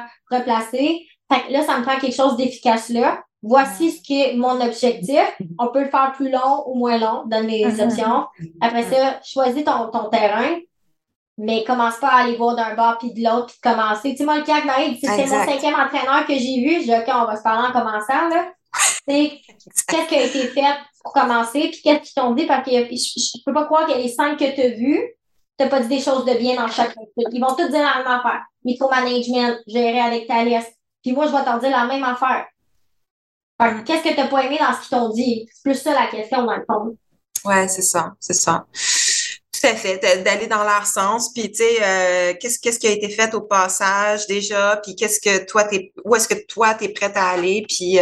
replacé. Fait que là, ça me prend quelque chose d'efficace là. Voici ce qui est mon objectif. On peut le faire plus long ou moins long. Donne mes options. Après ça, choisis ton terrain. Mais commence pas à aller voir d'un bord puis de l'autre puis de commencer. Tu sais, moi, le cas Marie, c'est mon 5e entraîneur que j'ai vu. Je dis, OK, on va se parler en commençant, là. Qu'est-ce qui a été fait pour commencer, puis qu'est-ce qu'ils t'ont dit, parce que je peux pas croire que les 5 que tu as vus, tu n'as pas dit des choses de bien dans chaque truc. Ils vont tous dire la même affaire. Micromanagement, gérer avec ta liste. Puis moi, je vais t'en dire la même affaire. Qu'est-ce que tu n'as pas aimé dans ce qu'ils t'ont dit? C'est plus ça la question, dans le fond. Ouais, c'est ça. Tout à fait, d'aller dans leur sens, puis tu sais, qu'est-ce qui a été fait au passage déjà, puis où est-ce que toi t'es prête à aller, puis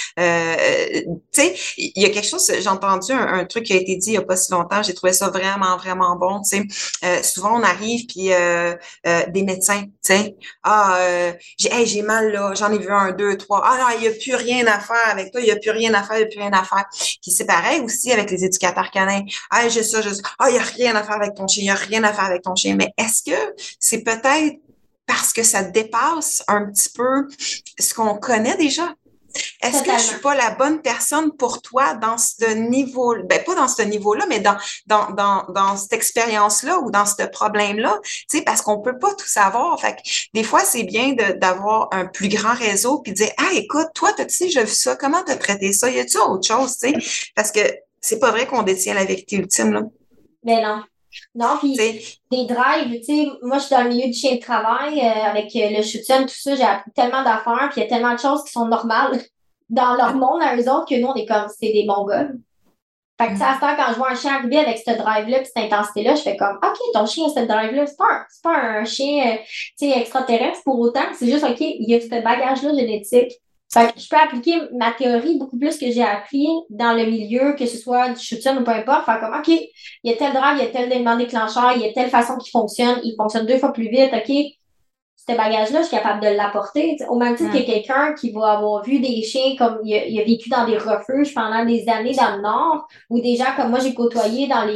tu sais, il y a quelque chose, j'ai entendu un truc qui a été dit il y a pas si longtemps, j'ai trouvé ça vraiment vraiment bon, tu sais, souvent on arrive puis des médecins, tu sais, j'ai mal là, j'en ai vu 1, 2, 3, non, il y a plus rien à faire avec toi, il y a plus rien à faire, puis c'est pareil aussi avec les éducateurs canins, j'ai ça, il y a rien à faire avec ton chien, il n'y a rien à faire avec ton chien. Mais est-ce que c'est peut-être parce que ça dépasse un petit peu ce qu'on connaît déjà? Est-ce que je suis pas la bonne personne pour toi dans ce niveau, pas dans ce niveau-là, mais dans cette expérience-là ou dans ce problème-là, tu sais, parce qu'on peut pas tout savoir. Fait que des fois, c'est bien d'avoir un plus grand réseau puis de dire, écoute, toi, tu sais, j'ai vu ça, comment t'as traité ça? Y a-tu autre chose, tu sais? Parce que c'est pas vrai qu'on détient la vérité ultime, là. Mais non. Non, puis des drives, tu sais, moi, je suis dans le milieu du chien de travail, avec le shootin, tout ça, j'ai appris tellement d'affaires, puis il y a tellement de choses qui sont normales dans leur monde à eux autres que nous, on est comme, c'est des Mongols. Fait que, tu sais, à ce temps, quand je vois un chien arriver avec cette drive-là puis cette intensité-là, je fais comme, OK, ton chien a cette drive-là. C'est pas un chien, tu sais, extraterrestre pour autant. C'est juste, OK, il y a ce bagage-là génétique. Fait que je peux appliquer ma théorie beaucoup plus que j'ai appris dans le milieu, que ce soit du shooting ou peu importe. Faire comme, OK, il y a tel drive, il y a tel élément déclencheur, il y a telle façon qu'il fonctionne, il fonctionne 2 fois plus vite, OK. Ce bagage-là, je suis capable de l'apporter. Au même titre que quelqu'un qui va avoir vu des chiens comme il a vécu dans des refuges pendant des années dans le Nord, ou des gens comme moi, j'ai côtoyé dans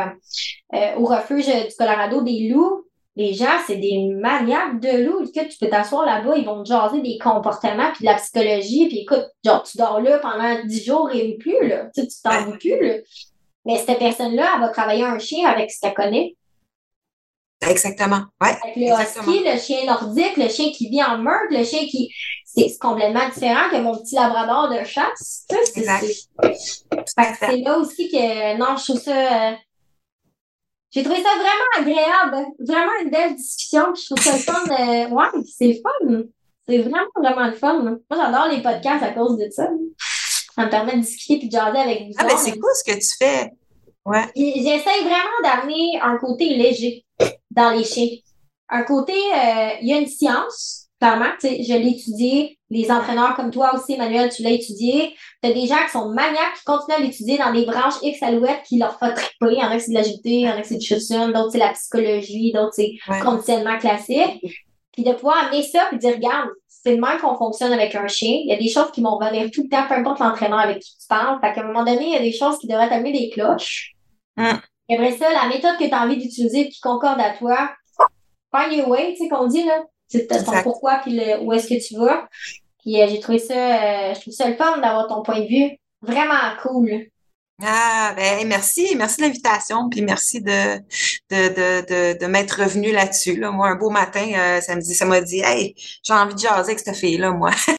au refuge du Colorado des loups. Les gens, c'est des maniaques de loups. Écoute, tu peux t'asseoir là-bas, ils vont te jaser des comportements puis de la psychologie. Puis écoute, genre, tu dors là pendant 10 jours et plus, là. Tu t'en veux plus, là. Mais cette personne-là, elle va travailler un chien avec ce qu'elle connaît. Exactement. Ouais. Avec le husky, le chien nordique, le chien qui vit en meurtre, le chien qui. C'est complètement différent que mon petit labrador de chasse. Exact. C'est là aussi que, non, je trouve ça. J'ai trouvé ça vraiment agréable. Vraiment une belle discussion. Je trouve ça le fun. Ouais, c'est le fun. C'est vraiment, vraiment le fun. Moi, j'adore les podcasts à cause de ça. Ça me permet de discuter puis de jaser avec vous. Mais c'est cool ce que tu fais. Ouais. J'essaie vraiment d'amener un côté léger dans les chiens. Un côté, il y a une science, clairement. Je l'ai étudié. Les entraîneurs comme toi aussi, Emmanuel, tu l'as étudié. Tu as des gens qui sont maniaques, qui continuent à l'étudier dans des branches X alouettes qui leur font triper. Il y en a que c'est de l'agilité, il y en a que c'est du shooting, d'autres c'est la psychologie, d'autres c'est conditionnement classique. Puis de pouvoir amener ça, puis dire, regarde, c'est le même qu'on fonctionne avec un chien. Il y a des choses qui vont revenir tout le temps, peu importe l'entraîneur avec qui tu parles. Fait qu'à un moment donné, il y a des choses qui devraient t'allumer des cloches. Et après ça, la méthode que tu as envie d'utiliser qui concorde à toi, find your way, tu sais, qu'on dit, là. C'est ton pourquoi, puis où est-ce que tu vas. Puis j'ai trouvé ça, je trouve ça le fun d'avoir ton point de vue. Vraiment cool. Ah, ben, merci de l'invitation, puis merci de m'être revenu là-dessus. Là. Moi, un beau matin, ça m'a dit, hey, j'ai envie de jaser avec cette fille-là, moi.